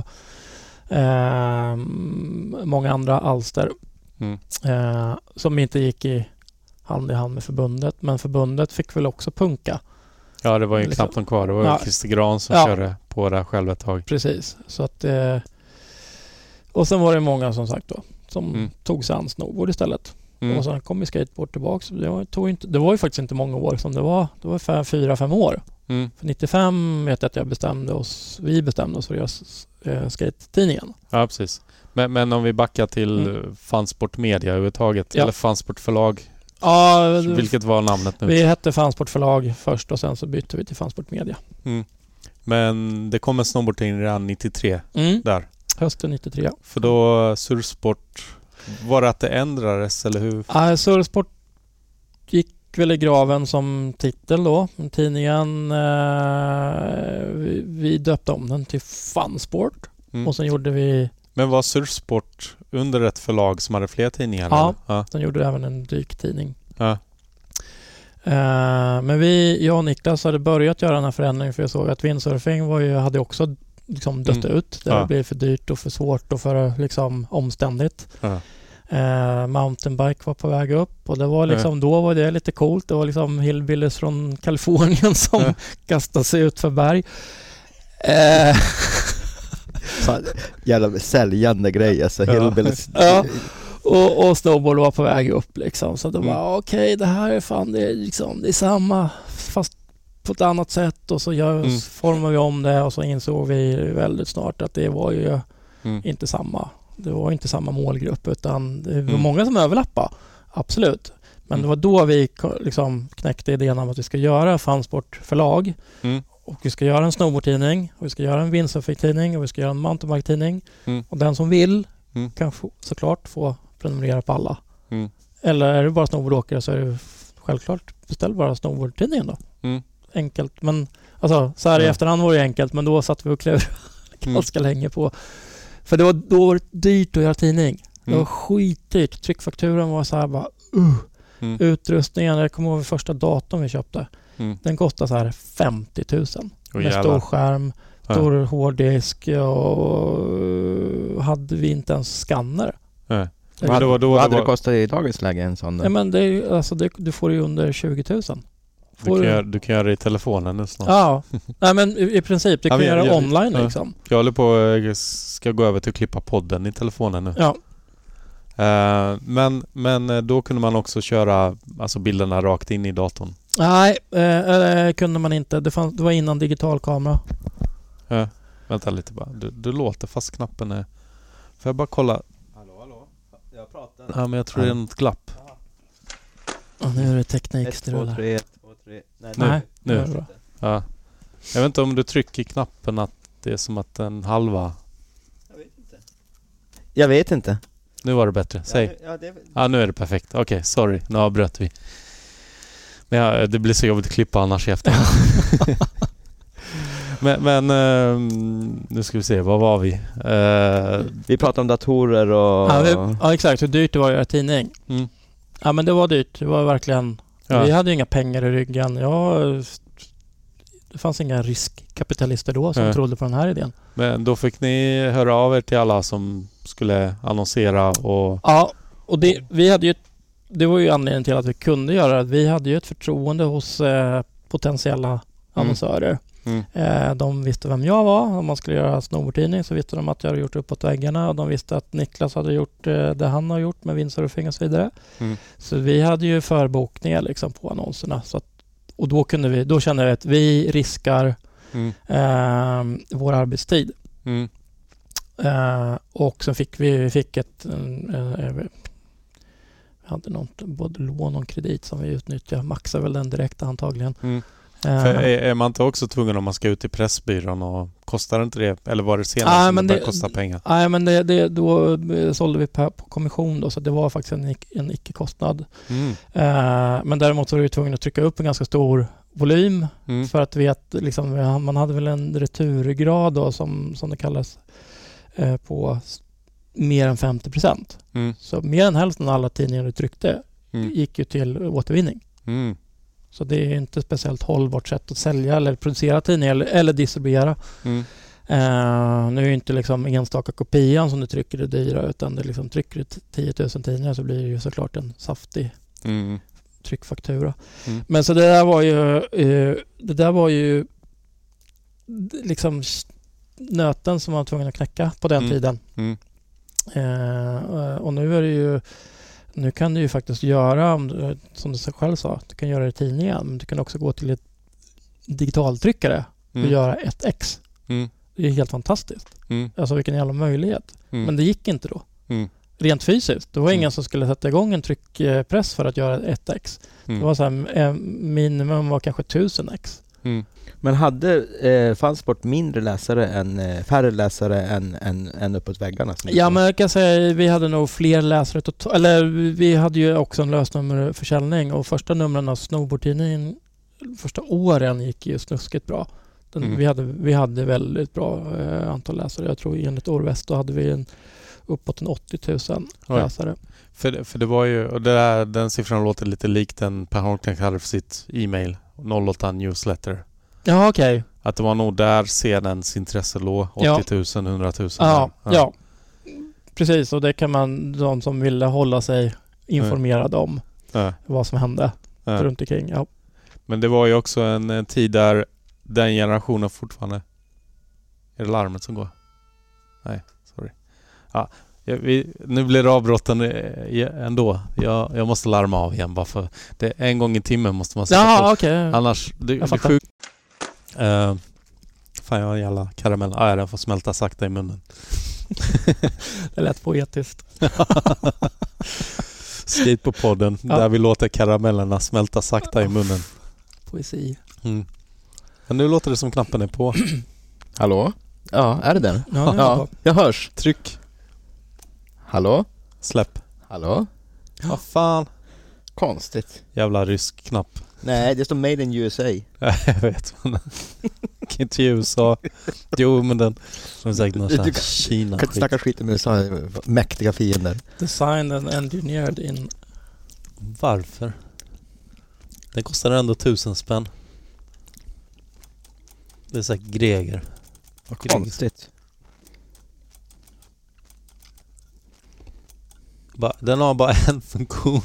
många andra alster som inte gick i hand med förbundet. Men förbundet fick väl också punka. Ja, det var ju knappt någon kvar. Det var ju Christer Gran som körde på det själv ett tag. Precis. Så att, och sen var det många som sagt då som tog sig an snowboard istället. Och sen kom ju skateboard tillbaka. Det var ju faktiskt inte många år som det var 4-5 år. För 95 vet jag att vi bestämde oss för att göra skate-tidningen. Ja, precis. Men om vi backar till Fansport Media överhuvudtaget, eller Fansport förlag. Ja, vilket var namnet nu? Vi hette Fansport förlag först och sen så bytte vi till Fansport Media. Men det kom en snowboardtidning redan 93 där. Hösten 93. För då Surfsport, var det att det ändrades eller hur? Ja, Surfsport gick väl i graven som titel då. Tidningen, vi döpte om den till Fansport. Och sen gjorde vi... Men var Surfsport under ett förlag som hade fler tidningar? Ja, sen gjorde även en dyktidning. Ja. Men jag och Niklas hade börjat göra den här förändringen för jag såg att windsurfing hade också liksom dött ut. Det blev för dyrt och för svårt och för liksom omständigt. Mountainbike var på väg upp och det var liksom, då var det lite coolt. Det var liksom hillbillies från Kalifornien som kastade sig ut för berg. Jävla säljande grej alltså, hillbillies. Och snowboard var på väg upp liksom. Så det var okej, det här är fan, det är samma fast på ett annat sätt och så formade vi om det och så insåg vi väldigt snart att det var ju inte samma. Det var inte samma målgrupp utan det var många som överlappade. Absolut. Men det var då vi liksom knäckte idén om att vi ska göra Fansport förlag och vi ska göra en snowboardtidning och vi ska göra en windsurfing-tidning och vi ska göra en mountainbike-tidning och den som vill kan såklart få prenumerera på alla. Eller är det bara snowboardåkare så är det självklart beställ bara snowboardtidningen då. Enkelt, men alltså så här i efterhand var det enkelt, men då satt vi och klev ganska länge på. För då var det dyrt att göra tidning. Det var skitdyrt. Tryckfakturen var så här bara utrustningen, jag kommer ihåg första datorn vi köpte. Den kostade så här 50 000. Med stor skärm, stor hårddisk och hade vi inte ens skanner. Vad hade det kostat i dagens läge en sån? Ja, men du får ju under 20 000. Du kan göra det i telefonen nu snart. Ja, nej, men i princip du kan göra online liksom. Jag håller på ska gå över till att klippa podden i telefonen nu. Ja. Men då kunde man också köra alltså bilderna rakt in i datorn. Nej, kunde man inte. Det var innan digital kamera. Vänta lite bara. Du låter fast knappen är... Får jag bara kolla? Hallå? Jag pratar. Ja, men jag tror det är något glapp. Nu är det teknik. 1, 2, 3. Nej. Nu. Ja. Jag vet inte om du trycker knappen att det är som att en halva... Jag vet inte. Nu var det bättre. Säg. Nu är det perfekt. Okej, sorry. Nu avbröt vi. Men det blir så jobbigt att klippa annars i efterhand. men nu ska vi se. Vad var vi? Vi pratade om datorer och... Ja, exakt. Hur dyrt det var att göra tidning. Ja, men det var dyrt. Det var verkligen... Vi hade ju inga pengar i ryggen. Det fanns inga riskkapitalister då som trodde på den här idén. Men då fick ni höra av er till alla som skulle annonsera och... Ja, och det var ju anledningen till att vi kunde göra det. Vi hade ju ett förtroende hos potentiella annonsörer. De visste vem jag var. Om man skulle göra snowboardtidning så visste de att jag hade gjort Uppåt väggarna och de visste att Niklas hade gjort det han har gjort med windsurfing och så vidare. Så vi hade ju förbokningar liksom på annonserna. Så och då kände vi att vi riskar vår arbetstid. Och så fick vi hade något både lån och kredit som vi utnyttjade. Maxade väl den direkt antagligen. För är man inte också tvungen om man ska ut i Pressbyrån och kostar inte det? Eller var det senare som det kostar pengar? Nej, men då sålde vi på kommission då, så det var faktiskt en icke-kostnad. Men däremot så var vi tvungna att trycka upp en ganska stor volym för att liksom, man hade väl en returgrad då, som det kallas, på mer än 50%. Så mer än hälften av alla tidningar du tryckte gick ju till återvinning. Så det är inte speciellt hållbart sätt att sälja eller producera tidningar eller distribuera. Nu är ju inte liksom enstaka kopian som du trycker det dyra, utan det liksom trycker du 10 000 tidningar så blir det ju såklart en saftig tryckfaktura. Men så det där var ju liksom nöten som man var tvungen att knäcka på den tiden. Och nu är det ju, nu kan du ju faktiskt göra, som du själv sa, du kan göra det i tidningen, men du kan också gå till ett digitaltryckare och göra ett ex. Det är helt fantastiskt. Alltså vilken jävla möjlighet. Men det gick inte då. Rent fysiskt. Det var ingen som skulle sätta igång en tryckpress för att göra ett ex. Det var så här, minimum var kanske 1000 ex. Men hade Fansport färre läsare än uppåt väggarna? Ja, men jag kan säga vi hade nog fler läsare eller vi hade ju också en lösnummerförsäljning, och första numren av Snowboardtidningen första åren gick ju snuskigt bra. Vi hade väldigt bra antal läsare. Jag tror enligt Årväst då hade vi uppåt en 80 000 läsare. För det var ju, och den siffran låter lite likt den Per Holmqvist hade för sitt e-mail 08 newsletter. Ja, okej. Att det var nog där senens intresse låg, 80 000, 100 000. Ja, precis. Och det kan de som ville hålla sig informerade om vad som hände runt omkring. Ja. Men det var ju också en tid där den generationen fortfarande... Är det larmet som går? Nej, sorry. Ja, nu blir det avbrotten ändå. Jag måste larma av igen bara för det en gång i timmen måste man säga. Ja, okej. Annars det är sjukt. Fan, jag har en jävla karamell. Den får smälta sakta i munnen. Det lät poetiskt. Skate på podden där vi låter karamellerna smälta sakta i munnen. Poesi. Men nu låter det som knappen är på. Hallå? Ja, är det den? Ja, jag hörs. Tryck. Hallå? Släpp. Hallå? Vad fan? Konstigt. Jävla rysk knapp. Nej, det står Made in USA. Jag vet. Inte i USA. Jo, men den är säkert någon sån här Kina. Kan inte snacka skit om USA. Mäktiga fiender. Designed and engineered in... Varför? Den kostar ändå 1000 spänn. Det är säkert Greger. Vad konstigt. Den har bara en funktion.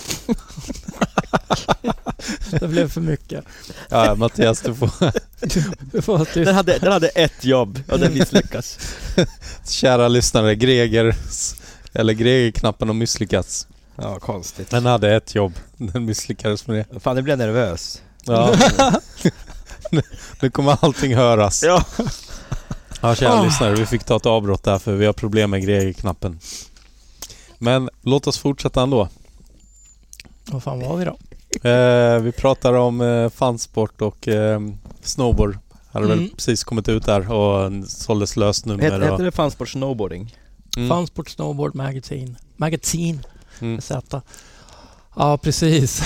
Det blev för mycket. Ja, Mattias, du får... Den hade ett jobb och den misslyckas. Kära lyssnare, Greger-knappen har misslyckats. Ja, konstigt. Den hade ett jobb. Den misslyckades med det. Fan, nu blir jag nervös. Ja. Nu kommer allting höras. Ja, kära lyssnare, vi fick ta ett avbrott där för vi har problem med Greger-knappen. Men låt oss fortsätta ändå. Vad fan var vi då? Vi pratar om Fansport och snowboard. Hade väl precis kommit ut där och såldes lösnummer. Heter det Fansport Snowboarding? Fansport Snowboard Magazine. Z. Ja, precis.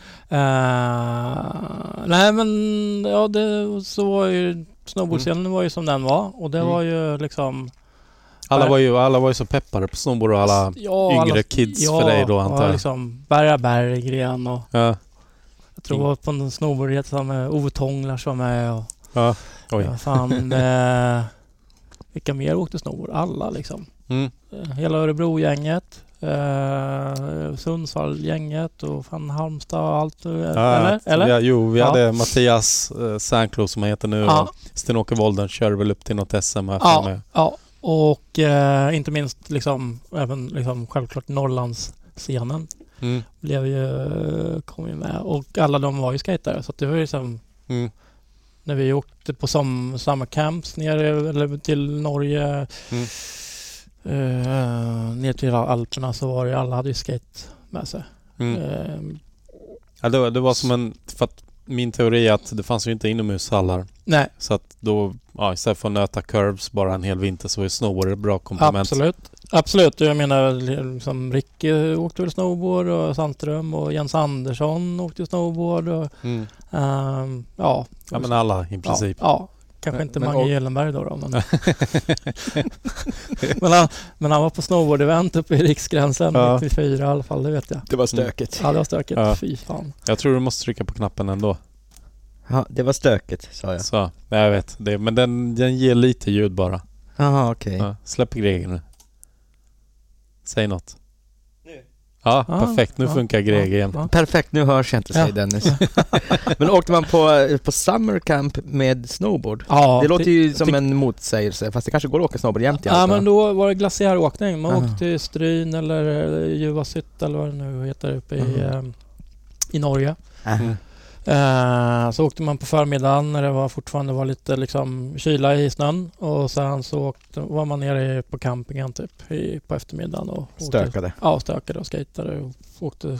Nej, men ja, så var ju snowboardscenen var ju som den var, och det var ju liksom alla var ju så peppade på snowboard, och alla yngre kids för dig då, antar jag. Liksom Berggren och jag tror var på en snowboardresa med Ove Tånglars var med och fan vilka mer åkte snowboard? Alla liksom. Hela Örebro-gänget, Sundsvall-gänget och fan Halmstad och allt. Eller? Vi hade Mattias Särnklo som han heter nu, och Sten-Åke Wolden kör väl upp till något SM här med. Ja, och inte minst liksom även liksom självklart Norrlandsscenen kom ju med, och alla de var ju skatare, så att det var ju liksom när vi åkte på sommarcamps nere eller till Norge ner till Alperna, så var det alla hade ju skate med sig. Ja, det var som en, för att min teori är att det fanns ju inte inomhushallar. Nej. Så att då, istället för att nöta curves bara en hel vinter så är snowboard ett bra komplement. Absolut. Jag menar, liksom Ricky åkte väl snowboard och Sandström och Jens Andersson åkte snowboard. Och, ja, men alla i princip. Ja. Kanske inte Mange Gyllenberg då. Men han var på snowboard-event uppe i Riksgränsen 94 i alla fall, det vet jag. Det var stökigt. Ja, det var stökigt. Ja. Fy fan. Jag tror du måste trycka på knappen ändå. Ja, det var stökigt, sa jag. Så, jag vet. Det, men den ger lite ljud bara. Jaha, okej. Ja, släpp Greger nu. Säg något. Ja, perfekt. Nu funkar Greg igen. Perfekt, nu hörs jag inte, säger Dennis. Men åkte man på summer camp med snowboard? Ja, det låter ju som en motsägelse, fast det kanske går att åka snowboard jämt i alla. Ja, men då var det glaciäråkning. Man åkte till Stryn eller Juvasytt eller vad det nu heter uppe i Norge. Så åkte man på förmiddagen när det fortfarande var lite liksom kyla i snön, och sen så var man nere på campingen typ på eftermiddagen och stökade. Stökade och skejtade och åkte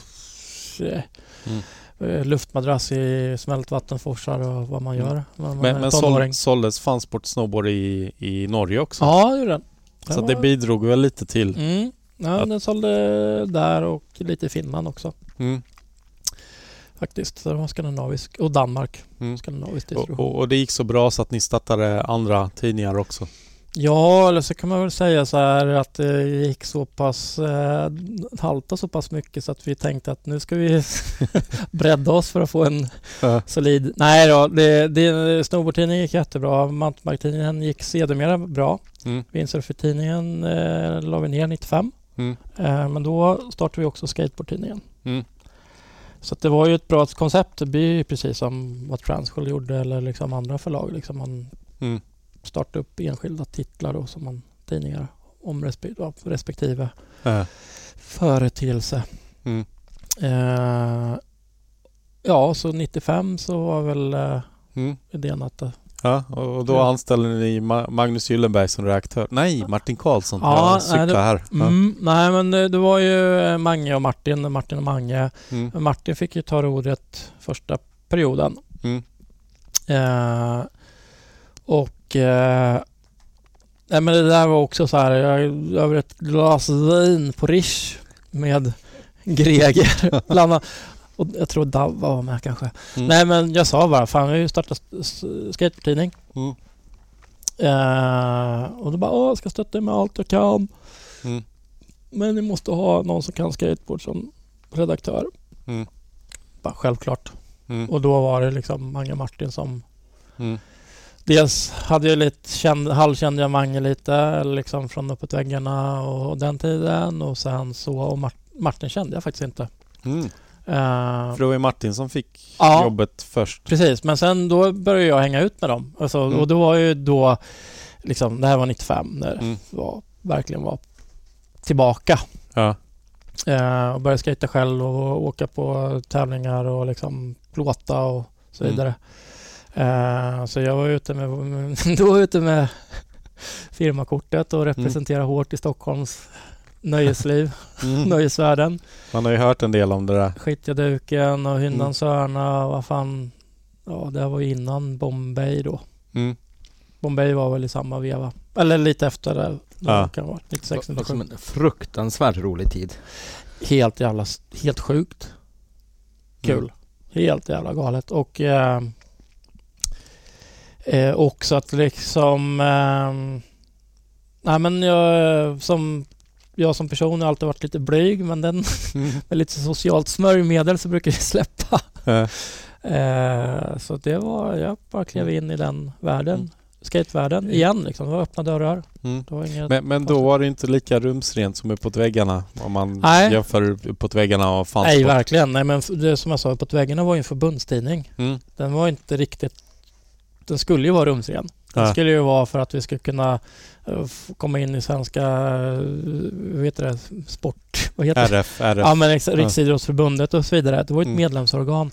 luftmadrass i smältvattenforsar och vad man gör. Men såldes fansport snowboard i Norge också? Ja, det gjorde den. Så det bidrog väl lite till? Ja, den sålde där och lite i Finland också. Faktiskt, så det var skandinavisk. Och Danmark. Skandinavisk distribution. Och det gick så bra så att ni startade andra tidningar också? Ja, eller så kan man väl säga så här att det gick så pass halta så pass mycket så att vi tänkte att nu ska vi bredda oss för att få en solid... Nej då, snowboardtidningen gick jättebra. Mountainbike-tidningen gick sedermera bra. Windsurfer-tidningen la vi ner 95. Men då startade vi också skateboardtidningen. Så att det var ju ett bra koncept. Det blir precis som vad Transworld gjorde eller liksom andra förlag. Liksom man startar upp enskilda titlar då, som man tidningar om respektive företeelse. Så 95 så var väl idén att... Ja, och då anställde ni Magnus Gyllenberg som redaktör. Nej, Martin Karlsson. Ja, här. Nej, men det var ju Mange och Martin och Mange. Martin fick ju ta rodret första perioden. Men det där var också så här, över ett glas vin på Rish med Greger bland. Och jag tror Dav var med kanske. Nej, men jag sa bara, fan, jag har ju startat skateboardtidning. Och då bara, jag ska stötta med allt jag kan. Men ni måste ha någon som kan skateboard som redaktör. Bara självklart. Och då var det liksom Mange Martin som... Dels hade jag lite halvkände jag Mange lite liksom från uppåt väggarna och den tiden. Och sen så, och Martin kände jag faktiskt inte. För det var ju Martin som fick jobbet först. Precis, men sen då började jag hänga ut med dem. Alltså, och då var ju då liksom, det här var 95 när det verkligen var tillbaka. Och började skata själv och åka på tävlingar och liksom plåta och så vidare. Så jag var ute med firmakortet och representerade hårt i Stockholms nöjesliv, nöjesvärlden. Man har ju hört en del om det där. Skitjaduken och Hyndans Hörna och vad fan. Ja, det var ju innan Bombay då. Bombay var väl i samma veva. Eller lite efter det. Kan vara 96. Det var som en fruktansvärt rolig tid. Helt sjukt. Kul. Helt jävla galet. Och också att liksom nej, men jag som person har alltid varit lite blyg, men den med lite socialt smörjmedel så brukar jag släppa. Så det var, jag bara klev in i den världen, skatevärlden igen liksom. Det var öppna dörrar. Det var men då var det inte lika rumsrent som uppåt väggarna om man jämför uppåt väggarna och fanns. Nej, verkligen. Nej, men det som jag sa, uppåt väggarna var ju en förbundstidning. Den var inte riktigt, den skulle ju vara rumsren. Det skulle ju vara för att vi skulle kunna komma in i svenska sport. Vad heter RF. Ja, men Riksidrottsförbundet och så vidare. Det var ett medlemsorgan.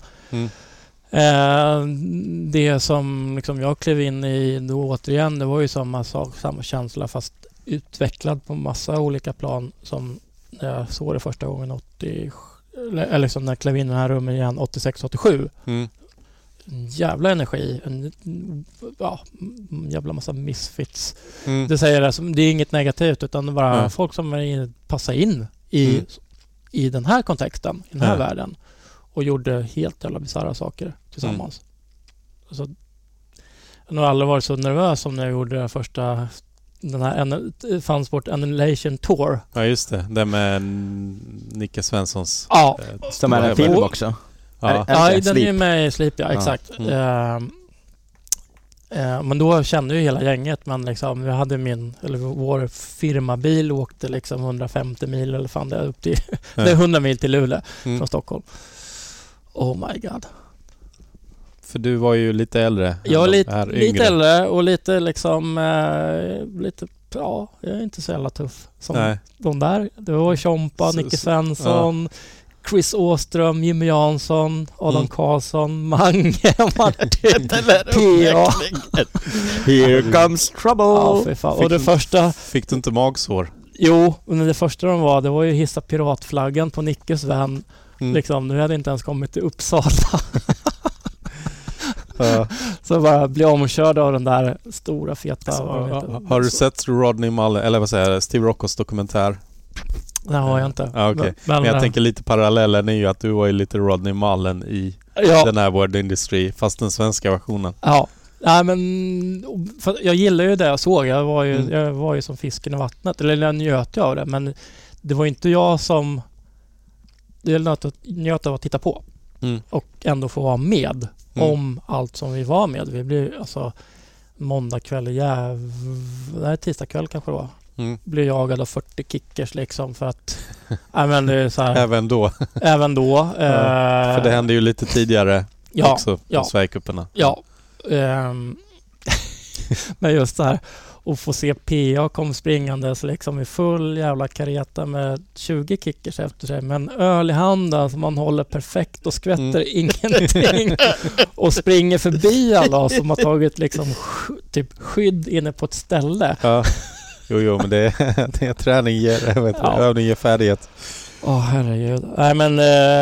Det som liksom jag klev in i då återigen, det var ju samma sak, samma känsla fast utvecklad på massa olika plan som när jag såg det första gången 80, eller liksom när jag klev in i den här rummen igen 86-87. en jävla energi, en jävla massa misfits. Det säger det är inget negativt, utan bara folk som passar in i den här kontexten, i den här världen, och gjorde helt jävla bizarra saker tillsammans. Så jag har aldrig varit så nervös som när jag gjorde första den här Funsport Annihilation Tour. Ja, just det. Det med Nicke Svenssons... Ja. Som är en film också. Ja, den är ju med i Sleep, ja, exakt. Men då kände ju hela gänget, men liksom, vi hade vår firmabil åkte liksom 150 mil eller fan det är upp till det är 100 mil till Luleå från Stockholm. Oh my god. För du var ju lite äldre. Jag är lite äldre och lite liksom jag är inte så jävla tuff som de där. Det var Tjompa, Nicke Svensson, Chris Åström, Jimmy Jansson, Adam Karlsson, Mange, Martin, P.A. Here comes trouble. Ja, fy fan. Och det första... Fick du inte magsår? Jo, men det första det var ju hissa piratflaggan på Nickes vän. Liksom, nu hade inte ens kommit till Uppsala. Så bara bli omkörd av den där stora feta... Har du sett Rodney Mullen, eller vad säger jag, Steve Rockos dokumentär? Det har jag inte. Okay. Men jag tänker lite parallellen är ju att du var ju lite Rodney Mullen i den här Word Industry, fast den svenska versionen. Ja. Nej, men för jag gillar ju det jag såg. Jag var ju som fisken i vattnet. Eller jag njöt av det. Men det var inte jag som... Det njöt av att titta på. Och ändå få vara med om allt som vi var med. Vi blev alltså måndag kväll, tisdag kväll kanske det var. Blev jagad av 40 kickers liksom för att det är så här, även då för det hände ju lite tidigare också på Sverigecuperna. Men just det här och få se PA kom springandes liksom i full jävla kareta med 20 kickers efter sig med en öl i handen som man håller perfekt och skvätter ingenting och springer förbi alla som har tagit liksom typ skydd inne på ett ställe. Jo, men det är träning övning ger färdighet. Herregud. Nej, men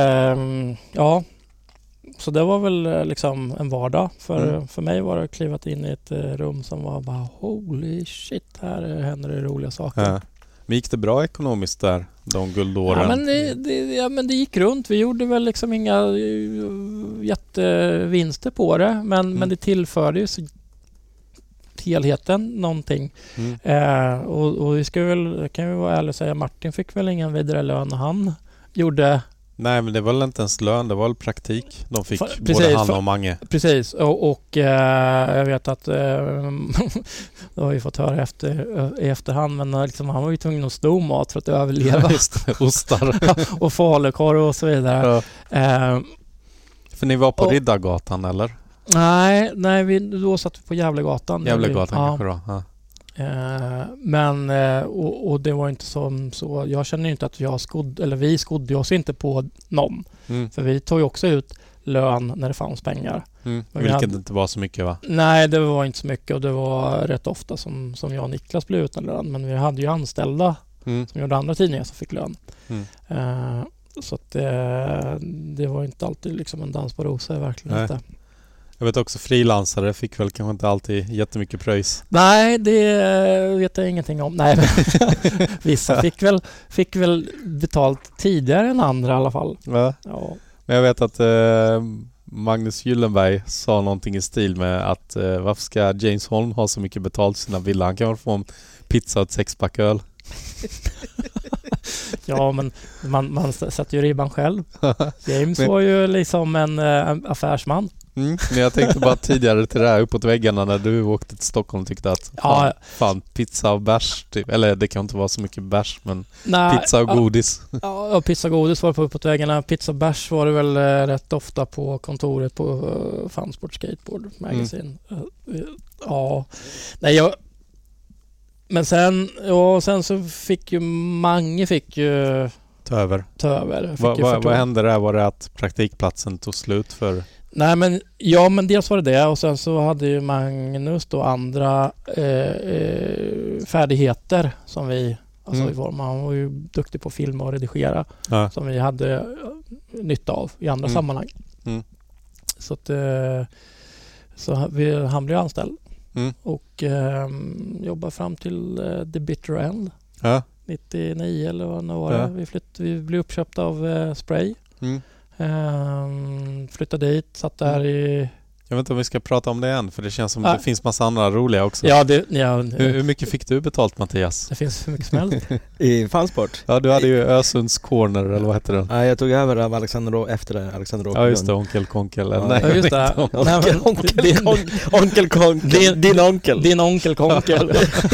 så det var väl liksom en vardag. För mig var det klivat in i ett rum som var bara holy shit, här händer det roliga saker. Men gick det bra ekonomiskt där, de guldåren? Men det gick runt. Vi gjorde väl liksom inga jättevinster på det. Men det tillförde ju så helheten någonting. Och vi ska väl, kan vi vara ärlig och säga, Martin fick väl ingen vidare lön och han gjorde... Nej, men det var väl inte ens lön, det var väl praktik. De fick både han och Mange. Precis, och jag vet att det har vi fått höra i efterhand, men liksom, han var ju tvungen att sno mat för att överleva. Just det, ostar. Och falukorv och så vidare. För ni var på Riddargatan, eller? Nej, då satt vi på Gävlegatan. Gävlegatan kanske då. Ja. Men och det var inte så jag känner inte att vi skodde oss inte på någon. För vi tog ju också ut lön när det fanns pengar. Vilket inte var så mycket, va? Nej, det var inte så mycket och det var rätt ofta som jag och Niklas blev utan lön, men vi hade ju anställda som gjorde andra tidningar som fick lön. Så att det var inte alltid liksom en dans på rosor, verkligen inte. Jag vet också frilansare fick väl kanske inte alltid jättemycket pröjs. Nej, det vet jag ingenting om. Nej, vissa fick väl betalt tidigare än andra i alla fall. Ja. Men jag vet att Magnus Gyllenberg sa någonting i stil med att varför ska James Holm ha så mycket betalt för sina bilder? Han kan väl få en pizza och ett 6-pack öl. Ja, men man sätter ju ribban själv. James var ju liksom en affärsman. Men jag tänkte bara tidigare till det här uppåt väggarna när du åkte till Stockholm och tyckte att fan, pizza och bärs typ. Eller det kan inte vara så mycket bärs, men pizza och godis. Ja, pizza och godis var på uppåt väggarna. Pizza och bärs var det väl rätt ofta på kontoret på Funsport Skateboard Magazine. Men sen så fick ju Mange ta över. Vad hände där? Var det att praktikplatsen tog slut för... Nej, men dels var det och sen så hade ju Magnus då andra färdigheter som vi i form. Han var ju duktig på att filma och redigera som vi hade nytta av i andra sammanhang. Så att han blev anställd och jobbade fram till the bitter end. 99 eller vad det var. Vi blev uppköpta av Spray. Flyttade dit, satt där i... Jag vet inte om vi ska prata om det än, för det känns som det finns massa andra roliga också. Ja, hur mycket fick du betalt, Mattias? Det finns för mycket som helst. I Fansport? Ja, du hade ju Ösunds Corner, eller vad heter den? Nej, jag tog över av Alexander Åkerlund. Ja, just det, Onkel Konkel. Ja, nej, just det. Onkel Konkel. Din onkel. Din Onkel Konkel.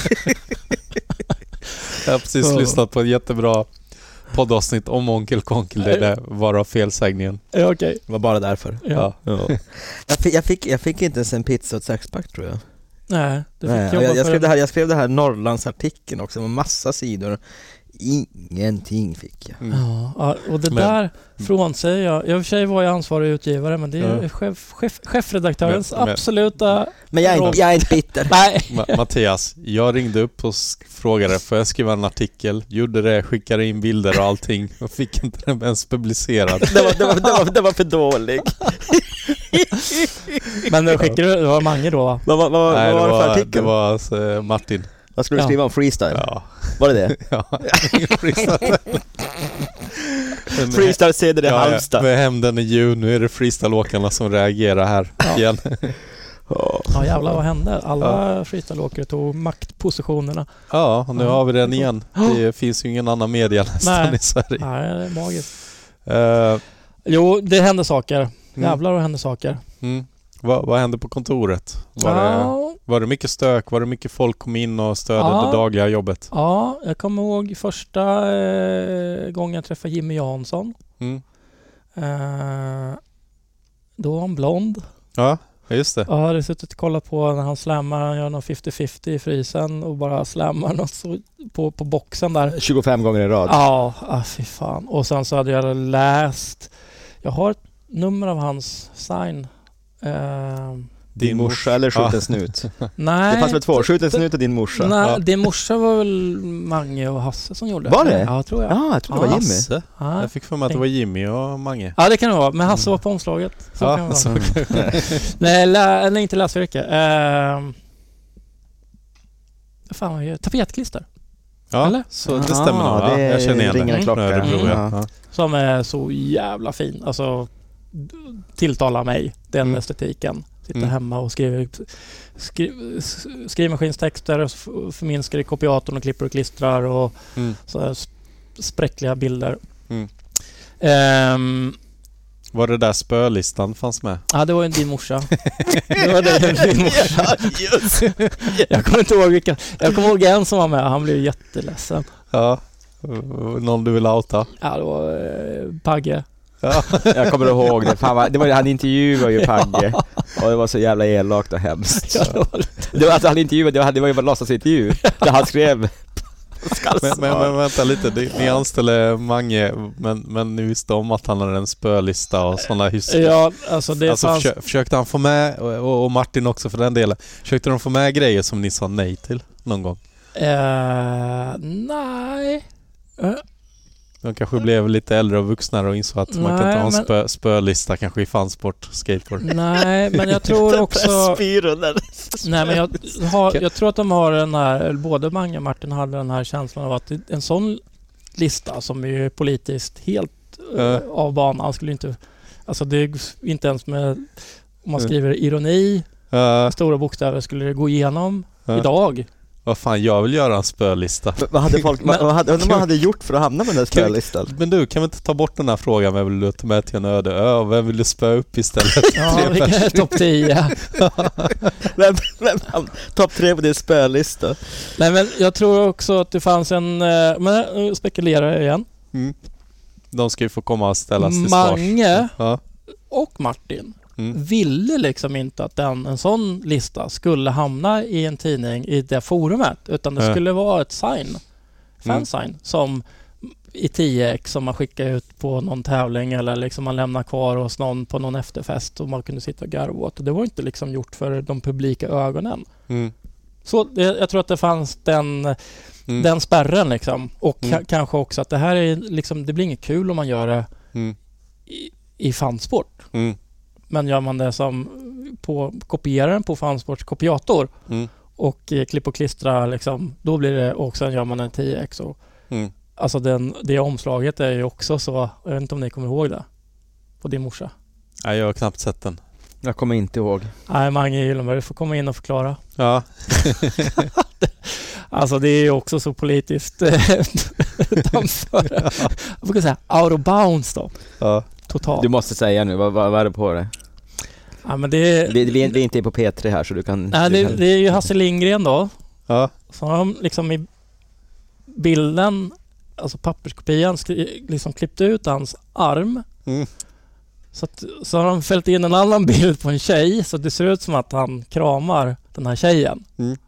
Jag har precis lyssnat på ett jättebra poddavsnitt om Onkel Konkel. Det var av felsägningen. Ja, okej. Det var bara därför. Ja. Jag fick inte ens en pizza och sexpack, tror jag. Nej, jag skrev det här Norrlandsartikeln också med massa sidor. Ingenting fick jag. Ja, och det där frånsäger jag. Jag i och för sig var jag ansvarig utgivare, men det är chefredaktörens absoluta... Men jag är inte bitter. Nej. Mattias, jag ringde upp och frågade, får jag skriva en artikel? Gjorde det, skickade in bilder och allting och fick inte den ens publicerad. Det var för dålig. Men du skickade, det var Mange då, va? Vad var det för artikel? Det var alltså, Martin. Vad skulle du skriva om freestyle? Ja. Var det? Ja, freestyle. Freestyle seder det Halmstad. Med hämnden i jul, nu är det freestyle-åkarna som reagerar här igen. Ja, jävlar, vad hände? Alla freestyle-åkare tog maktpositionerna. Ja, och nu har vi den igen. Det finns ju ingen annan media nästan i Sverige. Nej, det är magiskt. Jo, det hände saker. Jävlar, vad hände saker. Vad hände på kontoret? Var det mycket stök? Var det mycket folk kom in och stödde det dagliga jobbet? Ja, jag kommer ihåg första gången jag träffade Jimmy Jansson. Då var han blond. Ja, just det. Jag hade suttit och kollat på när han slammar, gör någon 50-50 i frysen och bara slammar något så på boxen där. 25 gånger i rad. Ja, fy fan. Och sen så hade jag läst, jag har ett nummer av hans sign. Din morsa eller Skjut en snut? Nej. Det fanns väl två, Skjut en snut och din morsa? Nej, din morsa var väl Mange och Hasse som gjorde. Var det? Ja, tror jag. Ja, jag trodde det var Jimmy. Hasse? Ja. Jag fick för mig att det var Jimmy och Mange. Ja, det kan det vara. Men Hasse var på omslaget. Så kan det vara. Nej, inte läsvirke. Fan, vad gör tapetklister. Ja, eller? Så det stämmer nog. Ja, jag känner igen det. Som är så jävla fin. Alltså, tilltalar mig, den estetiken. Sitta hemma och skrivmaskinstexter och förminskar i kopiatorn och klipper och klistrar och så här spräckliga bilder. Var det där spölistan fanns med? Ja, det var ju din morsa. Det var din morsa. Jag kommer inte ihåg vilka. Jag kommer ihåg en som var med. Han blev jätteledsen. Ja. Någon du vill outa? Ja, det var Pagge. Ja. Jag kommer ihåg det. Fan, det var, han intervjuade ju Pagge. Och det var så jävla elakt och hemskt. Ja, det var alltså, han intervjuade, det var ju bara låtsasintervju där han skrev. Men vänta lite, ni anställde Mange, men ni visste om att han hade en spölista och sådana hyster. Ja, alltså det fanns... Försökte han få med, och Martin också för den delen, försökte de få med grejer som ni sa nej till någon gång? Nej. De kanske blev lite äldre och vuxnare och insåg att man kan ta en spölista kanske i fansport, skateboard. Nej, men jag tror också... Nej, men jag tror att de har den här, både Mange och Martin hade den här känslan av att en sån lista som är politiskt helt av banan skulle inte... Alltså det är inte ens med... Om man skriver ironi, stora bokstäver, skulle det gå igenom idag. Vad fan, jag vill göra en spölista. Vad hade folk vad hade gjort för att hamna på den där spölistan? Men du, kan vi inte ta bort den här frågan? Vem vill du ta med till en öde ö? Och vem vill du spö upp istället? Ja, vilka är topp 10? Vem topp 3 på din spölista? Nej, men jag tror också att det fanns en... Men jag spekulerar igen. De ska ju få komma och ställas till svars. Mange och Martin ville liksom inte att en sån lista skulle hamna i en tidning i det forumet, utan det skulle vara ett fansign som i 10x som man skickar ut på någon tävling eller liksom man lämnar kvar hos någon på någon efterfest och man kunde sitta och garva åt. Och det var inte liksom gjort för de publika ögonen. Så jag tror att det fanns den spärren liksom. Och kanske också att det här är liksom, det blir inget kul om man gör det i fansport. Men gör man det som på kopieraren på Fansports kopiator och klipp och klistra liksom, då blir det, och sen gör man en 10x. Och, alltså det omslaget är ju också så, jag vet inte om ni kommer ihåg det på din morsa. Nej, jag har knappt sett den. Jag kommer inte ihåg. Nej, Mange Gyllenberg, du får komma in och förklara. Ja. Alltså det är ju också så politiskt dammföra. Jag brukar säga out of bounds då. Ja. Totalt. Du måste säga nu, vad är det på det? Ja, men det Vi är inte på P3 här så du kan... Nej, det är ju Hasse Lindgren då. Ja. Så har de liksom i bilden, alltså papperskopian, liksom klippt ut hans arm. Så har de fällt in en annan bild på en tjej så det ser ut som att han kramar den här tjejen.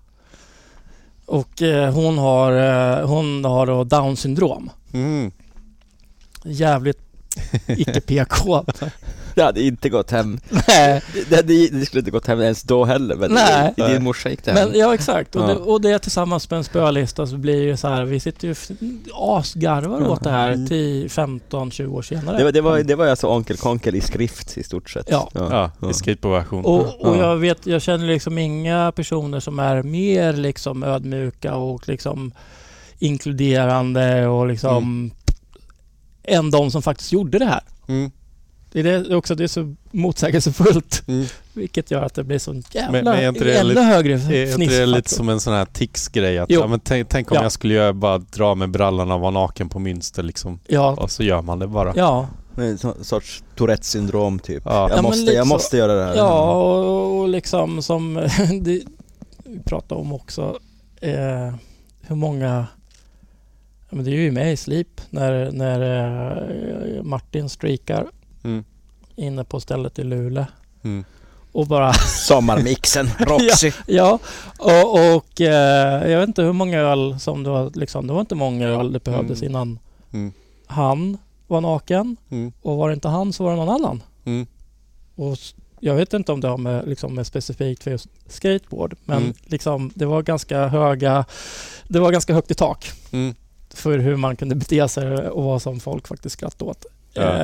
Och hon har då Down syndrom. Jävligt icke-PK. Det hade inte gått hem. Nej. Det skulle inte gått hem ens då heller. Men nej. I din morsa gick det hem. Men, ja, exakt. Och det tillsammans med en spölista så blir det så här, vi sitter ju asgarvar åt det här 10, 15, 20 år senare. Det var alltså Onkel Konkel i skrift i stort sett. Ja, i skriftversion. Och jag känner liksom inga personer som är mer liksom ödmjuka och liksom inkluderande och liksom än de som faktiskt gjorde det här. Det är så motsägelsefullt. Vilket gör att det blir så jävla ännu högre fniss. Är inte lite som en sån här tics-grej? Att, men tänk om jag skulle bara dra med brallan och vara naken på Münster liksom. Ja. Och så gör man det bara. Ja. En sorts Tourettes syndrom typ. Ja. Jag måste göra det här. Ja, och liksom som vi pratar om också hur många... Men det är ju med i Sleep när Martin streakar inne på stället i Luleå. Och bara... Sommarmixen, Roxy. ja. Och jag vet inte hur många öl som det var liksom, det var inte många öl det behövdes innan han var naken. Och var det inte han så var det någon annan. Och jag vet inte om det har med specifikt för just skateboard, men liksom det var ganska högt i tak. För hur man kunde bete sig och vad som folk faktiskt skrattade åt.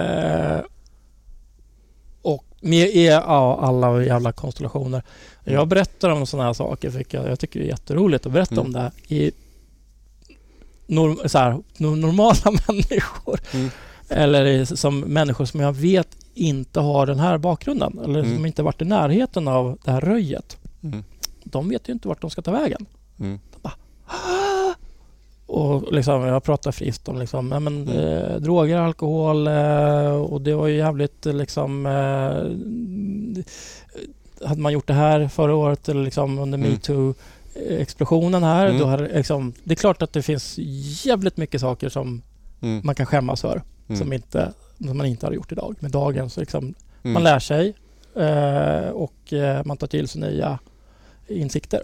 Och med alla jävla konstellationer. Jag berättar om sådana här saker för jag tycker det är jätteroligt att berätta om det i normala människor. Eller som människor som jag vet inte har den här bakgrunden eller som inte varit i närheten av det här röjet. De vet ju inte vart de ska ta vägen. De bara... Och liksom, jag pratar friskt om liksom, droger, alkohol och det var ju jävligt liksom hade man gjort det här förra året eller liksom under MeToo-explosionen här då hade, liksom, det är klart att det finns jävligt mycket saker som man kan skämmas för som man inte hade gjort idag. Med dagen så liksom, man lär sig och man tar till sig nya insikter.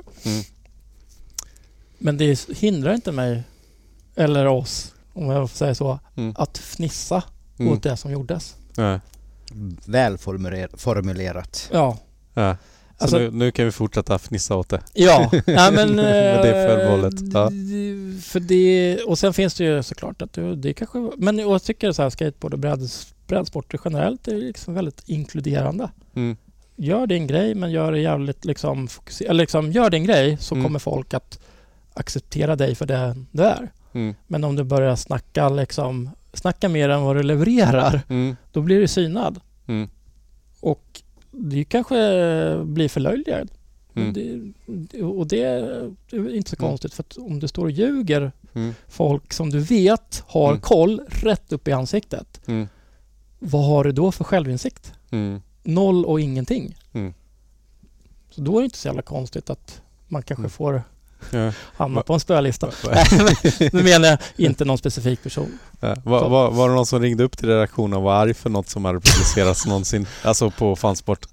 Men det hindrar inte mig eller oss, om jag får säga så, att fnissa åt det som gjordes. Väl formulerat. Ja. Så alltså, nu kan vi fortsätta fnissa åt det. Ja. Men det förbehållet. Ja. För det, och sen finns det ju såklart att det kanske... Men jag tycker så här, skateboard och brädsporter generellt är liksom väldigt inkluderande. Gör din grej, men gör det jävligt liksom eller liksom, gör din grej så kommer folk att acceptera dig för det du är. Men om du börjar snacka mer än vad du levererar, då blir du synad. Och det kanske blir förlöjligad. Och det är inte så konstigt, för att om du står och ljuger folk som du vet har koll rätt upp i ansiktet, vad har du då för självinsikt? Noll och ingenting. Så då är det inte så jävla konstigt att man kanske får hamna på en spölista. Nu menar jag inte någon specifik person. Var det någon som ringde upp till redaktionen och var arg för något som hade publicerats någonsin? Alltså på Fansport?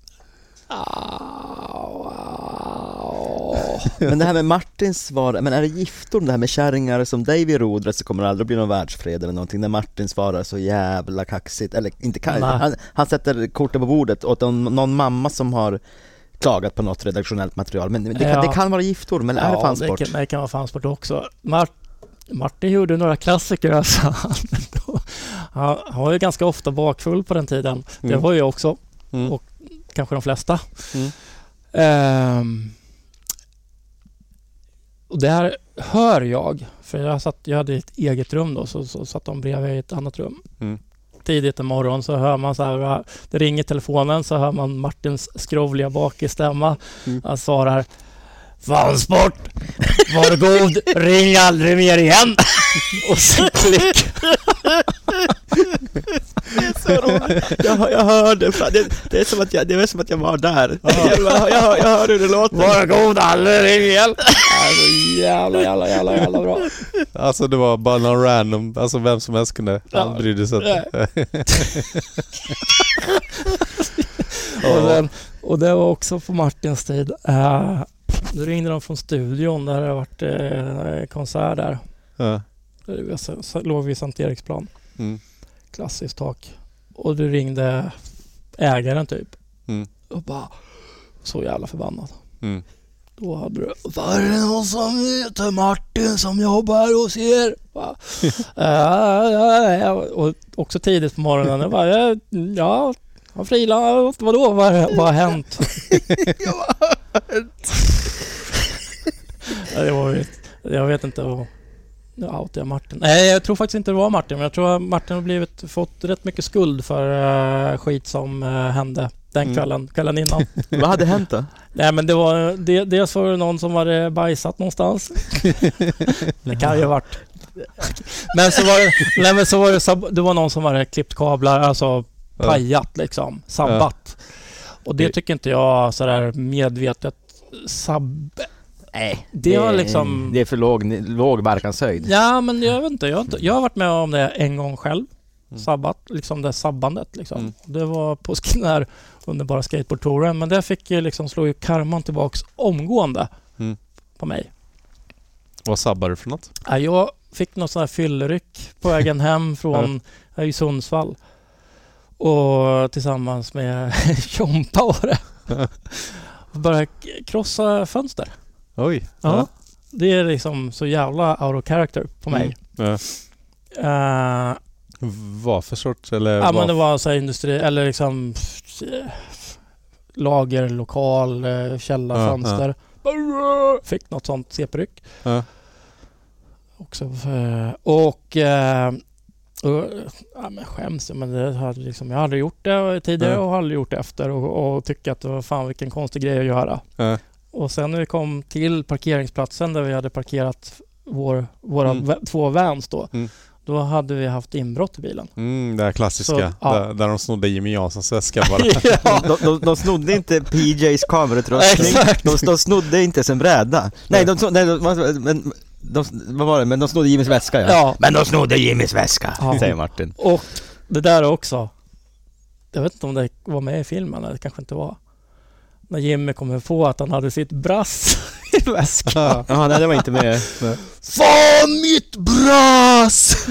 Men det här med Martins svar, men är det giftor det här med kärringar som dig vid rodret så kommer det aldrig bli någon världsfred eller någonting när Martin svarar så jävla kaxigt, eller inte han sätter kortet på bordet åt någon mamma som har klagat på något redaktionellt material, men det kan vara giftor, men är det Fansport? Det kan vara Fansport också. Martin gjorde några klassiker alltså. Han var ju ganska ofta bakfull på den tiden. Det var ju också. Och kanske de flesta. Och det här hör jag, för jag hade ett eget rum då, så satt de bredvid i ett annat rum. Tidigt en morgon så hör man så här, det ringer telefonen, så hör man Martins skrovliga bakstämma. Han svarar: Fansport, var god, ring aldrig mer igen. Och så klick. Det är så roligt. Jag hörde, det är som att jag var där. Jag hörde hur det låter. Var god, aldrig ring igen. Alltså jävla bra. Alltså det var bara någon random, alltså vem som helst kunde, han brydde sig inte. Och det var också på Martins tid. Då ringde de från studion där det varit konsert där. Där låg vi i Sankt Eriksplan. Klassiskt tak. Och du ringde ägaren typ. Och bara så jävla förbannad. Då hade du: var det någon som heter Martin som jobbar hos er? Och också tidigt på morgonen. Jag bara, ja, Frila, vadå? Vad har hänt? Jag vet inte vad. Ja, Martin. Nej, jag tror faktiskt inte det var Martin. Men jag tror att Martin har fått rätt mycket skuld för skit som hände den kvällen innan. Vad hade hänt då? Nej, men det var dels var det någon som var bajsat någonstans. Det kan ju ha varit. Men så var det var någon som var klippt kablar, alltså pajat liksom, sabbat. Och det tycker inte jag så där medvetet Nej, det var liksom... Det är för låg verkanshöjd. Ja, men jag vet inte. Jag har varit med om det en gång själv. Sabbat, liksom det sabbandet liksom. Det var på den här underbara skateboardtouren, men det fick ju liksom slå ju karman tillbaks omgående på mig. Vad sabbade du för något? Ja, jag fick något sån här fylleryck på vägen hem från i Sundsvall. Och tillsammans med Tjompa var det. Började krossa fönster. Oj. Ja. Det är liksom så jävla out of character på mig. Vad för sorts? Eller ja, men det var så här industri eller liksom lager, lokal, källarfönster. Fick något sånt CP-ryck. Också men skäms, men det hade liksom, jag hade gjort det tidigare och aldrig gjort det efter och tyckte att det var fan vilken konstig grej att göra. Och sen när vi kom till parkeringsplatsen där vi hade parkerat våra 2 vans då hade vi haft inbrott i bilen. Det här klassiska, så, där de snodde Jimmy Janssons väska bara. de snodde inte PJs kamerautrustning. De snodde inte sin bräda. Nej, vad var det? Men de snodde Jimmys väska, ja. Men de snodde Jimmys väska, säger Martin. Och det där också. Jag vet inte om det var med i filmen, eller det kanske inte var. När Jimmy kommer på att han hade sitt brass i väskan. Ja, nej, det var inte med. Fan, mitt brass!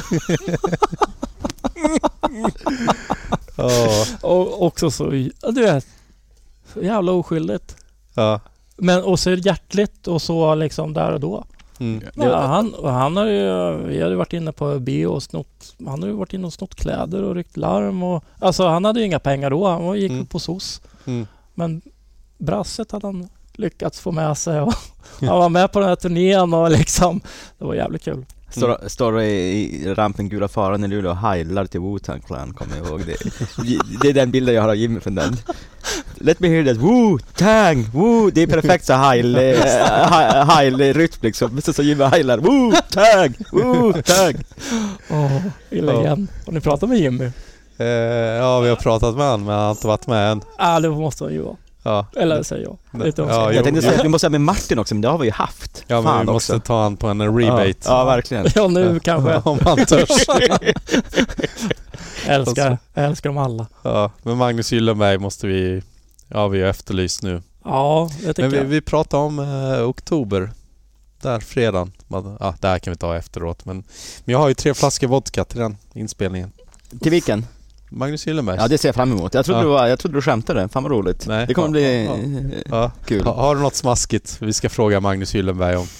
Och också så, du vet, så jävla oskyldigt. Men och så hjärtligt och så liksom där och då. Ja, han har ju, vi hade varit inne på bio och han har ju varit inne och snott kläder och ryckt larm och alltså han hade ju inga pengar då, han gick på SOS. Men brasset hade han lyckats få med sig och han var med på den här turnén och liksom, det var jävligt kul. Står i rampen Gula Faran i Luleå och heilar till Wu-Tang Clan, kommer jag ihåg det. Det är den bilden jag har av Jimmy från den. Let me hear that Wu-Tang, Wu. Det är perfekt så heil-rytm liksom. Så Jimmy heilar Wu-Tang, Wu-Tang. Illa igen. Har ni pratat med Jimmy? Ja, vi har pratat med han, men han har inte varit med än. Det måste han ju vara. Eller säger jag. Jag tänkte säga att vi måste ha med Martin också, men det har vi ju haft. Ja, men vi måste ta han på en rebate. Ja, verkligen. Ja, nu kanske. Om han törs. Jag älskar dem alla. Ja, men Magnus Gyllenberg måste vi har efterlyst nu. Ja, det tycker jag. Vi pratar om oktober. Där, fredagen. Det här kan vi ta efteråt. Men jag har ju 3 flaskor vodka till den inspelningen. Till vilken? Magnus Gyllenberg. Ja, det ser jag fram emot. Jag trodde du skämtade. Fan vad roligt. Nej. Det kommer bli kul. Har du något smaskigt vi ska fråga Magnus Gyllenberg om?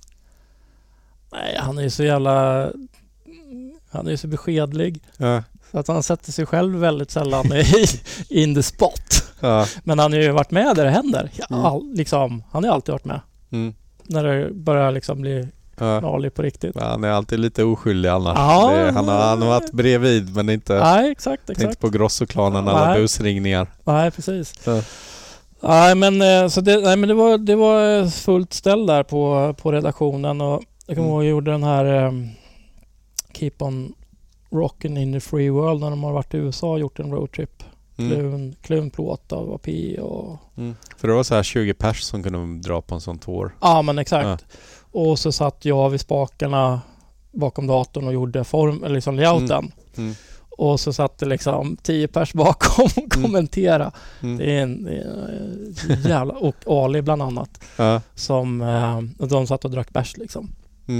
Nej, han är ju så beskedlig. Ja. Så att han sätter sig själv väldigt sällan in the spot. Ja. Men han har ju varit med där det händer. Liksom, han har alltid varit med. När det börjar liksom bli knalligt på riktigt. Ja, han är alltid lite oskyldig annars. Ja, han har varit bredvid men inte, exakt. inte på Grossoklanen alla busringningar. Nej, precis. Ja. Nej, men, så det var fullt ställ där på redaktionen. Och jag kommer ihåg att jag gjorde den här Keep on Rockin' in the Free World när de har varit i USA och gjort en roadtrip. Klunplåt av API och... För det var så här 20 pers som kunde dra på en sån tour. Ja, men exakt. Ja. Och så satt jag vid spakarna bakom datorn och gjorde liksom layouten. Och så satt det liksom 10 pers bakom och kommentera. Det är en jävla... Och Ali bland annat. Som... de satt och drack bärs liksom.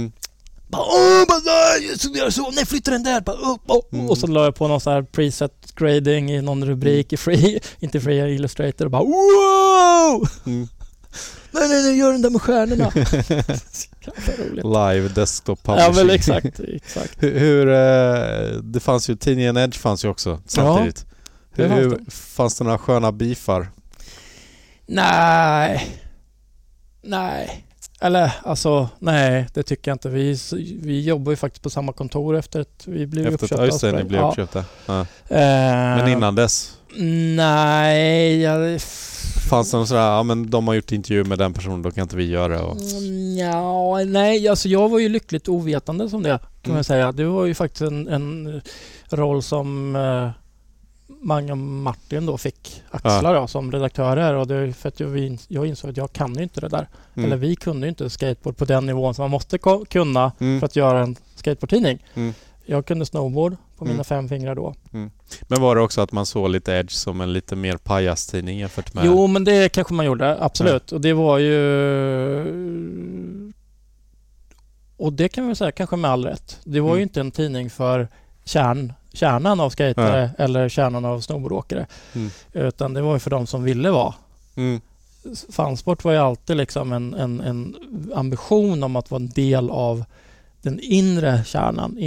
Nej, flyttar den där. Och så la jag på någon sån här preset grading i någon rubrik i inte Free Illustrator och bara wow! Nej, gör den där med stjärnorna. Live desktop publishing. Ja, väl exakt. Hur det fanns ju, tidningen Edge fanns ju också samtidigt. Ja, hur fanns det några sköna beefar? Nej. Eller alltså, nej, det tycker jag inte. Vi jobbar ju faktiskt på samma kontor efter att vi blev uppköpta. Efter att ni blev uppköpta. Ja. Men innan dess? Nej. Fanns det någon sådär, men de har gjort intervju med den personen, då kan inte vi göra. Och... nej, alltså jag var ju lyckligt ovetande som det, kan man säga. Det var ju faktiskt en roll som Mange och Martin då fick axla då, som redaktörer. Och det är för att jag insåg att jag kan ju inte det där. Eller vi kunde ju inte skateboard på den nivån som man måste kunna för att göra en skateboardtidning. Jag kunde snowboard på mina 5 fingrar då. Men var det också att man såg lite Edge som en lite mer pajastidning jämfört med... Jo, men det kanske man gjorde, absolut. Och det var ju... Och det kan man säga kanske med all rätt. Det var ju inte en tidning för kärnan av skatare eller kärnan av snowboardåkare. Utan det var ju för de som ville vara. Fansport var ju alltid liksom en ambition om att vara en del av den inre kärnan.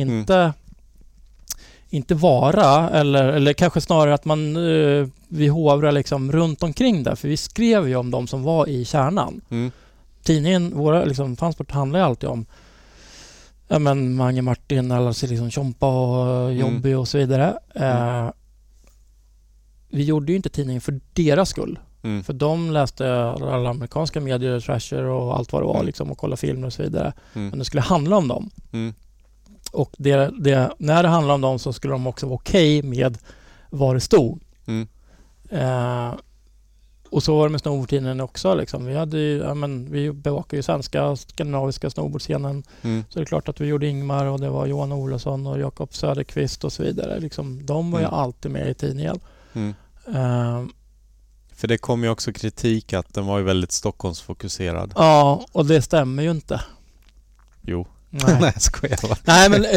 Inte vara, eller kanske snarare att vi hovrar liksom runt omkring där. För vi skrev ju om de som var i kärnan. Tidningen, liksom, Fansport handlar ju alltid om Mange Martin eller liksom Chompa och Jobby och så vidare. Vi gjorde ju inte tidningen för deras skull. För de läste alla amerikanska medier, Thrasher och allt vad det var liksom, och kolla filmer och så vidare. Men det skulle handla om dem. Och när det handlade om dem så skulle de också vara okej med vad det stod. Och så var det med snowboardtidningen också. Liksom. Vi bevakade ju svenska, skandinaviska snowboardscenen. Så det är klart att vi gjorde Ingmar och det var Johan Olsson och Jakob Söderqvist och så vidare. Liksom, de var ju alltid med i tidningen. För det kom ju också kritik att den var ju väldigt Stockholmsfokuserad. Ja, och det stämmer ju inte. Jo. Nej, nej, jag skojar bara. Nej, men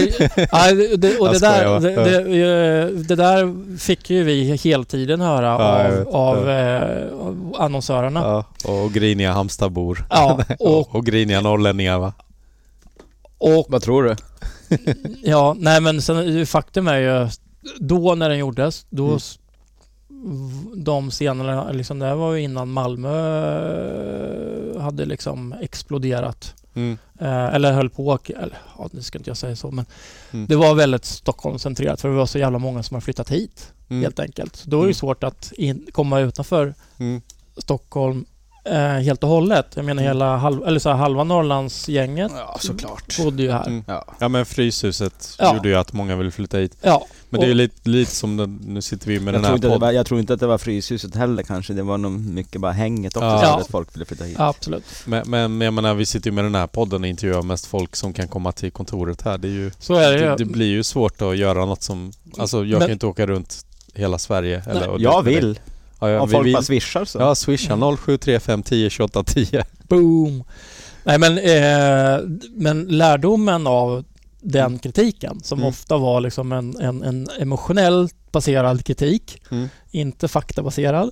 det där fick ju vi hela tiden höra av annonsörerna. Ja, och griniga Halmstadbor. Ja, och griniga norrlänningar, va? Och vad tror du? Ja, nej, men sen, faktum är ju då när den gjordes, då de scenerna liksom, det var ju innan Malmö hade liksom exploderat. Eller höll på, det ska inte jag säga så, men det var väldigt Stockholmscentrerat för det var så jävla många som har flyttat hit helt enkelt. Så då är det svårt att komma utanför Stockholm helt och hållet. Jag menar halva Norrlandsgänget bodde ju här. Ja, men Fryshuset gjorde ju att många ville flytta hit. Ja. Men det är ju lite som nu sitter vi med den här podden. Jag tror inte att det var Fryshuset heller kanske. Det var nog mycket bara hänget också så att folk ville flytta hit. Ja, absolut. Men jag menar, vi sitter ju med den här podden och intervjuar mest folk som kan komma till kontoret här. Det är ju, så är det. Det blir ju svårt att göra något som... Alltså jag kan inte åka runt hela Sverige. Jag vill. Om folk bara swishar så. Ja, swisha 0735 10 28 10. Boom! Nej, men lärdomen av den kritiken som ofta var liksom en emotionellt baserad kritik, inte faktabaserad,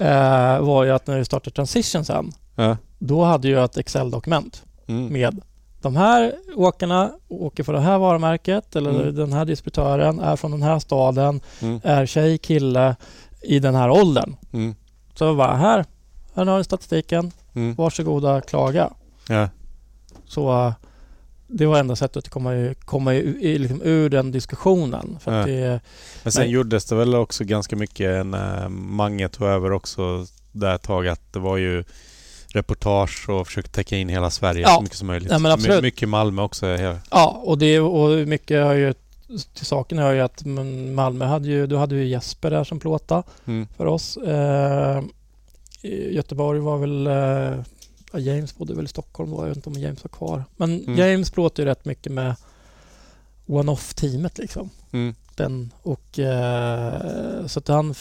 var ju att när vi startade Transition sen, då hade ju ett Excel-dokument med de här åkarna åker för det här varumärket eller den här distributören är från den här staden, är tjej, kille i den här åldern. Så bara här har ni statistiken. Varsågoda, klaga. Ja. Så det var enda sättet att komma liksom ur den diskussionen. För att men sen gjordes det väl också ganska mycket när Mange tog över också där ett tag, att det var ju reportage och försökte täcka in hela Sverige så mycket som möjligt. Ja, men absolut. Mycket Malmö också. Ja, och mycket har ju till saken är ju att Malmö hade ju Jesper där som plåta för oss. Göteborg var väl James bodde väl i Stockholm, jag vet inte om James var kvar. Men James plåtade ju rätt mycket med one-off-teamet liksom. Så att han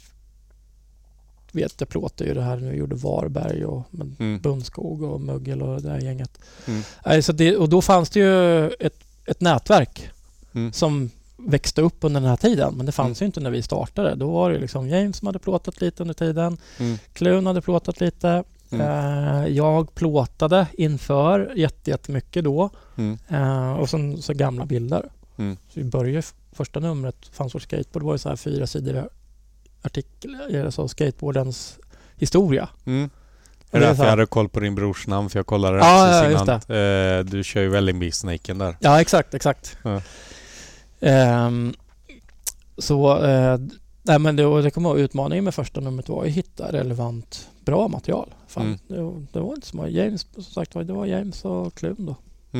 jag plåtar ju det här nu, gjorde Varberg och Bundskog och Mögel och det där gänget. Och då fanns det ju ett nätverk som växte upp under den här tiden, men det fanns ju inte när vi startade. Då var det liksom James som hade plåtat lite under tiden. Klun hade plåtat lite. Jag plåtade inför jättemycket då. Och sen så gamla bilder. Så vi började, första numret fanns vår skateboard, var ju så här 4 sidor artiklar, alltså skateboardens historia. Det är därför jag hade koll på din brors namn, för jag kollade precis innan. Du kör ju Vällingby-snaken där. Ja, exakt. Ja. Men det kommer att utmaningen med första numret var att hitta relevant, bra material. Det var inte så många. James, som sagt, det var James och Klun då.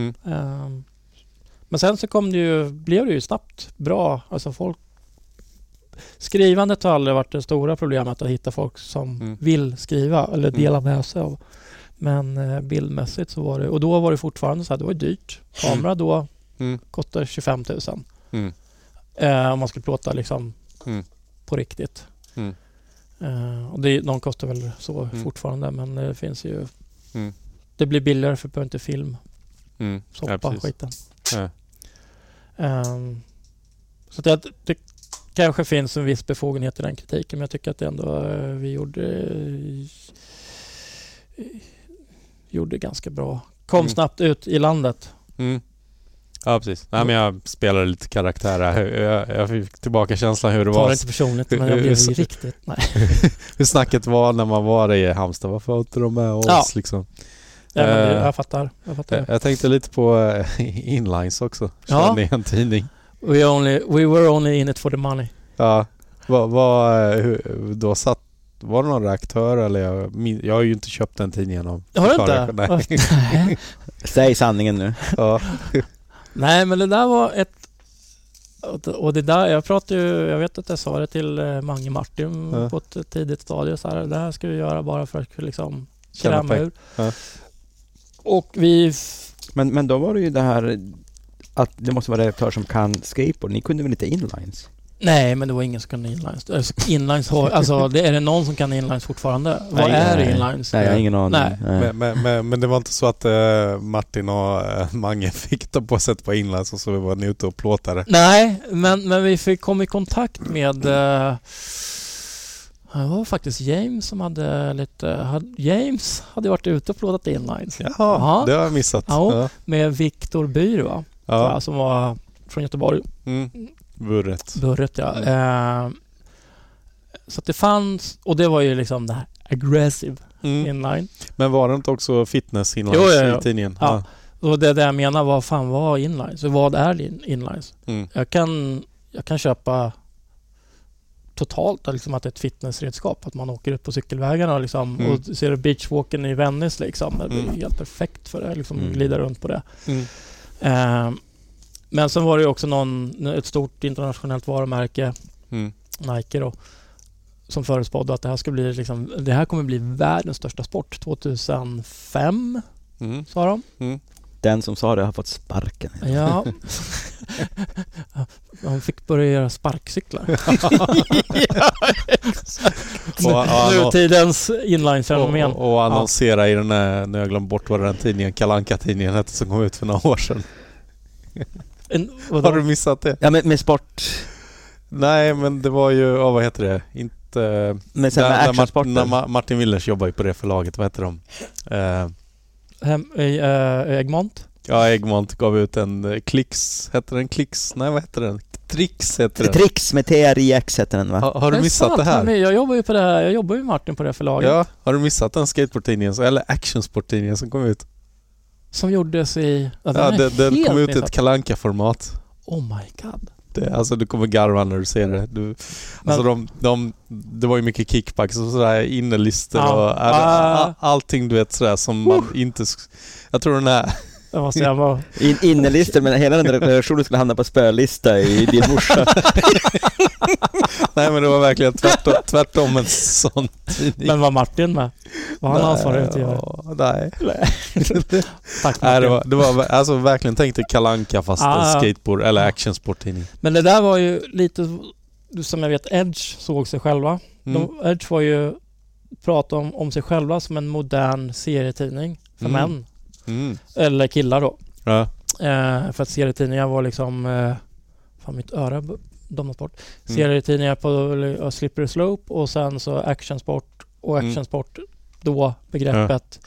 Men sen så blev det ju snabbt bra. Alltså skrivandet har aldrig varit det stora problemet, att hitta folk som vill skriva eller dela med sig av. Men bildmässigt så var det, och då var det fortfarande så här, det var dyrt. Kamera då kostade 25 000. Om man skulle plåta liksom på riktigt. Och de kostar väl så fortfarande, men det finns ju det blir billigare för att inte film soppa skiten. Så det kanske finns en viss befogenhet i den kritiken, men jag tycker att det ändå vi gjorde ganska bra. Kom snabbt ut i landet. Ja, precis. Nej, men jag spelade lite karaktärer. Jag fick tillbaka känslan hur det var. Det inte personligt, men jag blev ju riktigt. Nej. Hur snacket var när man var i Halmstad. Varför har inte de med oss liksom? Ja, men jag fattar. Jag tänkte lite på inlines också. Körde i en tidning. We were only in it for the money. Ja. Då satt... Var det någon reaktör eller jag har ju inte köpt den tidningen av. Har du inte? Nej. Säg sanningen nu. Ja. Nej, men det där var och det där, jag vet att jag sa det till Mange Martin på ett tidigt stadie så här, det här ska vi göra bara för att liksom skrämma ur. Ja. Och vi... Men då var det ju det här att det måste vara redaktör som kan skateboard. Ni kunde väl inte inlines? Nej, men det var ingen som kan inlines. Alltså, det är det någon som kan inlines fortfarande? Vad är inlines? Nej, jag har ingen aning. Men det var inte så att Martin och Mange fick ta på sig på inlines och så var ni ute och plåtade? Nej, men vi kom i kontakt med... det var faktiskt James som hade lite... James hade varit ute och plåtat inlines. Jaha, det har jag missat. Ja. Med Viktor Byr, va? Ja. Som var från Göteborg. Burret, ja. Så att det fanns, och det var ju liksom det här aggressive inline. Men var det inte också fitness inlines i tidningen? Ja. Och det jag menar var inlines. Så vad är inlines? Jag kan köpa totalt liksom att ett fitnessredskap, att man åker ut på cykelvägarna liksom, och ser beachwalken i Venice liksom. Det är helt perfekt för det liksom, glida runt på det. Men sen var det ju också ett stort internationellt varumärke, Nike då, som förutspådde att det här kommer bli världens största sport 2005, sa de. Den som sa det har fått sparken. Ja. Han fick börja göra sparkcyklar. Nutidens inline-fenomen. Och annonsera i den här, nu har jag glömt bort vad den tidningen, Kalle Anka-tidningen hette, som kom ut för några år sedan. Har du missat det? Ja, med sport. Nej, men det var ju, vad heter det? Inte... Men sen med actionsporten. När Martin Willers jobbar ju på det förlaget, vad heter de? Egmont? Ja, Egmont gav ut en Klicks. Hette den Klicks? Nej, vad heter den? Trix heter den. Trix med TRIX heter den, va? Har du missat det här? Men jag jobbar ju på det här. Jag jobbar ju med Martin på det förlaget. Ja, har du missat den skateboardtidningen eller actionsporttidningen som kom ut? Som gjordes i... Den kom ut i ett Kalle Anka-format. Oh my god. Alltså du kommer garva när du ser det. Alltså det var ju mycket kickbacks och sådär, innelister och allting du vet sådär som man inte... Jag tror den här... Jag måste säga vad... Innelister, men hela den där redaktionen skulle hamna på spölista i din morsa. Nej, men det var verkligen tvärtom en sån tidning. Men var Martin med? Var han ansvarig utgivare? Nej. Tack, nej, det var alltså verkligen tänkte Kalle Anka fast en skateboard eller actionsporttidning. Men det där var ju lite som jag vet Edge såg sig själva. Edge var ju prata om sig själva som en modern serietidning för män. Eller killar då. Ja. För att serietidningar var liksom fan mitt öra domnat bort. Serietidningar på Slippery Slope och sen så actionsport och actionsport då begreppet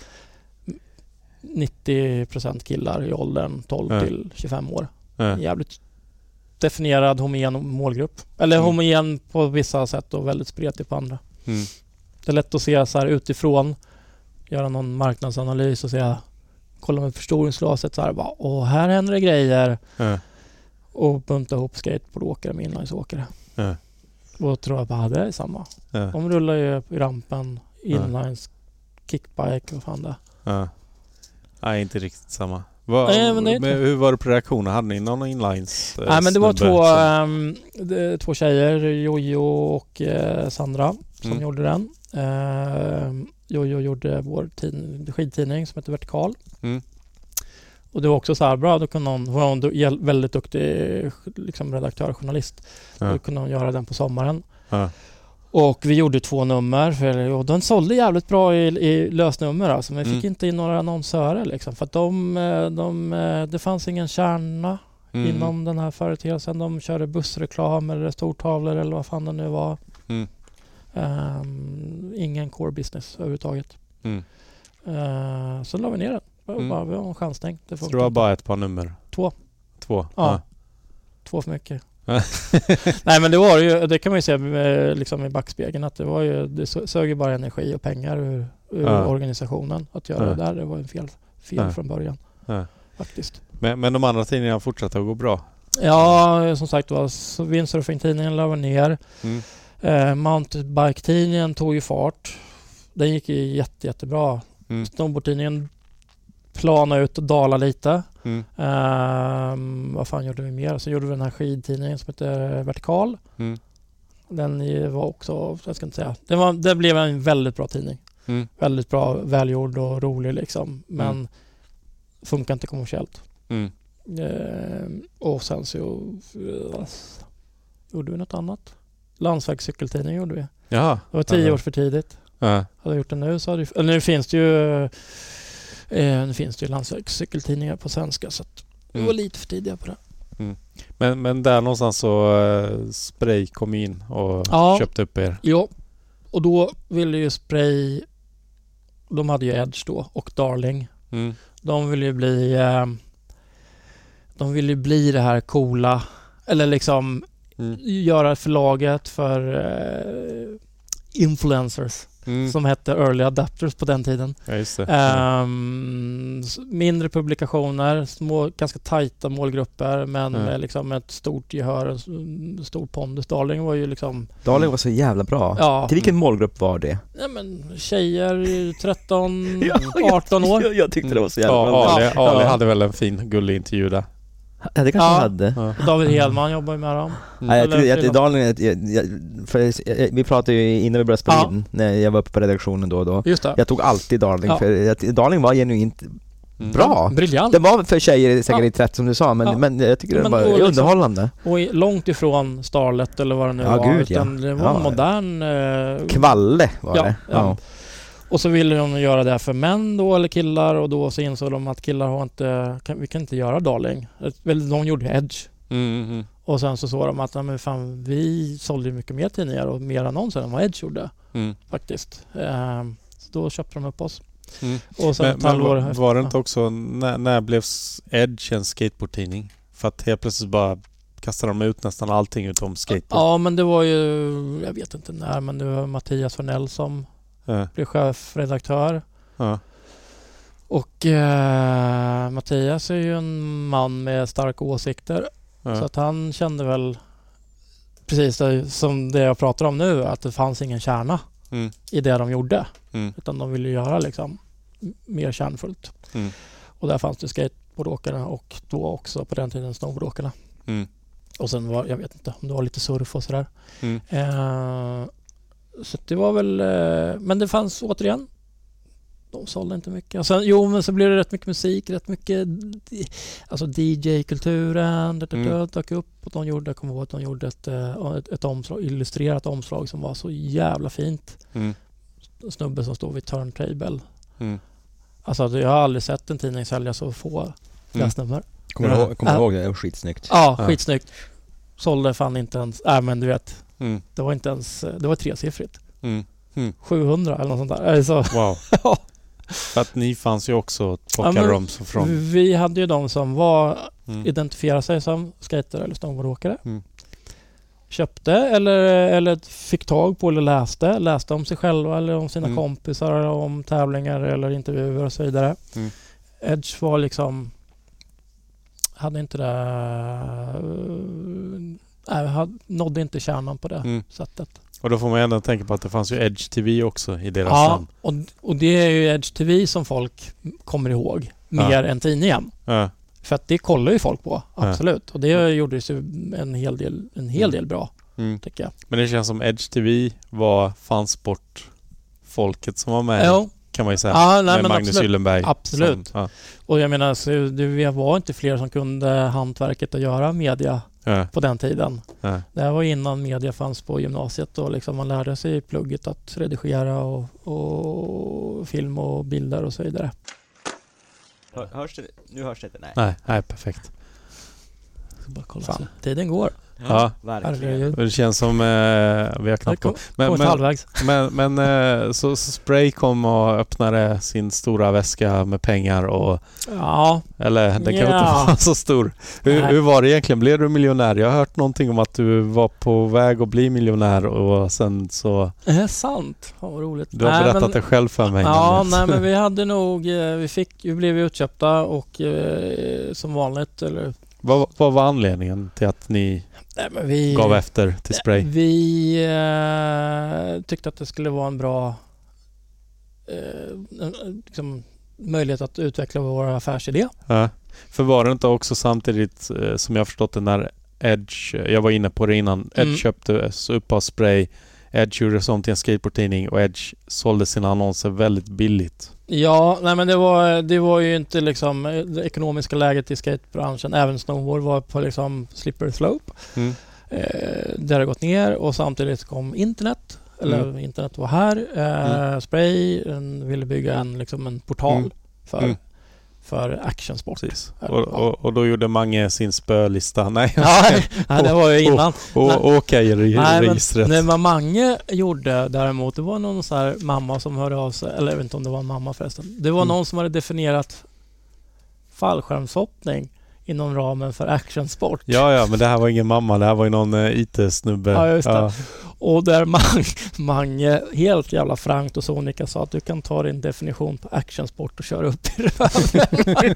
90% killar i åldern 12 till 25 år. Jävligt definierad homogen målgrupp. Eller homogen på vissa sätt och väldigt spretig på andra. Det är lätt att se så här utifrån, göra någon marknadsanalys och säga, kolla med förstoringsglaset så här bara, och här händer det grejer. Och bunta ihop skateboardåkare med inlinesåkare. Och tror jag bara, det är samma. De rullar ju i rampen, inlines, kickbike och fan det. Nej, inte riktigt samma. Hur var det på reaktioner? Hade ni någon inlines? Nej, men det var två tjejer, Jojo och Sandra, som gjorde den. Jojo gjorde vår skidtidning som heter Vertikal. Och det var också så här bra, då kunde hon var en väldigt duktig liksom redaktör och journalist. Då kunde hon göra den på sommaren. Och vi gjorde 2 nummer och den sålde jävligt bra i lösnummer alltså, men vi fick inte in några annonsörer liksom, för att det fanns ingen kärna inom den här företeelsen. De körde bussreklam eller stortavlor eller vad fan det nu var. Ingen core business överhuvudtaget. Så la vi ner den. Vi har en chansning. Så det var bara ett par nummer? 2. Ja. 2 för mycket. Nej, men det var ju, det kan man ju se liksom i backspegeln, att det sög ju bara energi och pengar ur organisationen att göra det där. Det var en fel från början faktiskt. Men de andra tidningarna fortsatte att gå bra? Ja, som sagt var Windsurfing-tidningen la ner. Mountainbike-tidningen tog ju fart. Den gick ju jättebra. Snowboard-tidningen planade ut och dalade lite. Vad fan gjorde vi mer? Så gjorde vi den här skidtidningen som heter Vertikal. Den var också, jag ska inte säga. Det blev en väldigt bra tidning. Väldigt bra, välgjord och rolig liksom. Men funkar inte kommersiellt. Och sen så gjorde vi något annat. Landsvägscykeltidning gjorde vi. Jaha. Det var 10 år för tidigt. Hade jag gjort det nu så hade nu finns det ju landsvägscykeltidningar på svenska, så att det var lite för tidiga på det. Men där någonstans så Spray kom in och köpte upp er. Ja, och då ville ju Spray, de hade ju Edge då och Darling. De ville ju bli det här coola, eller liksom göra förlaget för influencers som hette Early Adapters på den tiden. Ja, just det. Mindre publikationer, små, ganska tajta målgrupper, men med liksom ett stort gehör, en stor pondus. Darling var ju liksom... Darling var så jävla bra. Ja. Till vilken målgrupp var det? Ja, men tjejer 13, 18 år. Jag tyckte det var så jävla bra. Ali hade väl en fin gullig intervju där. Ja, det kanske hade. Ja. David Hedman jobbar ju med dem. Vi pratade ju innan vi började spela in, när jag var uppe på redaktionen då. Just det. Jag tog alltid Darling, för Darling var genuint bra. Briljant. Det var för tjejer säkert i 30 som du sa, men jag tycker det var underhållande. Och långt ifrån Starlet eller vad det nu var. Utan det var en modern... Kvalle var det. Ja. Och så ville de göra det för män då, eller killar, och då så insåg de att killar vi kan inte göra Darling. De gjorde Edge. Och sen så såg de att men fan, vi sålde ju mycket mer tidningar och mer annonser än vad Edge gjorde faktiskt. Så då köpte de upp oss. Och sen ett halvår efter. Var det inte också, när blev Edge en skateboardtidning? För att helt plötsligt bara kastade de ut nästan allting utom skateboard. Ja, men det var ju, jag vet inte när, men det var Mattias Fornell som blev chefredaktör. Ja. Och Mattias är ju en man med starka åsikter. Ja. Så att han kände väl precis som det jag pratar om nu, att det fanns ingen kärna i det de gjorde. Utan de ville göra liksom mer kärnfullt. Och där fanns det skateboardåkarna och då också på den tiden snowboardåkarna. Och sen var, jag vet inte om det var lite surf och sådär. Så det var väl, men det fanns återigen, de sålde inte mycket. Och sen, men så blev det rätt mycket musik, rätt mycket alltså DJ-kulturen dök upp och de gjorde, jag kommer ihåg att de gjorde ett omslag, illustrerat omslag som var så jävla fint. Snubbe som stod vid turntable. Alltså jag har aldrig sett en tidning sälja så få läsnummer. Kommer du ihåg det? Det var skitsnyggt. Ja, skitsnyggt. Sålde fan inte ens, men du vet. Det var inte ens, det var tresiffrigt. 700 eller något sånt där. Alltså, wow. För att ni fanns ju också plockade dem från. Vi hade ju de som var identifierade sig som skater eller snowboardåkare. Köpte eller fick tag på eller läste om sig själva eller om sina kompisar, om tävlingar eller intervjuer och så vidare. Edge var liksom hade inte nådde inte kärnan på det sättet. Och då får man ändå tänka på att det fanns ju Edge TV också i deras namn. Och det är ju Edge TV som folk kommer ihåg mer än tidningen. För att det kollar ju folk på, absolut. Och det gjordes ju en hel del bra, tycker jag. Men det känns som Edge TV fanns bort folket som var med, kan man ju säga. Med Magnus Gyllenberg. Absolut. Och jag menar, så det var inte fler som kunde hantverket att göra media på den tiden. Det här var innan media fanns på gymnasiet och liksom man lärde sig i plugget att redigera och film och bilder och så vidare. Hörs det? Nu hörs det inte. Nej, perfekt. Jag ska bara kolla. Tiden går. Ja, verkligen. Det känns som vi har knappt på. Men så Spray kom och öppnade sin stora väska med pengar och eller den kan inte vara så stor. Hur var det egentligen? Blev du miljonär? Jag har hört någonting om att du var på väg att bli miljonär och sen så... Det är sant. Vad roligt. Du har berättat det själv för mig. Men vi hade nog... Vi blev utköpta och som vanligt eller... Vad var anledningen till att ni gav efter till Spray? Vi tyckte att det skulle vara en bra liksom, möjlighet att utveckla vår affärsidé. Ja. För var det inte också samtidigt som jag förstått det när Edge, jag var inne på det innan, Edge köptes upp av Spray, Edge gjorde som till en skateboardtidning och Edge sålde sina annonser väldigt billigt. Ja, men det var ju inte liksom det ekonomiska läget i skatebranschen. Även snowboard var på liksom slippery slope. Det har gått ner och samtidigt kom internet. Eller internet var här. Spray ville bygga en portal för actionsport. Och då gjorde Mange sin spölista. Nej, det var ju innan. Och åka i registret. Nej, men Mange gjorde däremot, det var någon så här mamma som hörde av sig, eller jag vet inte om det var en mamma förresten. Det var någon som hade definierat fallskärmshoppning inom ramen för actionsport. Ja, men det här var ingen mamma, det här var ju någon IT-snubbe. Ja, just det. Och där Mange helt jävla frankt och sonika sa att du kan ta din definition på actionsport och köra upp i röven.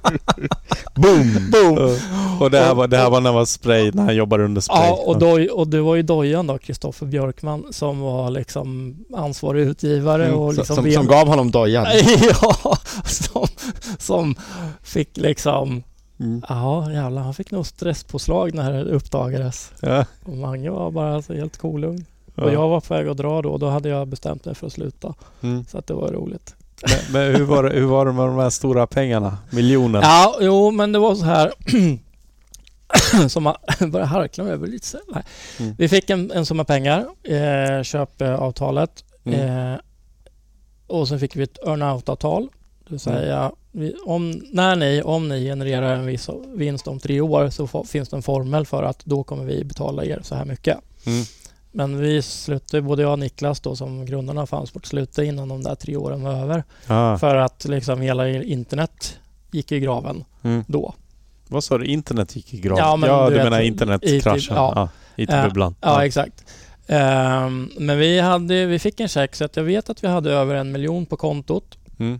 Boom! Och det här var när han var Spray, när han jobbade under Spray. Ja, och det var ju dojan då, Kristoffer Björkman, som var liksom ansvarig utgivare. Och liksom som gav honom dojan. Ja, som fick liksom... jävlar, han fick nog stresspåslag när det uppdagades. Och Mange var bara helt kolugn. Och jag var på väg att dra då och då hade jag bestämt mig för att sluta. Så att det var roligt. Men hur var det med de här stora pengarna? Miljonen? Men det var så här som man började harkla med över lite. Vi fick en summa pengar, köpavtalet. Och sen fick vi ett earn-out-avtal. Det vill säga, om ni genererar en viss vinst om 3 år så finns det en formel för att då kommer vi betala er så här mycket. Men vi slutade, både jag och Niklas då som grundarna av Fansport, slutade innan de där 3 åren var över. För att liksom hela internet gick i graven då. Vad sa du? Internet gick i graven? Ja, men du menar internetkraschen? IT-bubblan. Ja, exakt. Men vi fick en check så att jag vet att vi hade över 1 miljon på kontot.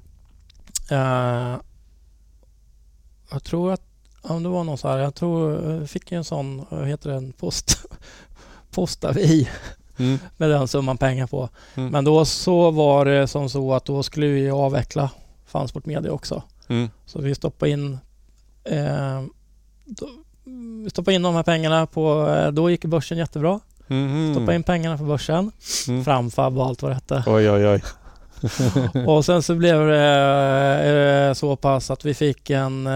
Jag tror att om det var någon så här, jag tror jag fick en sån, vad heter det, en postavi med den summan pengar på. Men då så var det som så att då skulle vi avveckla Fansport Media också. Så vi stoppade in de här pengarna på, då gick börsen jättebra. Stoppade in pengarna på börsen. Framfab och allt vad det hette. Oj. Och sen så blev det så pass att vi fick en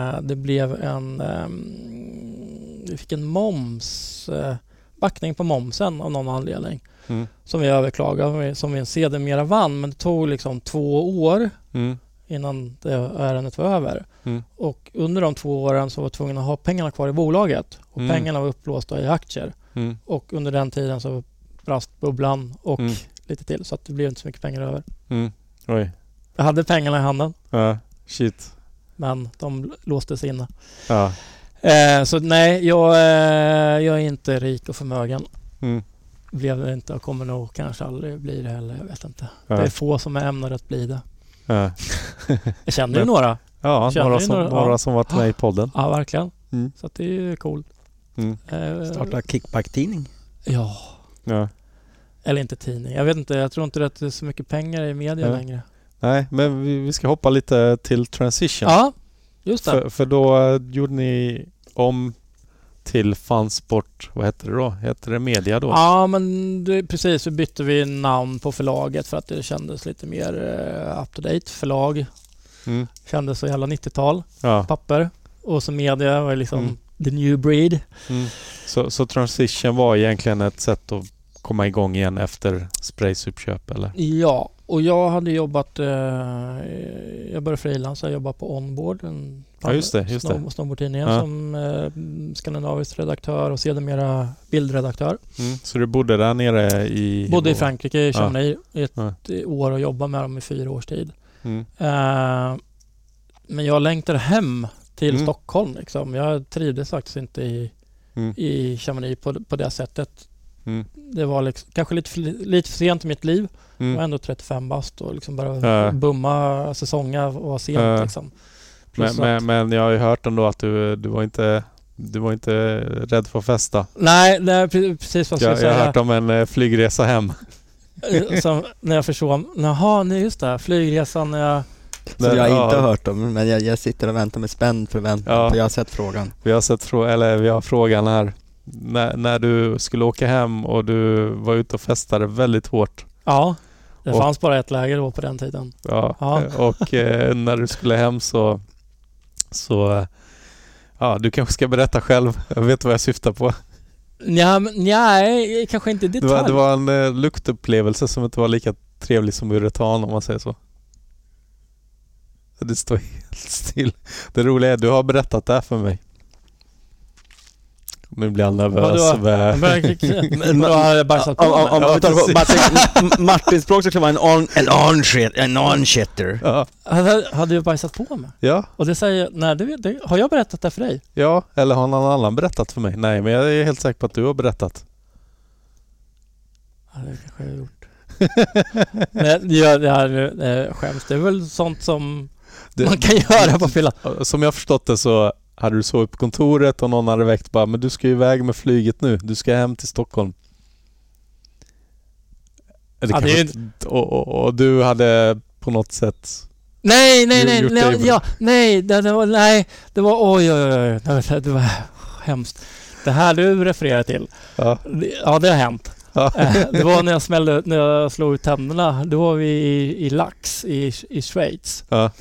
moms backning på momsen av någon anledning. Som vi överklagade, som vi sedermera vann, men det tog liksom 2 år innan det ärendet var över. Och under de 2 åren så var vi tvungna att ha pengarna kvar i bolaget och pengarna var upplåsta i aktier. Och under den tiden så brast bubblan och lite till, så att det blev inte så mycket pengar över. Oj. Jag hade pengarna i handen. Shit. Men de låstes inne. Så nej, jag är inte rik och förmögen. Blev det inte och kommer nog kanske aldrig bli det heller. Jag vet inte. Det är få som är ämnade att bli det. Jag känner ju några. Ja, några som varit med i podden. Ja, verkligen. Så att det är ju coolt. Starta kickback-tidning. Ja. Eller inte tidning. Jag vet inte, jag tror inte att det är så mycket pengar i media längre. Nej, men vi ska hoppa lite till Transition. Ja, just det. För då gjorde ni om till Fansport, vad heter det då? Heter det Media då? Ja, men precis. Så bytte vi namn på förlaget för att det kändes lite mer up-to-date förlag. Kändes så jävla 90-tal. Papper. Och så Media var liksom the new breed. Så Transition var egentligen ett sätt att komma igång igen efter Sprays uppköp, eller? Ja, och jag hade jobbat, jag började frilansa, jag jobbade på Onboard, just det. Snowboardtidningen som skandinavisk redaktör och sedermera bildredaktör. Så du bodde där nere i... Bodde i Frankrike, i Chamonix, i ett år och jobbade med dem i 4 års tid. Men jag längtade hem till Stockholm. Liksom. Jag trivdes faktiskt inte i Chamonix på det sättet. Det var liksom, kanske lite för sent i mitt liv. Jag var ändå 35 bast och liksom bara bumma säsongen och var sent. Liksom. Men jag har ju hört ändå att du var inte rädd för att festa. Nej, det är precis vad jag säga. Jag har hört om en flygresa hem. Som när jag förstår, nej just det, flygresan när jag... Så jag har inte hört om, men jag sitter och väntar med spänd förväntan. För jag har sett frågan. Vi har frågan här. När du skulle åka hem och du var ute och festade väldigt hårt. Ja, det fanns bara ett läge då på den tiden. Och när du skulle hem så du kanske ska berätta själv. Jag vet vad jag syftar på. Nej, kanske inte i detalj. Det var en luktupplevelse som inte var lika trevlig som uretan, om man säger så. Det står helt still. Det roliga är, du har berättat det här för mig. Nu blir jag nervös. Martins språk så kan vara en on-shitter. Hade du bajsat på mig? Ja. Och det säger, nej, har jag berättat det för dig? Ja, eller har någon annan berättat för mig? Nej, men jag är helt säker på att du har berättat. Ja, det kanske jag har gjort. Men det skäms. Det är väl sånt som man kan göra på fyllan. Som jag har förstått det så hade du sovit på kontoret och någon hade väckt bara, men du ska ju iväg med flyget nu. Du ska hem till Stockholm. Och du hade på något sätt... Nej, det var oj, det var hemskt. Det här du refererar till. Ja, det har hänt. Det var när jag slog ut tänderna. Då var vi i Lax i Schweiz.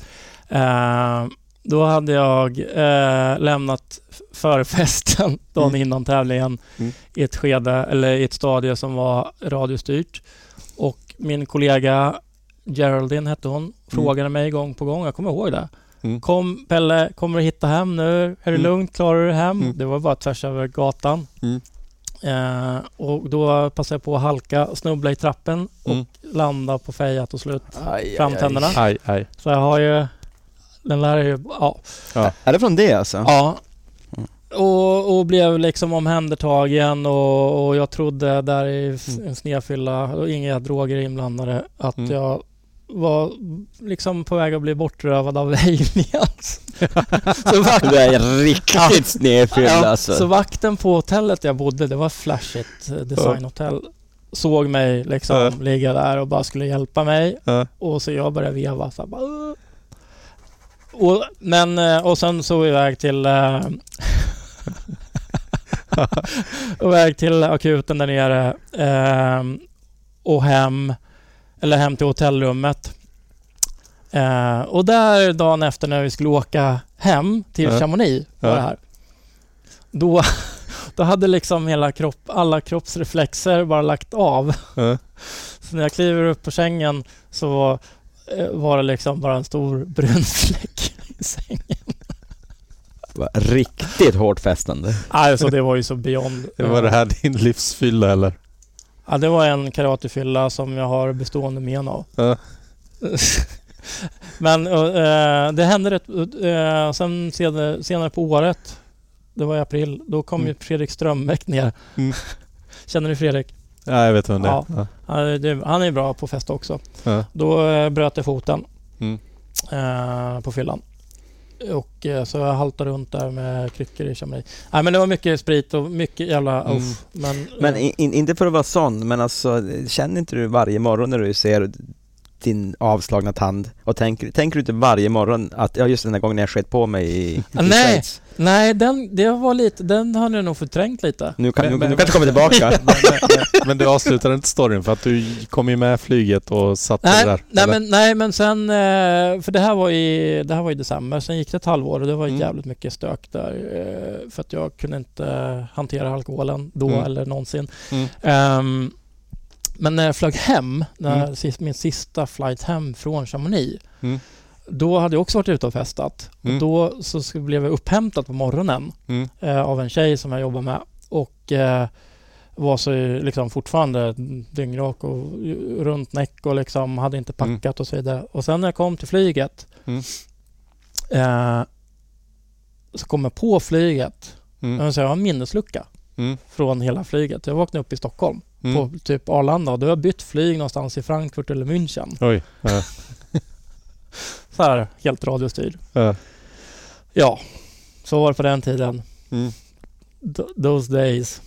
Då hade jag lämnat förfesten dagen innan tävlingen i ett skede, eller i ett stadie som var radiostyrt. Och min kollega Geraldine hette hon, frågade mig gång på gång, jag kommer ihåg det. Kom Pelle, kommer du hitta hem nu? Är det lugnt? Klarar du hem? Det var bara tvärs över gatan. Och då passade jag på att halka, snubbla i trappen och landa på fejat och slut framtänderna. Aj. Så jag har ju... Den där är ju... Ja. Är det från det alltså? Ja. Och blev liksom omhändertagen och jag trodde där i en snedfylla och inga droger inblandade att jag var liksom på väg att bli bortrövad av aliens. Det är riktigt snedfylla alltså. Så vakten på hotellet jag bodde, det var flashigt designhotell, såg mig liksom ligga där och bara skulle hjälpa mig. Och så jag började veva så här, bara, och sen så iväg till väg till akuten där nere och hem till hotellrummet. Och där dagen efter när vi skulle åka hem till Chamonix var det här. Då hade liksom alla kroppsreflexer bara lagt av. Så när jag kliver upp på sängen så var det liksom bara en stor brun fläck i sängen. Riktigt hårt fästande. Alltså det var ju så beyond. Var det här din livsfylla eller? Ja, det var en karatefylla som jag har bestående men av. Men det hände sen senare på året, det var i april, då kom ju Fredrik Strömbäck ner. Känner du Fredrik? Ja, jag vet vem det är. Ja. Han är bra på fest också. Då bröt jag foten på fyllan. Och så jag haltade runt där med kryckor i Chamonix. Nej, men det var mycket sprit och mycket jävla Men inte för att vara sån, men alltså känner inte du varje morgon när du ser din avslagna tand och tänker du inte varje morgon att just den här gången jag skett på mig i Schweiz? Nej, den har jag nog förträngt lite. Nu kanske kommer tillbaka. Men du avslutade inte storyn för att du kom ju med flyget och satt där. Nej, men sen för det här var i december, sen gick det ett halvår och det var jävligt mycket stök där för att jag kunde inte hantera alkoholen då eller någonsin. Men när jag flög hem, min sista flight hem från Chamonix, då hade jag också varit ute och festat. Och då så blev jag upphämtad på morgonen av en tjej som jag jobbar med. Och var så liksom fortfarande dyngrak och runt näck och liksom hade inte packat och så vidare. Och sen när jag kom till flyget så kom jag på flyget. Så jag har en minneslucka från hela flyget. Jag vaknade upp i Stockholm på typ Arlanda och då har jag bytt flyg någonstans i Frankfurt eller München. Oj. Så här, helt radiostyrd. Ja, så var det på den tiden. Those days.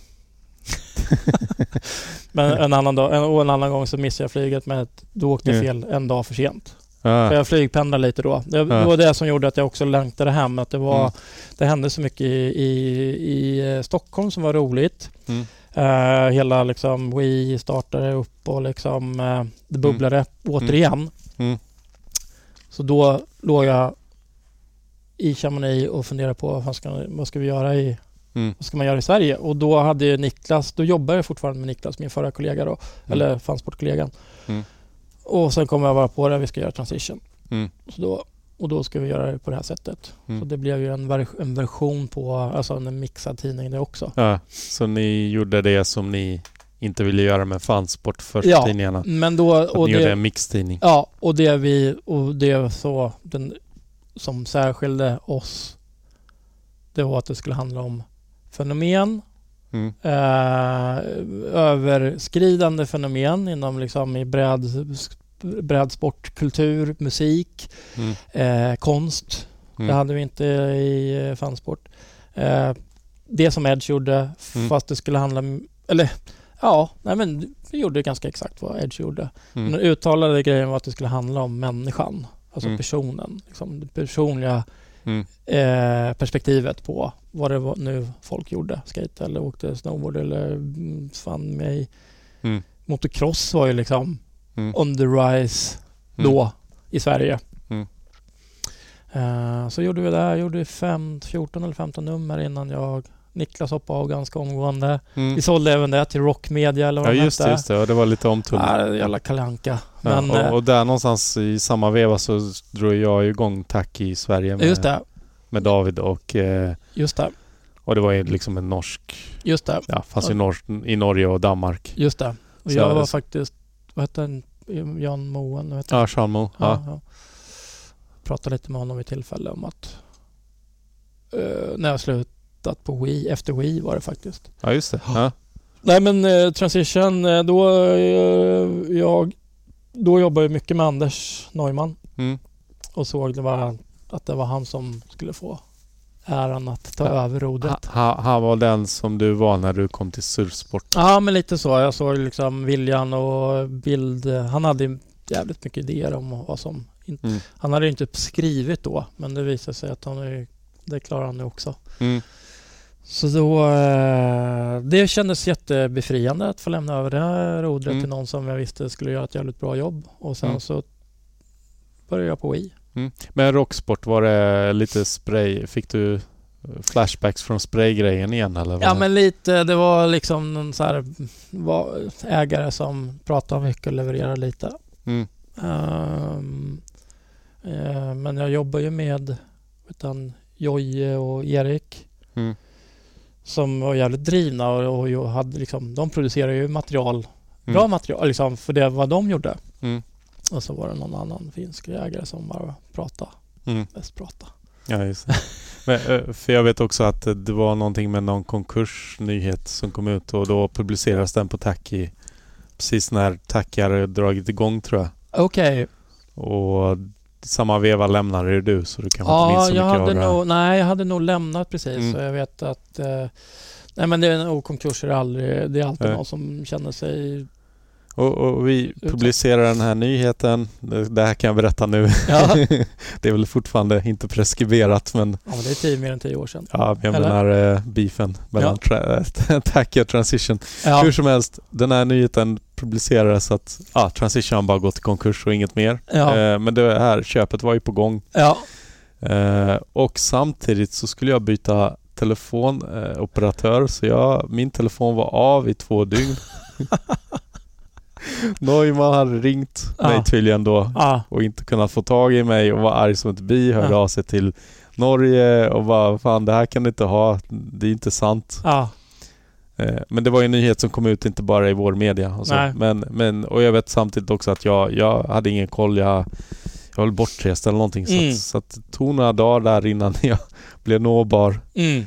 Men en annan gång så missade jag flyget med att då åkte jag fel en dag för sent. För jag flygpendlade lite då. Det var det som gjorde att jag också längtade hem. Att det hände så mycket i Stockholm som var roligt. Hela liksom Wii startade upp och liksom det bubblade återigen. Så då låg jag i Chamonix och funderade på vad ska vi göra vad ska man göra i Sverige? Och då hade Niklas, då jobbade jag fortfarande med Niklas, min förra kollega då, eller fansportkollegan. Och sen kommer jag vara på det, vi ska göra transition. Så då ska vi göra det på det här sättet. Så det blev ju en version på, alltså en mixad tidning det också. Ja, så ni gjorde det som ni inte ville göra med fansport första tidningarna. Men då och ni gjorde en mixtidning. Ja, och det så den som särskilde oss, det var att det skulle handla om fenomen, överskridande fenomen inom liksom i brädsport, kultur, musik, konst. Det hade vi inte i fansport. Det som Edge gjorde, fast det skulle handla om, eller men vi gjorde ganska exakt vad Edge gjorde. Men den uttalade grejen var att det skulle handla om människan, alltså personen, liksom det personliga perspektivet på vad det var nu folk gjorde, skate eller åkte snowboard eller fann mig. Motocross var ju liksom on the rise då i Sverige. Så gjorde vi det, gjorde 14 eller 15 nummer innan Niklas hoppade av ganska omgående. Vi sålde även det till Rock Media eller vad just det, och det var lite omtunnat. Jävla Kalle-Anka. Men, och där någonstans i samma veva så drog jag igång Tack i Sverige med David och just det. Och det var ju liksom en norsk... Just det. Ja, fanns i Norge och Danmark. Just det. Och jag var faktiskt... Vad hette han? Jan Moen? Ja, Sean Moe. Ja. Pratade lite med honom i tillfälle om att... när jag slutat på Wii, efter Wii var det faktiskt. Ja, just det. Ja. Nej, men Transition, då jobbade jag mycket med Anders Neumann. Och såg att det var han som skulle få äran att ta över rodret. Han var den som du var när du kom till surfsport. Ja, men lite så. Jag såg liksom viljan och bild. Han hade jävligt mycket idéer om vad som... Han hade inte skrivit då, men det visade sig att det klarar han nu också. Så då... det kändes jättebefriande att få lämna över det här rodret till någon som jag visste skulle göra ett jävligt bra jobb. Och sen så började jag på Wii. Men rocksport, var det lite spray? Fick du flashbacks från spraygrejen igen? Eller vad? Ja, men lite. Det var liksom någon så här ägare som pratade mycket och levererade lite. Men jag jobbar ju med Jojje och Erik som var jävligt drivna och hade liksom, de producerade ju material, bra material liksom, för det vad de gjorde. Och så var det någon annan finsk ägare som bara pratade. Bäst prata. Ja, just det. Men, för jag vet också att det var någonting med någon konkursnyhet som kom ut och då publicerades den på Tacky precis när Tacky hade dragit igång, tror jag. Okej. Och samma veva lämnade du, så du kanske inte minns så mycket av det. Nej, jag hade nog lämnat precis. Så jag vet att nej, men det är nog konkurser aldrig. Det är alltid någon som känner sig... Och vi publicerar den här nyheten. Det här kan jag berätta nu. Ja. Det är väl fortfarande inte preskriberat, men... Ja, men det är mer än 10 år sedan. Ja, jag menar beefen mellan Tacky och Transition. Ja. Hur som helst, den här nyheten publicerades att Transition har bara gått i konkurs och inget mer. Ja. Men det här köpet var ju på gång. Ja. Och samtidigt så skulle jag byta telefonoperatör, så min telefon var av i 2 dygn. Neumann hade ringt mig tydligen då och inte kunnat få tag i mig och var arg som ett bi, hörde av sig till Norge och bara, fan, det här kan du inte ha, det är inte sant. Men det var ju en nyhet som kom ut inte bara i vår media och så. Men och jag vet samtidigt också att jag hade ingen koll, jag höll bortrest eller någonting, så att det tog några dagar där innan jag blev nåbar.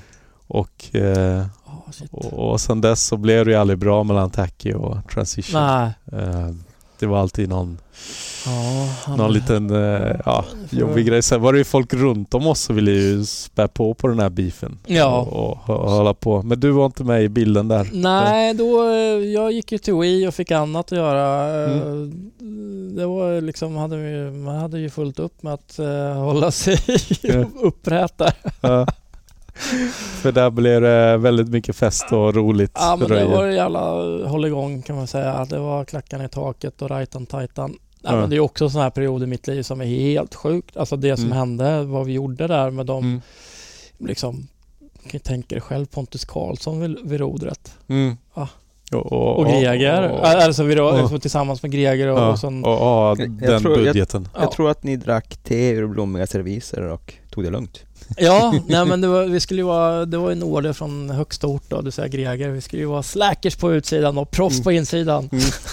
Och sen dess så blev det ju aldrig bra mellan Tacky och Transition. Det var alltid någon liten jobbig grej. Sen var det ju folk runt om oss som ville ju spä på den här beefen. Och hålla på. Men du var inte med i bilden där. Nej, jag gick ju till Wii och fick annat att göra. Det var liksom, man hade ju fullt upp med att hålla sig upprätta. För där blev det väldigt mycket fest och roligt. Ja, men det var jävla håll igång, kan man säga. Det var klackan i taket och rajtan tajtan. Men det är också sån här period i mitt liv som är helt sjukt. Alltså det som hände, vad vi gjorde där med dem. Liksom, jag kan tänka dig själv Pontus Karlsson vid rodret. Och Greger. Alltså tillsammans med Greger och sån. Den budgeten. Jag tror att ni drack te ur blommiga serviser och tog det lugnt. Ja, nej, men det var en order från högsta ort då, du säger Greger. Vi skulle ju vara slackers på utsidan och proffs på insidan.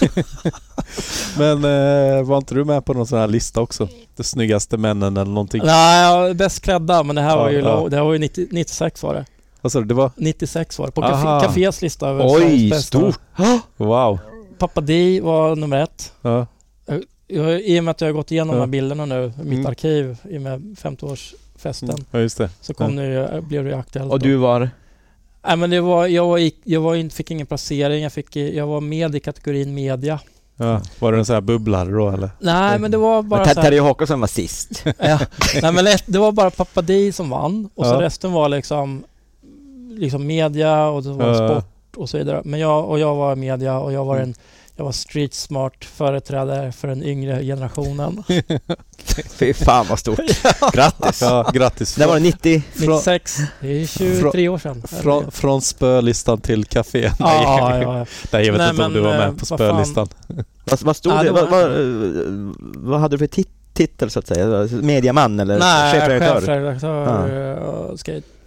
Men var inte du med på någon sån här lista också? De snyggaste männen eller någonting? Nej, bäst klädda, men det här var ju 96 var det. Alltså, det var 96 var det på Cafés lista över Sveriges bästa. Stort. Wow. Pappa Di var nummer 1. I och med att jag har gått igenom de här bilderna nu, mitt arkiv i och med 50-årsfesten. Ja, just det. Så blev det aktuellt. Och du var? Nej, men jag fick ingen placering. Jag var med i kategorin media. Ja, var det en sån här bubblare då, eller? Nej, men det var bara så här... Terje Håkansson var sist. Nej, men det var bara Pappa Di som vann. Och så resten var liksom media och det var sport och så vidare. Men jag var media och jag var street smart företrädare för den yngre generationen. Fy fan vad stort. Grattis. Ja, grattis. Det var 96. Det är 23 år sedan. Från spölistan till café. Ja. Nej, jag vet inte om du var med på spölistan. Vad stod det? Vad hade du för titel så att säga? Mediaman eller chefredaktör? Chefredaktör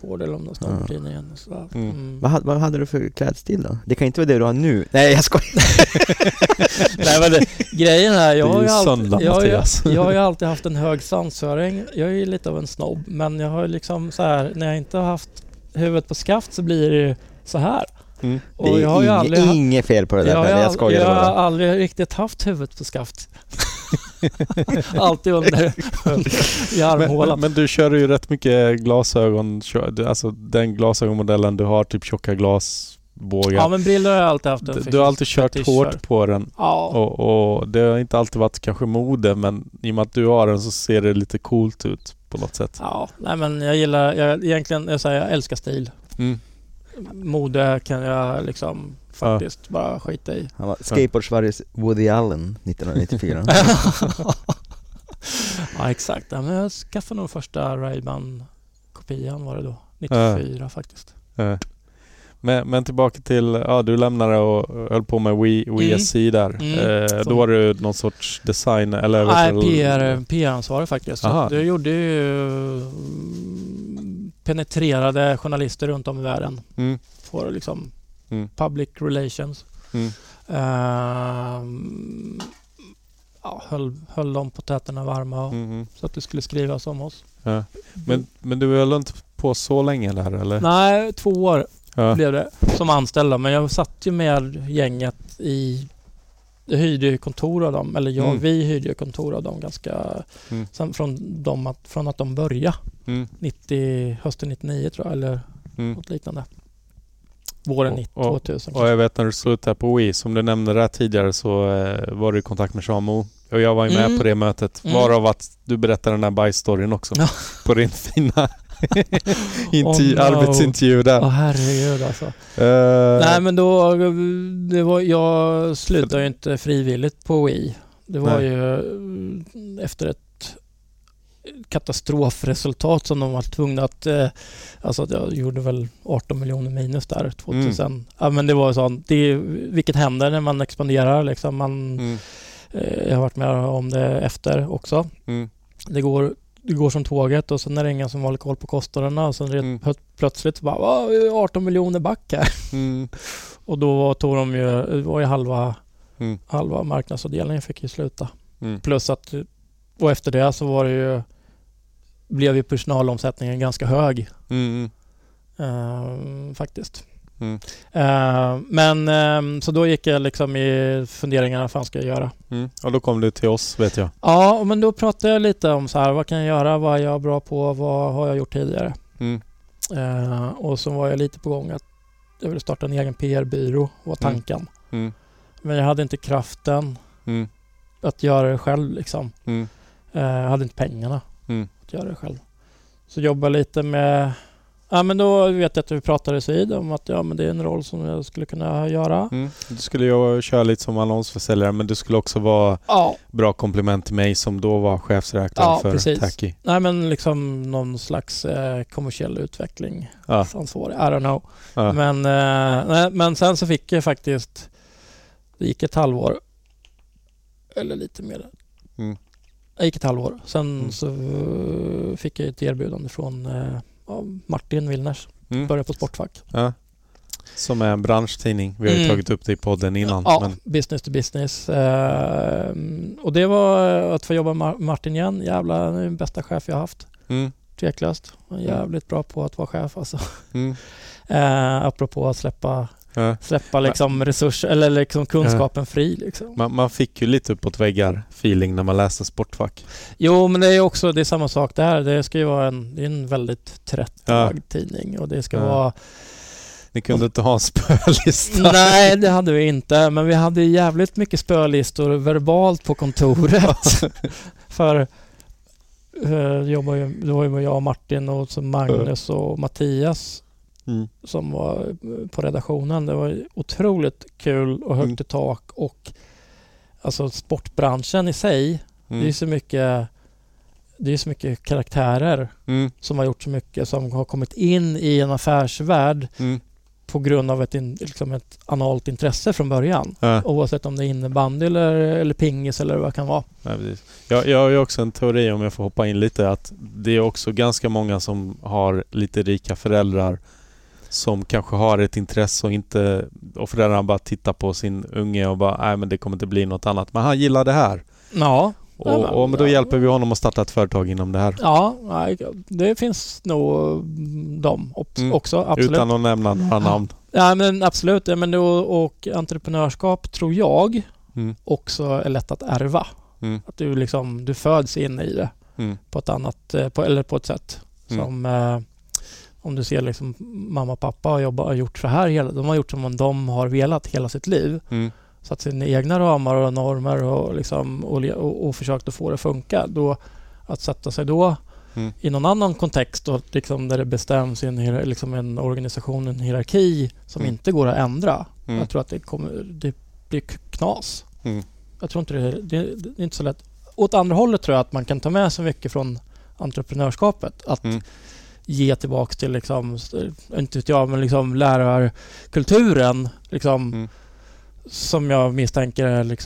Skateboard eller om det var snowboardtidningen. Vad hade du för klädstil då? Det kan inte vara det du har nu. Nej, jag skojar. Nej, men grejen här, jag har ju alltid haft en hög svansföring. Jag är ju lite av en snobb, men jag har liksom så här, när jag inte har haft huvudet på skaft så blir det ju så här. Och det är inget fel på det där. Jag har aldrig riktigt haft huvudet på skaft. Alltid under i armhålan. Men du kör ju rätt mycket glasögon. Alltså den glasögonmodellen du har, typ tjocka glasbågar. Ja, men brillor har jag alltid haft. Du har alltid kört hårt på den. Ja. Och det har inte alltid varit kanske mode, men i och med att du har den så ser det lite coolt ut på något sätt. Ja, nej men jag älskar stil. Mode kan jag liksom faktiskt bara skita i. Han var skateboard-Sveriges Woody Allen 1994. Ja, exakt. Ja, men jag skaffade nog första Ray-Ban-kopian var det då. 94 faktiskt. Men tillbaka till, du lämnade och höll på med WSC där. Då var du någon sorts design eller? Nej, PR-ansvarig faktiskt. Så du gjorde ju penetrerade journalister runt om i världen. För liksom public relations. Höll de potäterna varma så att det skulle skrivas om oss. Men du höll inte på så länge där eller? Nej, 2 år blev det som anställda. Men jag satt ju med gänget i... Jag hyrde ju kontor av dem. Eller vi hyrde ju kontor av dem ganska... Från att de började. Hösten 99 tror jag. Eller något liknande. Våren 2000. Och jag vet när du slutade på Wii, som du nämnde där tidigare, så var du i kontakt med Shamo. Och jag var ju med på det mötet. Varav att du berättade den här bajsstoryn också. På din fina arbetsintervju där. Herregud alltså. Nej, men då... jag slutade ju inte frivilligt på Wii. Det var ju efter ett katastrofresultat som de var tvungna att... alltså att jag gjorde väl 18 miljoner minus där 2000. Ja, men det var sånt. Vilket händer när man expanderar. Liksom. Jag har varit med om det efter också. Det går som tåget och sen är det ingen som håller koll på kostnaderna och sen plötsligt så bara 18 miljoner back här. Och då tog de ju, det var ju halva marknadsavdelningen fick ju sluta. Plus att, och efter det så var det ju, blev ju personalomsättningen ganska hög. Faktiskt. Men så då gick jag liksom i funderingarna, vad fan ska jag göra? Och då kom du till oss, vet jag. Ja, men då pratade jag lite om så här, vad kan jag göra, vad är jag bra på, vad har jag gjort tidigare? Och så var jag lite på gång att jag ville starta en egen PR-byrå, var tanken. Men jag hade inte kraften att göra det själv liksom. Jag hade inte pengarna att göra det själv. Så jobbade lite med... Ja, men då vet jag att vi pratades vid om att men det är en roll som jag skulle kunna göra. Du skulle ju köra lite som annonsförsäljare, men du skulle också vara bra komplement till mig som då var chefsredaktör för Tacky. Nej, men liksom någon slags kommersiell utveckling. Ansvarig. I don't know. Men sen så fick jag faktiskt, det gick ett halvår eller lite mer. Det gick ett halvår. Sen så fick jag ett erbjudande från Martin Willners, började på Sportfack. Som är en branschtidning. Vi har ju tagit upp det i podden innan. Men... business to business. Och det var att få jobba med Martin igen. Jävla, det är den bästa chef jag har haft. Tveklöst. Jävligt bra på att vara chef alltså. Apropå att släppa liksom resurser eller liksom kunskapen fri liksom. Man fick ju lite uppåt väggar feeling när man läste Sportfack. Jo, men det är också det är samma sak där. Det ska ju vara en väldigt tillrättalagd tidning och det ska vara. Ni kunde inte ha en spölista. Nej, det hade vi inte, men vi hade jävligt mycket spölistor verbalt på kontoret. För det var ju jag och Martin och så Magnus och Mattias som var på redaktionen. Det var otroligt kul och högt i tak och alltså sportbranschen i sig, det är så mycket karaktärer som har gjort så mycket, som har kommit in i en affärsvärld på grund av ett analt intresse från början. Oavsett om det är innebandy eller pingis eller vad det kan vara. Ja, precis. Jag har ju också en teori, om jag får hoppa in lite, att det är också ganska många som har lite rika föräldrar som kanske har ett intresse och föräldrarna bara tittar på sin unge och bara, nej men det kommer inte bli något annat. Men han gillar det här. Ja. Men då hjälper vi honom att starta ett företag inom det här. Ja, det finns nog också, absolut. Utan att nämna några namn. Ja, men absolut. Men och entreprenörskap tror jag också är lätt att ärva. Att du föds in i det på ett annat, på ett sätt som om du ser liksom mamma och pappa har gjort så här, de har gjort som de har velat hela sitt liv. Satt sina egna ramar och normer och försökt att få det att funka. Då, att sätta sig då i någon annan kontext då, liksom, där det bestäms i en organisation, en hierarki som inte går att ändra. Jag tror att det blir knas. Jag tror inte det är inte så lätt. Åt andra hållet tror jag att man kan ta med så mycket från entreprenörskapet. Att ge tillbaka till inte vet jag, men lärarkulturen som jag misstänker är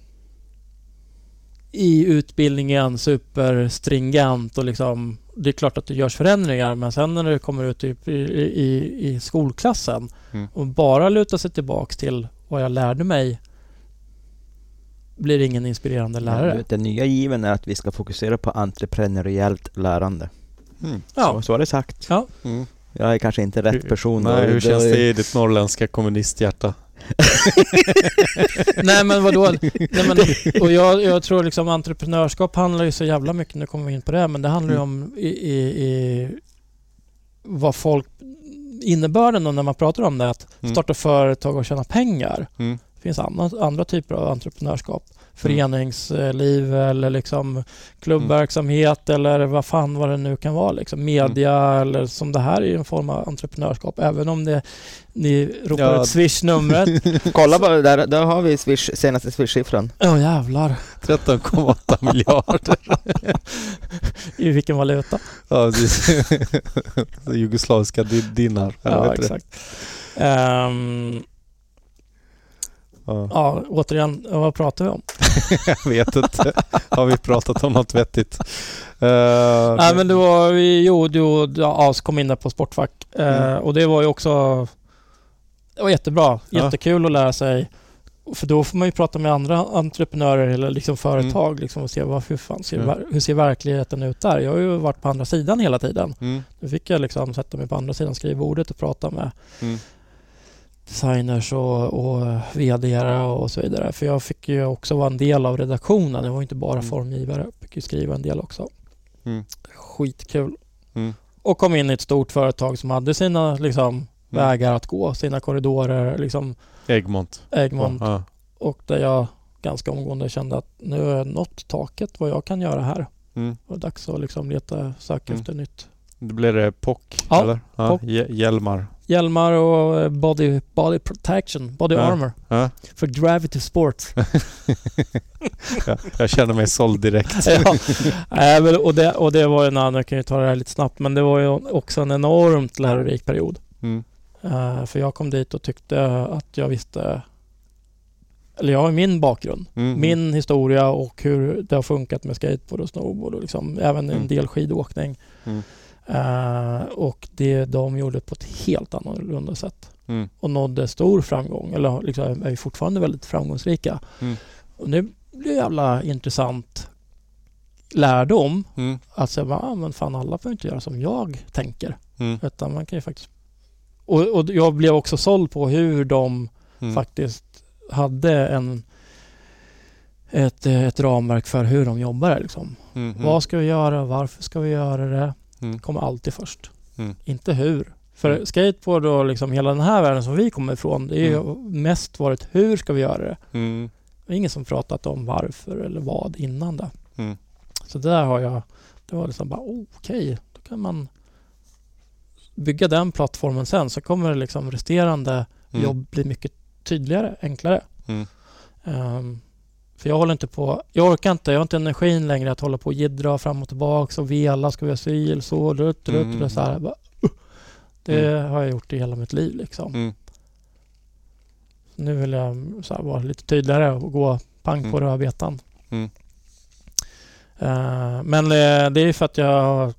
i utbildningen superstringent och det är klart att det görs förändringar, men sen när det kommer ut i skolklassen och bara luta sig tillbaka till vad jag lärde mig blir ingen inspirerande lärare. Den nya given är att vi ska fokusera på entreprenöriellt lärande. Så är det sagt. Ja. Jag är kanske inte rätt person. Nej, hur känns det i ditt norrländska kommunisthjärta? Nej, men vadå? Och jag tror entreprenörskap handlar ju så jävla mycket, nu kommer vi in på det, men det handlar ju om i vad folk, innebörden när man pratar om det, att starta företag och tjäna pengar. Det finns andra typer av entreprenörskap. Föreningsliv eller klubbverksamhet eller vad det nu kan vara. Media eller som det här är en form av entreprenörskap. Även om ni ropar ett Swish-numret. Kolla bara, där har vi senaste Swish-siffran. Jävlar. 13,8 miljarder. I vilken valuta? Ja, jugoslaviska dinar. Ja, exakt. Ja, återigen, vad pratar vi om? Jag vet inte. Har vi pratat om något vettigt? Nej, men det var så kom in där på Sportfack. Och det var ju också jättebra. Jättekul att lära sig. För då får man ju prata med andra entreprenörer eller företag och se hur ser verkligheten ut där. Jag har ju varit på andra sidan hela tiden. Nu fick jag sätta mig på andra sidan skrivbordet och prata med designers och vd-are och så vidare. För jag fick ju också vara en del av redaktionen. Jag var inte bara formgivare. Jag fick ju skriva en del också. Skitkul. Och kom in i ett stort företag som hade sina vägar att gå. Sina korridorer. Egmont. Ja. Och där jag ganska omgående kände att nu har jag nått taket vad jag kan göra här. Och det är dags att söka efter nytt. Det blir det POC, eller? Ja, POC. Hjälmar och body protection, body armor. För gravity sports. Jag känner mig såld direkt. Och det var jag kan ju ta det här lite snabbt, men det var ju också en enormt lärorik period. För jag kom dit och tyckte att jag visste, eller jag har min bakgrund, min historia och hur det har funkat med skateboard och snowboard och även en del skidåkning. Och de gjorde på ett helt annorlunda sätt och nådde stor framgång, eller är fortfarande väldigt framgångsrika. Och det blir jävla intressant lärdom att säga, men fan, alla får inte göra som jag tänker, utan man kan ju faktiskt, och jag blev också såld på hur de faktiskt hade ett ramverk för hur de jobbar vad ska vi göra, varför ska vi göra det, kommer alltid först. Inte hur. För skateboard och hela den här världen som vi kommer ifrån, det är ju mest varit hur ska vi göra det. Det är ingen som pratat om varför eller vad innan det. Så där har jag, det var bara okej, då kan man bygga den plattformen sen, så kommer det resterande jobb bli mycket tydligare, enklare. För jag håller inte på, jag orkar inte, jag har inte energin längre att hålla på och jiddra fram och tillbaka och vela, ska vi ha sy eller så, så här. Det har jag gjort i hela mitt liv liksom. Nu vill jag så här, vara lite tydligare och gå pang på rödbetan. Men det är för att jag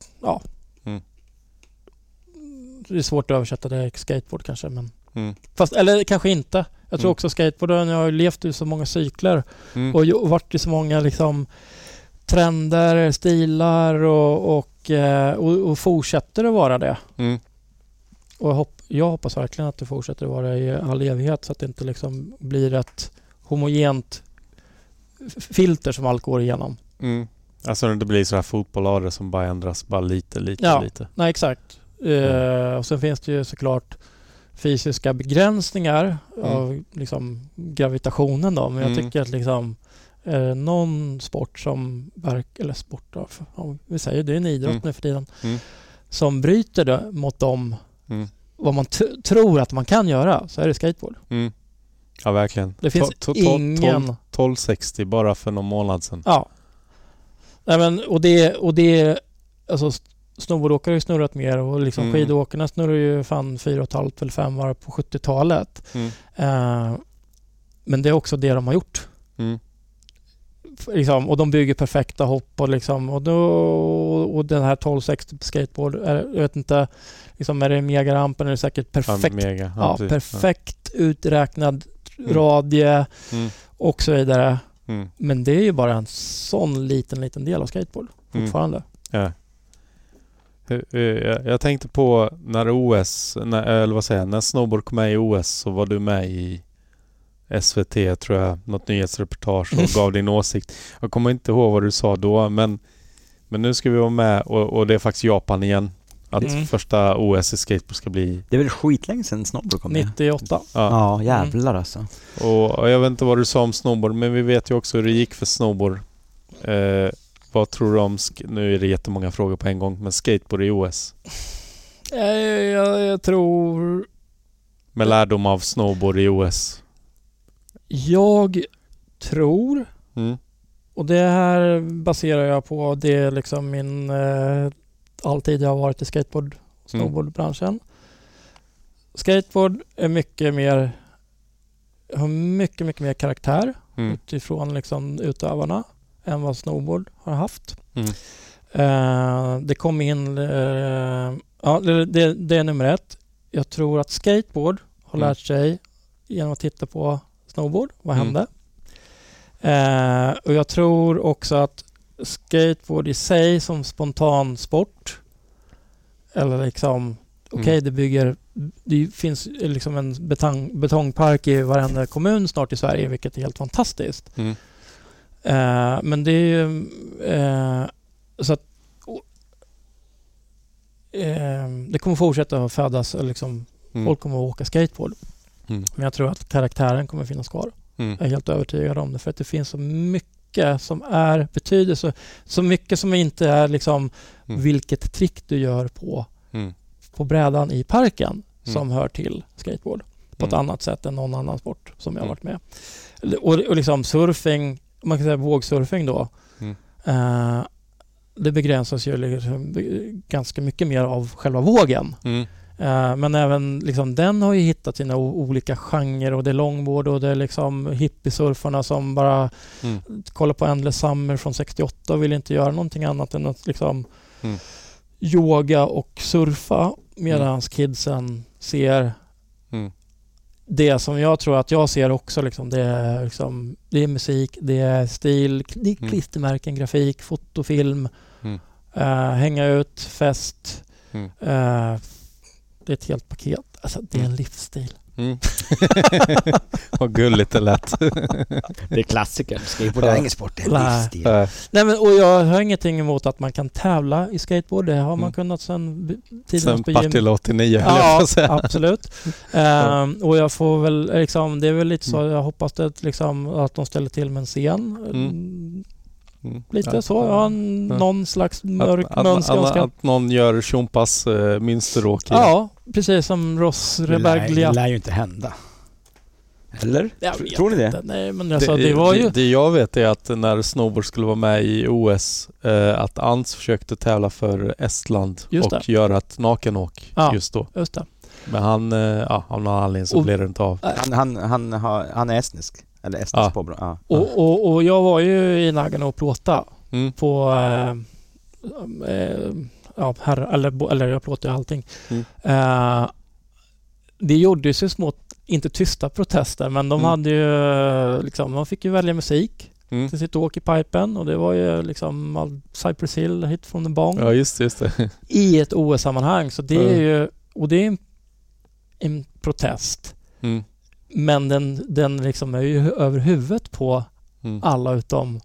det är svårt att översätta det till skateboard kanske, men fast, eller kanske inte. Jag tror också skateboarden, jag har levt i så många cykler och varit i så många liksom trender, stilar och fortsätter att vara det. Och jag hoppas verkligen att det fortsätter att vara i all evighet, så att det inte liksom blir ett homogent filter som allt går igenom. Alltså det blir så här fotbollare som bara ändras bara lite. Nej, exakt. Och sen finns det ju såklart fysiska begränsningar av liksom gravitationen då, men jag tycker att liksom någon sport som eller sport då, vi säger det är en idrott nu för tiden som bryter det mot dem vad man tror att man kan göra, så är det skateboard. Ja, verkligen. Det finns ingen 1260 bara för någon månad sedan. Ja. Nej, men och det alltså snowboardåkare har ju snurrat mer och liksom skidåkarna snurrar ju fan 4,5 eller 5 var på 70-talet. Men det är också det de har gjort. Liksom, och de bygger perfekta hopp och liksom och den här 1260 på skateboard jag vet inte liksom, är det megarampen är det säkert perfekt. Perfekt uträknad radie och så vidare. Men det är ju bara en sån liten del av skateboard fortfarande. Ja. Jag tänkte på när snowboard kom med i OS, så var du med i SVT, tror jag, något nyhetsreportage och gav din åsikt. Jag kommer inte ihåg vad du sa då, men nu ska vi vara med och det är faktiskt Japan igen. Att första OS i skateboard ska bli... Det är väl skitlänge sedan snowboard kom med? 98. Ja, jävlar alltså. Och jag vet inte vad du sa om snowboard, men vi vet ju också hur det gick för snowboard. Vad tror du om... Nu är det jättemånga frågor på en gång, men skateboard i OS? Jag tror... Med lärdom av snowboard i OS? Jag tror... Och det här baserar jag på det liksom min... alltid jag har varit i snowboardbranschen. Skateboard är har mycket mer karaktär utifrån liksom utövarna än vad snowboard har haft. Det kom in det är nummer 1. Jag tror att skateboard har lärt sig genom att titta på snowboard. Vad hände? Och jag tror också att skateboard i sig som spontan sport eller liksom det finns liksom en betongpark i varenda kommun snart i Sverige, vilket är helt fantastiskt. Men det är ju så att det kommer fortsätta att födas liksom, folk kommer att åka skateboard. Men jag tror att karaktären kommer finnas kvar. Jag är helt övertygad om det, för att det finns så mycket som är betydelse, så mycket som inte är liksom vilket trick du gör på brädan i parken som hör till skateboard på ett annat sätt än någon annan sport som jag har varit med. Och liksom surfing, man kan säga vågsurfing då, det begränsas ju liksom ganska mycket mer av själva vågen. Men även liksom, den har ju hittat sina olika genrer, och det är longboard och det är liksom hippiesurfarna som bara kollar på Endless Summer från 68 och vill inte göra någonting annat än att liksom yoga och surfa, medan kidsen ser det som jag tror att jag ser också liksom, det är musik, det är stil, det är klistermärken, grafik, fotofilm, hänga ut, fest. Det är ett helt paket. Alltså, det är en livsstil. Vad gulligt det lät. Det är klassiker. Skateboard är ingen sport, det är en livsstil. Nej, men, och jag har ingenting emot att man kan tävla i skateboard. Det har man kunnat sedan Partille 89. Ja, absolut. Och jag får väl liksom, det är väl lite så, jag hoppas det, liksom, att de ställer till med en scen. Lite så, någon slags mörk mönster. Att någon gör Tjompas münsteråk. Ja, precis som Ross Reberglia. Det lär ju inte hända. Eller? Tror ni det? Inte. Nej, men alltså, det var ju... Det jag vet är att när snowboard skulle vara med i OS att Ants försökte tävla för Estland och göra ett nakenåk just då. Just det. Men han, av någon anledning så blev det inte av. Han är estnisk. Eller estnisk påbrå. Ja. Och jag var ju i Nagano och plåta på... eller jag plåtade ju allting. Det gjordes ju små, inte tysta protester, men de hade ju liksom, man fick ju välja musik till sitt åk i pipen, och det var ju liksom Cypress Hill, Hit from the Bong. Ja, just det. I ett OS-sammanhang, så det är ju, och det är en protest. Men den liksom är ju över huvudet på alla utom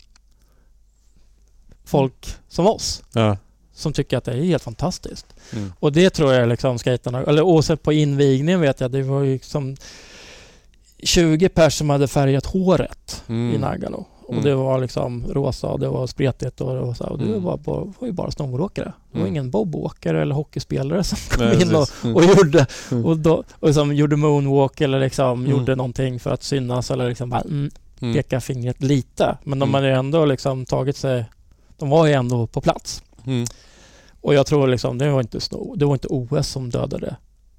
folk som oss. Ja. Som tycker att det är helt fantastiskt. Och det tror jag liksom skaterna, eller oavsett på invigningen vet jag, det var ju liksom 20 personer som hade färgat håret i Nagano. Och det var liksom rosa, och det var spretigt och rosa, och det var ju bara snowboardåkare. Det var ingen bobåkare eller hockeyspelare som kom in och gjorde och som gjorde moonwalk eller liksom gjorde någonting för att synas eller liksom bara peka fingret lite. Men de hade ändå liksom tagit sig, de var ju ändå på plats. Och jag tror liksom det var inte OS som dödade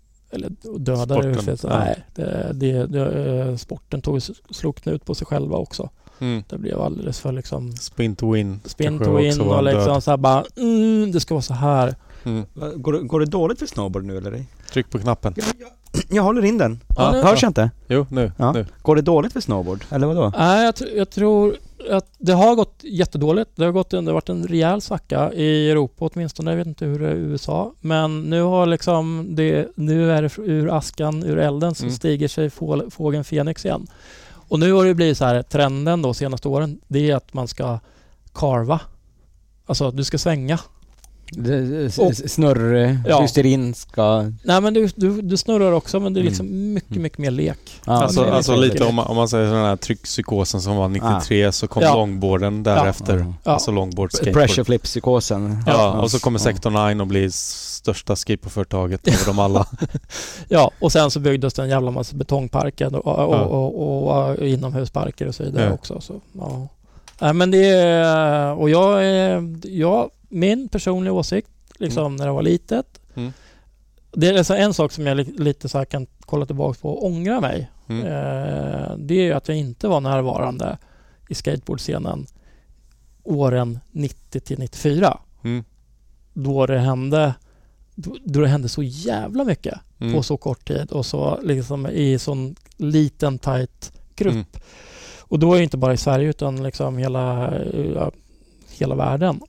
sporten slog knut på sig själva också. Det blev alldeles för liksom spin to win och liksom så här bara det ska vara så här. Går det dåligt för snowboard nu eller? Tryck på knappen. Jag håller in den. Hörs jag inte? Jo, nu. Går det dåligt för snowboard eller vadå? Nej, jag tror att det har gått jättedåligt. Det har varit en rejäl svacka i Europa åtminstone. Jag vet inte hur det är i USA. Men nu har liksom nu är det ur askan, ur elden så stiger sig fågeln Fenix igen. Och nu har det blivit så här, trenden då senaste åren, det är att man ska carva. Alltså du ska svänga. Hysterin ska... Nej, men du snurrar också, men det är liksom mycket mer lek. Alltså lite om man säger den här tryckpsykosen som var 93 så kom longboarden därefter. Alltså longboard skateboard. Pressure flip psykosen. Och så kommer Sector 9 och blir största skateboardföretaget över dem alla. Och sen så byggdes det en jävla massa betongparker och inomhusparker och så vidare också. Så, men det är... Och min personliga åsikt liksom när det var litet. Det är alltså en sak som jag lite så här kan kolla tillbaka på och ångra mig. Det är ju att jag inte var närvarande i skateboardscenen åren 90 till 94. Då det hände så jävla mycket på så kort tid och så liksom i sån liten tight grupp. Och då är det inte bara i Sverige utan liksom hela världen.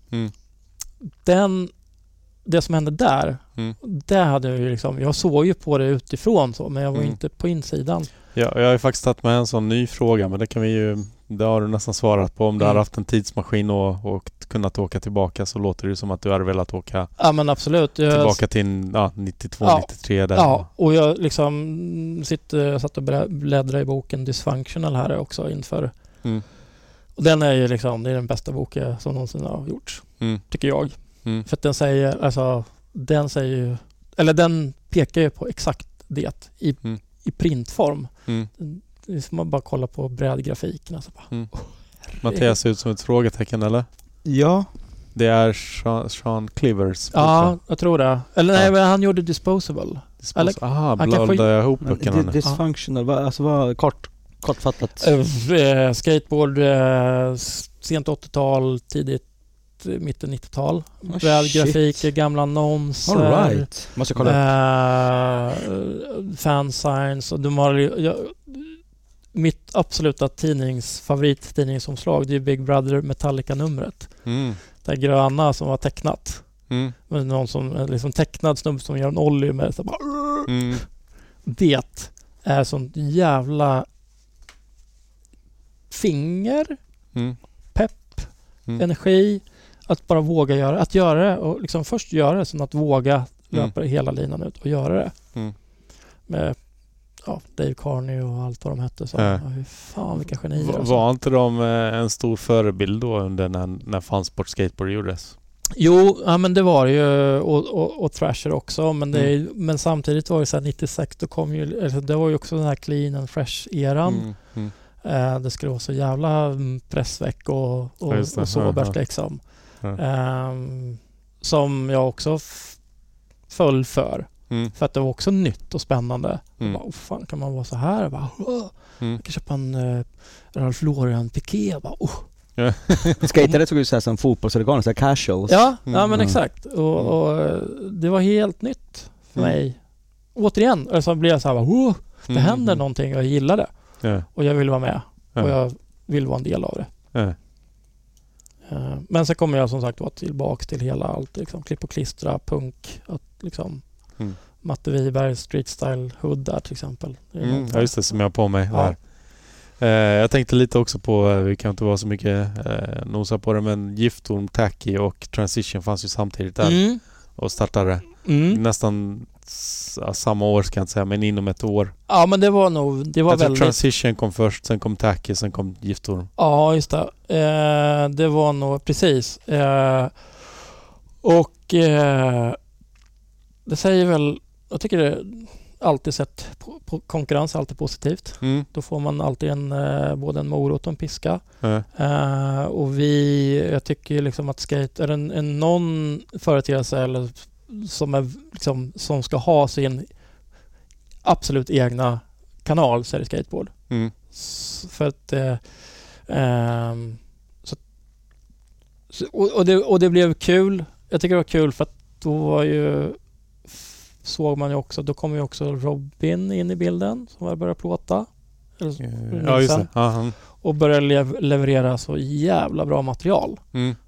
Det som hände där hade jag ju liksom, jag såg ju på det utifrån så, men jag var inte på insidan. Ja, jag har ju faktiskt tagit med en sån ny fråga, men det har du nästan svarat på. Om du hade haft en tidsmaskin och kunnat åka tillbaka så låter det som att du hade velat åka men absolut. Tillbaka till 92, 93 där. Ja, och jag liksom satt och bläddrade i boken Dysfunctional här också inför. Och den är ju liksom, det är den bästa boken som någonsin har gjorts, tycker jag. För att den pekar ju på exakt det i printform. Det är som man bara kollar på brädgrafiken. Alltså bara, Mattias ser ut som ett frågetecken, eller? Ja. Det är Sean Clivers. Ja, jag tror det. Eller nej, men han gjorde Disposable. Blödde jag ihop böckerna nu. Dysfunctional, alltså vad kortfattat. Skateboard, sent 80-tal, tidigt mitten 90-tal. Brädgrafik, gamla annonser. All right. Måste kolla upp. Fansigns och mitt absoluta favorittidningsomslag, det är Big Brother Metallica-numret. Det gröna som var tecknat. Men någon som liksom tecknad snubbe som gör en ollie med så bara, det är sånt jävla pepp, energi att bara våga göra det och liksom först göra det, sen att våga löpa hela linan ut och göra det. Med Dave Carney och allt vad de hette. Fan vilka genier. Var inte de en stor förebild då under när fansport skateboard gjordes? Jo, ja, men det var det ju och Thrasher också, men, men samtidigt var det så här 96, då kom ju, alltså det var ju också den här clean and fresh-eran. Det skulle vara så jävla pressväck och sobert liksom. Som jag också föll för. För att det var också nytt och spännande. Bara, fan, kan man vara så här? Jag bara, jag kan köpa en Ralph Lauren Piqué. Skatare såg ut så här som fotbollsorgan, så här casuals. Ja, men exakt. Och det var helt nytt för mig. Återigen, alltså blev jag så här, det händer någonting och jag gillar det. Och jag vill vara med. Och jag vill vara en del av det. Men så kommer jag som sagt vara tillbaka till hela allt. Liksom, klipp och klistra, punk. Att, liksom, Matte Wiberg, Street Style Hood där till exempel. Ja, just det, som jag har på mig där. Jag tänkte lite också på, vi kan inte vara så mycket nosa på det, men Giftorm, Tacky och Transition fanns ju samtidigt där och startade nästan samma år, ska jag inte säga, men inom ett år. Ja, men det var nog, det var väldigt... Transition kom först, sen kom Tacky, sen kom Giftorm. Ja, just det. Det var nog precis. Och det säger väl, jag tycker det alltid sett på konkurrens alltid positivt. Då får man alltid både en morot och en piska. Och jag tycker liksom att skate är en någon företeelse eller som är liksom, som ska ha sin absolut egna kanal, så är det skateboard. För att och det blev kul. Jag tycker det var kul för att då var ju, såg man ju också, då kom ju också Robin in i bilden som började plåta. Ja, just det. Och började leverera så jävla bra material.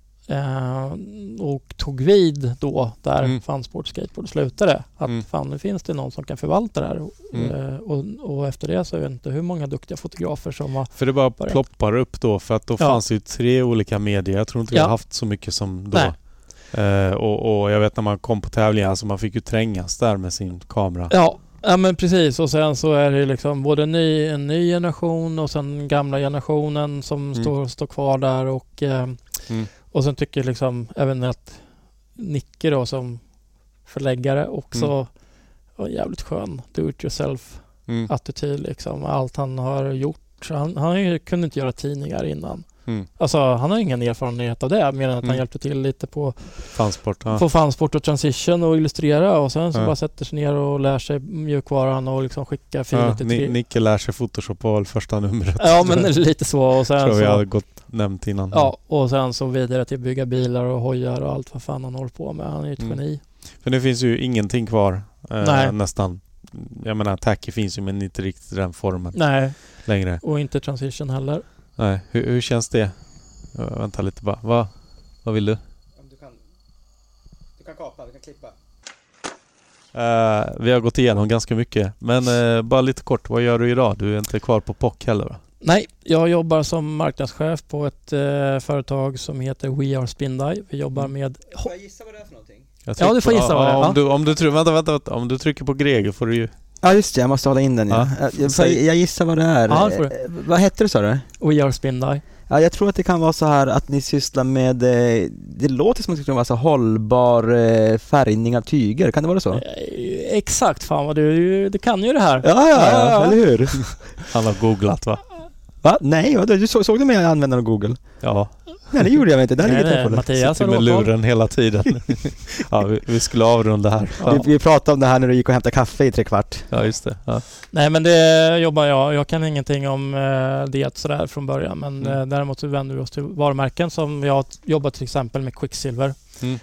Och tog vid då där Funsport Skateboard slutade. Att fan, nu finns det någon som kan förvalta det här. Och efter det så vet jag inte hur många duktiga fotografer som var... För det bara ploppar upp då, för att då fanns ju 3 olika medier. Jag tror inte vi har haft så mycket som då. Och jag vet när man kom på tävlingar, alltså man fick ju trängas där med sin kamera. Ja, men precis. Och sen så är det liksom både en ny generation och sen gamla generationen som står kvar där. Och sen tycker jag liksom även att Nicke då som förläggare också var jävligt skön. Do it yourself attityd liksom. Allt han har gjort. Han kunde inte göra tidningar innan. Alltså han har ingen erfarenhet av det, mer än att han hjälpte till lite på Funsport och Transition och illustrera, och sen så bara sätter sig ner och lär sig mjukvaran och liksom skicka filer till Nicke lär sig Photoshop på första numret. Ja, men lite så. Och sen tror jag hade nämnt innan. Ja, och sen så vidare till bygga bilar och hojar och allt vad fan han håller på med. Han är ett geni. För det finns ju ingenting kvar nästan. Jag menar, Tacky finns ju, men inte riktigt den formen längre. Och inte Transition heller. Nej, hur känns det? Vänta lite bara. Vad vill du? Du kan kapa, du kan klippa. Vi har gått igenom ganska mycket. Men bara lite kort, vad gör du idag? Du är inte kvar på POC heller, va? Nej, jag jobbar som marknadschef på ett företag som heter We Are Spindye. Vi jobbar med... Får jag gissa vad det är för någonting? Ja, du får gissa vad det är. Vänta. Om du trycker på Greg får du ju... Ja, just det. Jag måste hålla in den. Jag gissar vad det är. Vad heter det, sa du? We Are Spindye. Ja, jag tror att det kan vara så här att ni sysslar med, det låter som att det kan vara så hållbar färgning av tyger. Kan det vara så? Exakt, fan vad du kan ju det här. Ja, eller hur? Han har googlat, va? Va? Nej, du såg du mig använda Google? Ja. Nej, det gjorde jag inte. Nej, Mattias sitter med luren hela tiden. Ja, vi skulle avrunda här. Ja. Vi pratade om det här när du gick och hämtade kaffe i 3/4. Ja, just det. Ja. Nej, men det jobbar jag. Jag kan ingenting om det sådär från början. Men däremot så vänder vi oss till varumärken som jag jobbar till exempel med Quicksilver.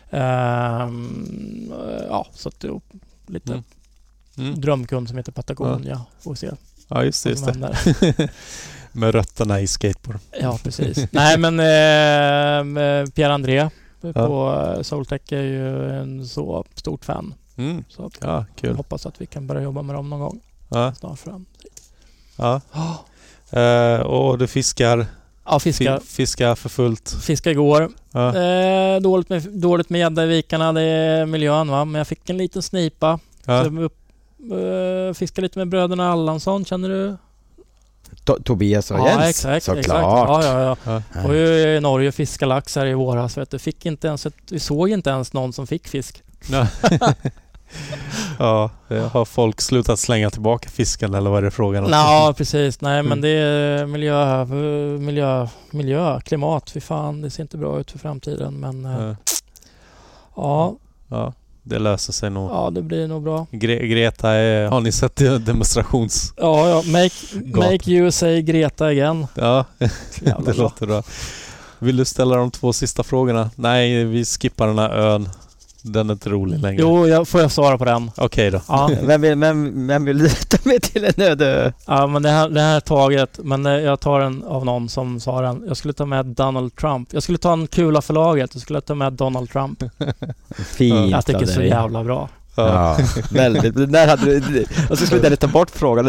Så att det är lite drömkund som heter Patagonia. Får se. Ja, just det. Med rötterna i skateboard. Ja, precis. Nej, men Pierre-André på Soultech är ju en så stort fan. Så att kul. Hoppas att vi kan börja jobba med dem någon gång. Snart fram. Ja. Och du fiskar? Ja, fiskar för fullt. Fiskar igår. Dåligt med gädda i vikarna. Det är miljön, va? Men jag fick en liten snipa. Så fiskar lite med bröderna Allansson, känner du? Tobias och Ja, Jens. exakt. Såklart. Ja. Och ju i Norge fiska lax här i våras. Vet du. Vi såg inte ens någon som fick fisk. Ja, har folk slutat slänga tillbaka fisken eller vad är det frågan om? Ja, precis. Nej, men det är miljö, klimat. Fy fan, det ser inte bra ut för framtiden. Men ja, det löser sig nog. Ja, det blir nog bra. Greta har ni sett demonstrations... Ja. Make USA Greta again. Ja, det låter bra. Vill du ställa de 2 sista frågorna? Nej, vi skippar den här ön. Den är inte rolig längre. Jo, får jag svara på den? Okej då. Ja. Vem vill ta med till en öde ö? Ja, men det här är taget. Men jag tar den av någon som sa den. Jag skulle ta med Donald Trump. Jag skulle ta en kula för laget. Jag skulle ta med Donald Trump. Fint. Jag tycker det är så jävla bra. Ja, väldigt. Där hade du... Och så skulle du ta bort frågan.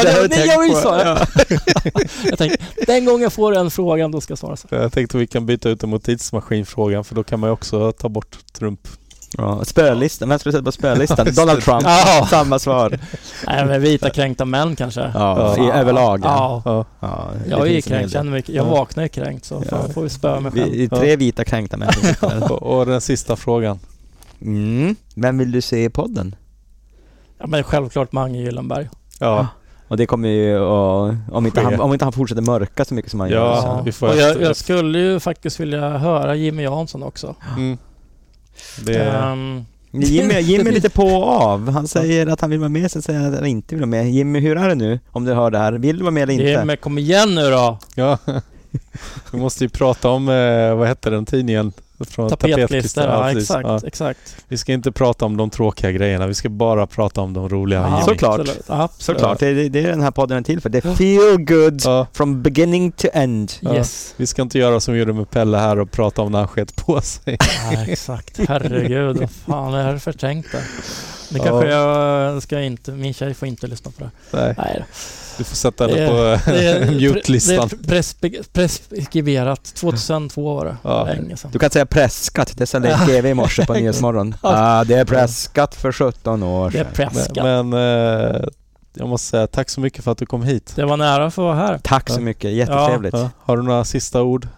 Jag tänkte, den gången jag får den frågan, då ska jag svara så. Jag tänkte vi kan byta ut den mot tidsmaskinfrågan, för då kan man ju också ta bort Trump. Ja, spölistan. Vem skulle sätta på spölistan? Donald Trump. Samma svar. Nej, men vita kränkta män kanske. Ja, överlag. Ja. Jag är kränkt, känner mycket. Jag vaknar ju kränkt, så får vi spöa mig själv. 3 vita kränkta män. Och den sista frågan. Vem vill du se i podden? Ja, men självklart Mange Gyllenberg. Ja. Och det kommer ju om inte han fortsätter mörka så mycket som han gör. Ja, vi får jag skulle ju faktiskt vilja höra Jimmy Jansson också. Jimmy är lite på och av. Han säger att han vill vara med, sen säger han att han inte vill vara med. Jimmy, hur är det nu? Om du hör det här, vill du vara med eller inte? Jimmy, kom igen nu då! Ja, vi måste ju prata om, vad heter den tidningen? Från Tapetklister, ja, exakt. Vi ska inte prata om de tråkiga grejerna, vi ska bara prata om de roliga. Såklart. Det är den här podden till för. Det feel good from beginning to end. Yes. Vi ska inte göra som vi gjorde med Pelle här och prata om när han skett på sig. Ja, exakt. Herregud, vad fan är det förtänkt där? Det kanske jag ska inte, min tjej får inte lyssna på det. Nej. Du får sätta det på mute-listan. Det är preskriberat. 2002 var det. Ja. Länge sedan. Du kan säga pressskatt. Det sa Leif GW i morse på Nyhetsmorgon. Det är pressskatt för 17 år sedan. Det är pressskatt. Men jag måste säga tack så mycket för att du kom hit. Det var nära för att vara här. Tack så mycket. Jättetrevligt. Ja. Har du några sista ord?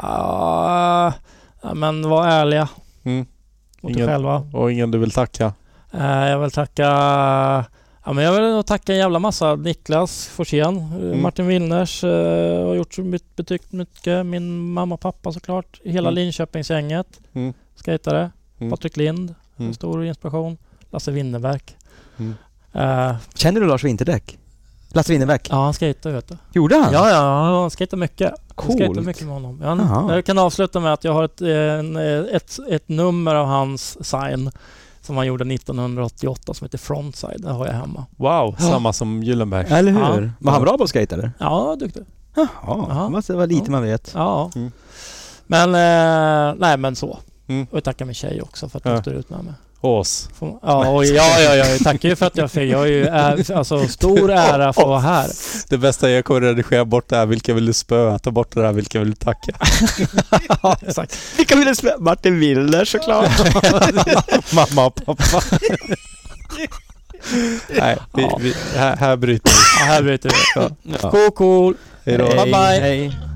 Men var ärliga. Mot dig själva. Och ingen du vill tacka? Jag vill tacka... Ja, men jag vill nog tacka en jävla massa. Niklas Forsén, Martin Willners har gjort betykt mycket. Min mamma och pappa såklart. Hela Linköpingsgänget. Skejtare. Patrik Lind. En stor inspiration. Lasse Winnerbäck. Känner du Lars Winterdäck? Lasse Winnerbäck? Ja, han skejtar, vet du. Gjorde han? Ja, han skejtar mycket. Coolt. Jag skejtar mycket med honom. Jag kan avsluta med att jag har ett nummer av hans sign som han gjorde 1988 som heter Frontside. Det har jag hemma. Wow, samma som Gyllenberg. Eller hur? Var han bra på skate eller? Ja, duktig. Jaha, måste vara lite man vet. Ja. Men, nej men så. Och jag tackar min tjej också för att hon står ut med mig. Oss. Ja, jag tackar ju för att jag fick. Jag är ju alltså stor ära för att vara här. Det bästa jag kommer redigera bort är vilka vill du spöa, ta bort det där, vilka vill du tacka. Ja, exakt. Vilka vill du spöa? Martin Willner såklart. Mamma och pappa. Nej, här bryter vi. Ja, här bryter vi. Cool. Hej då. Bye bye. Hej.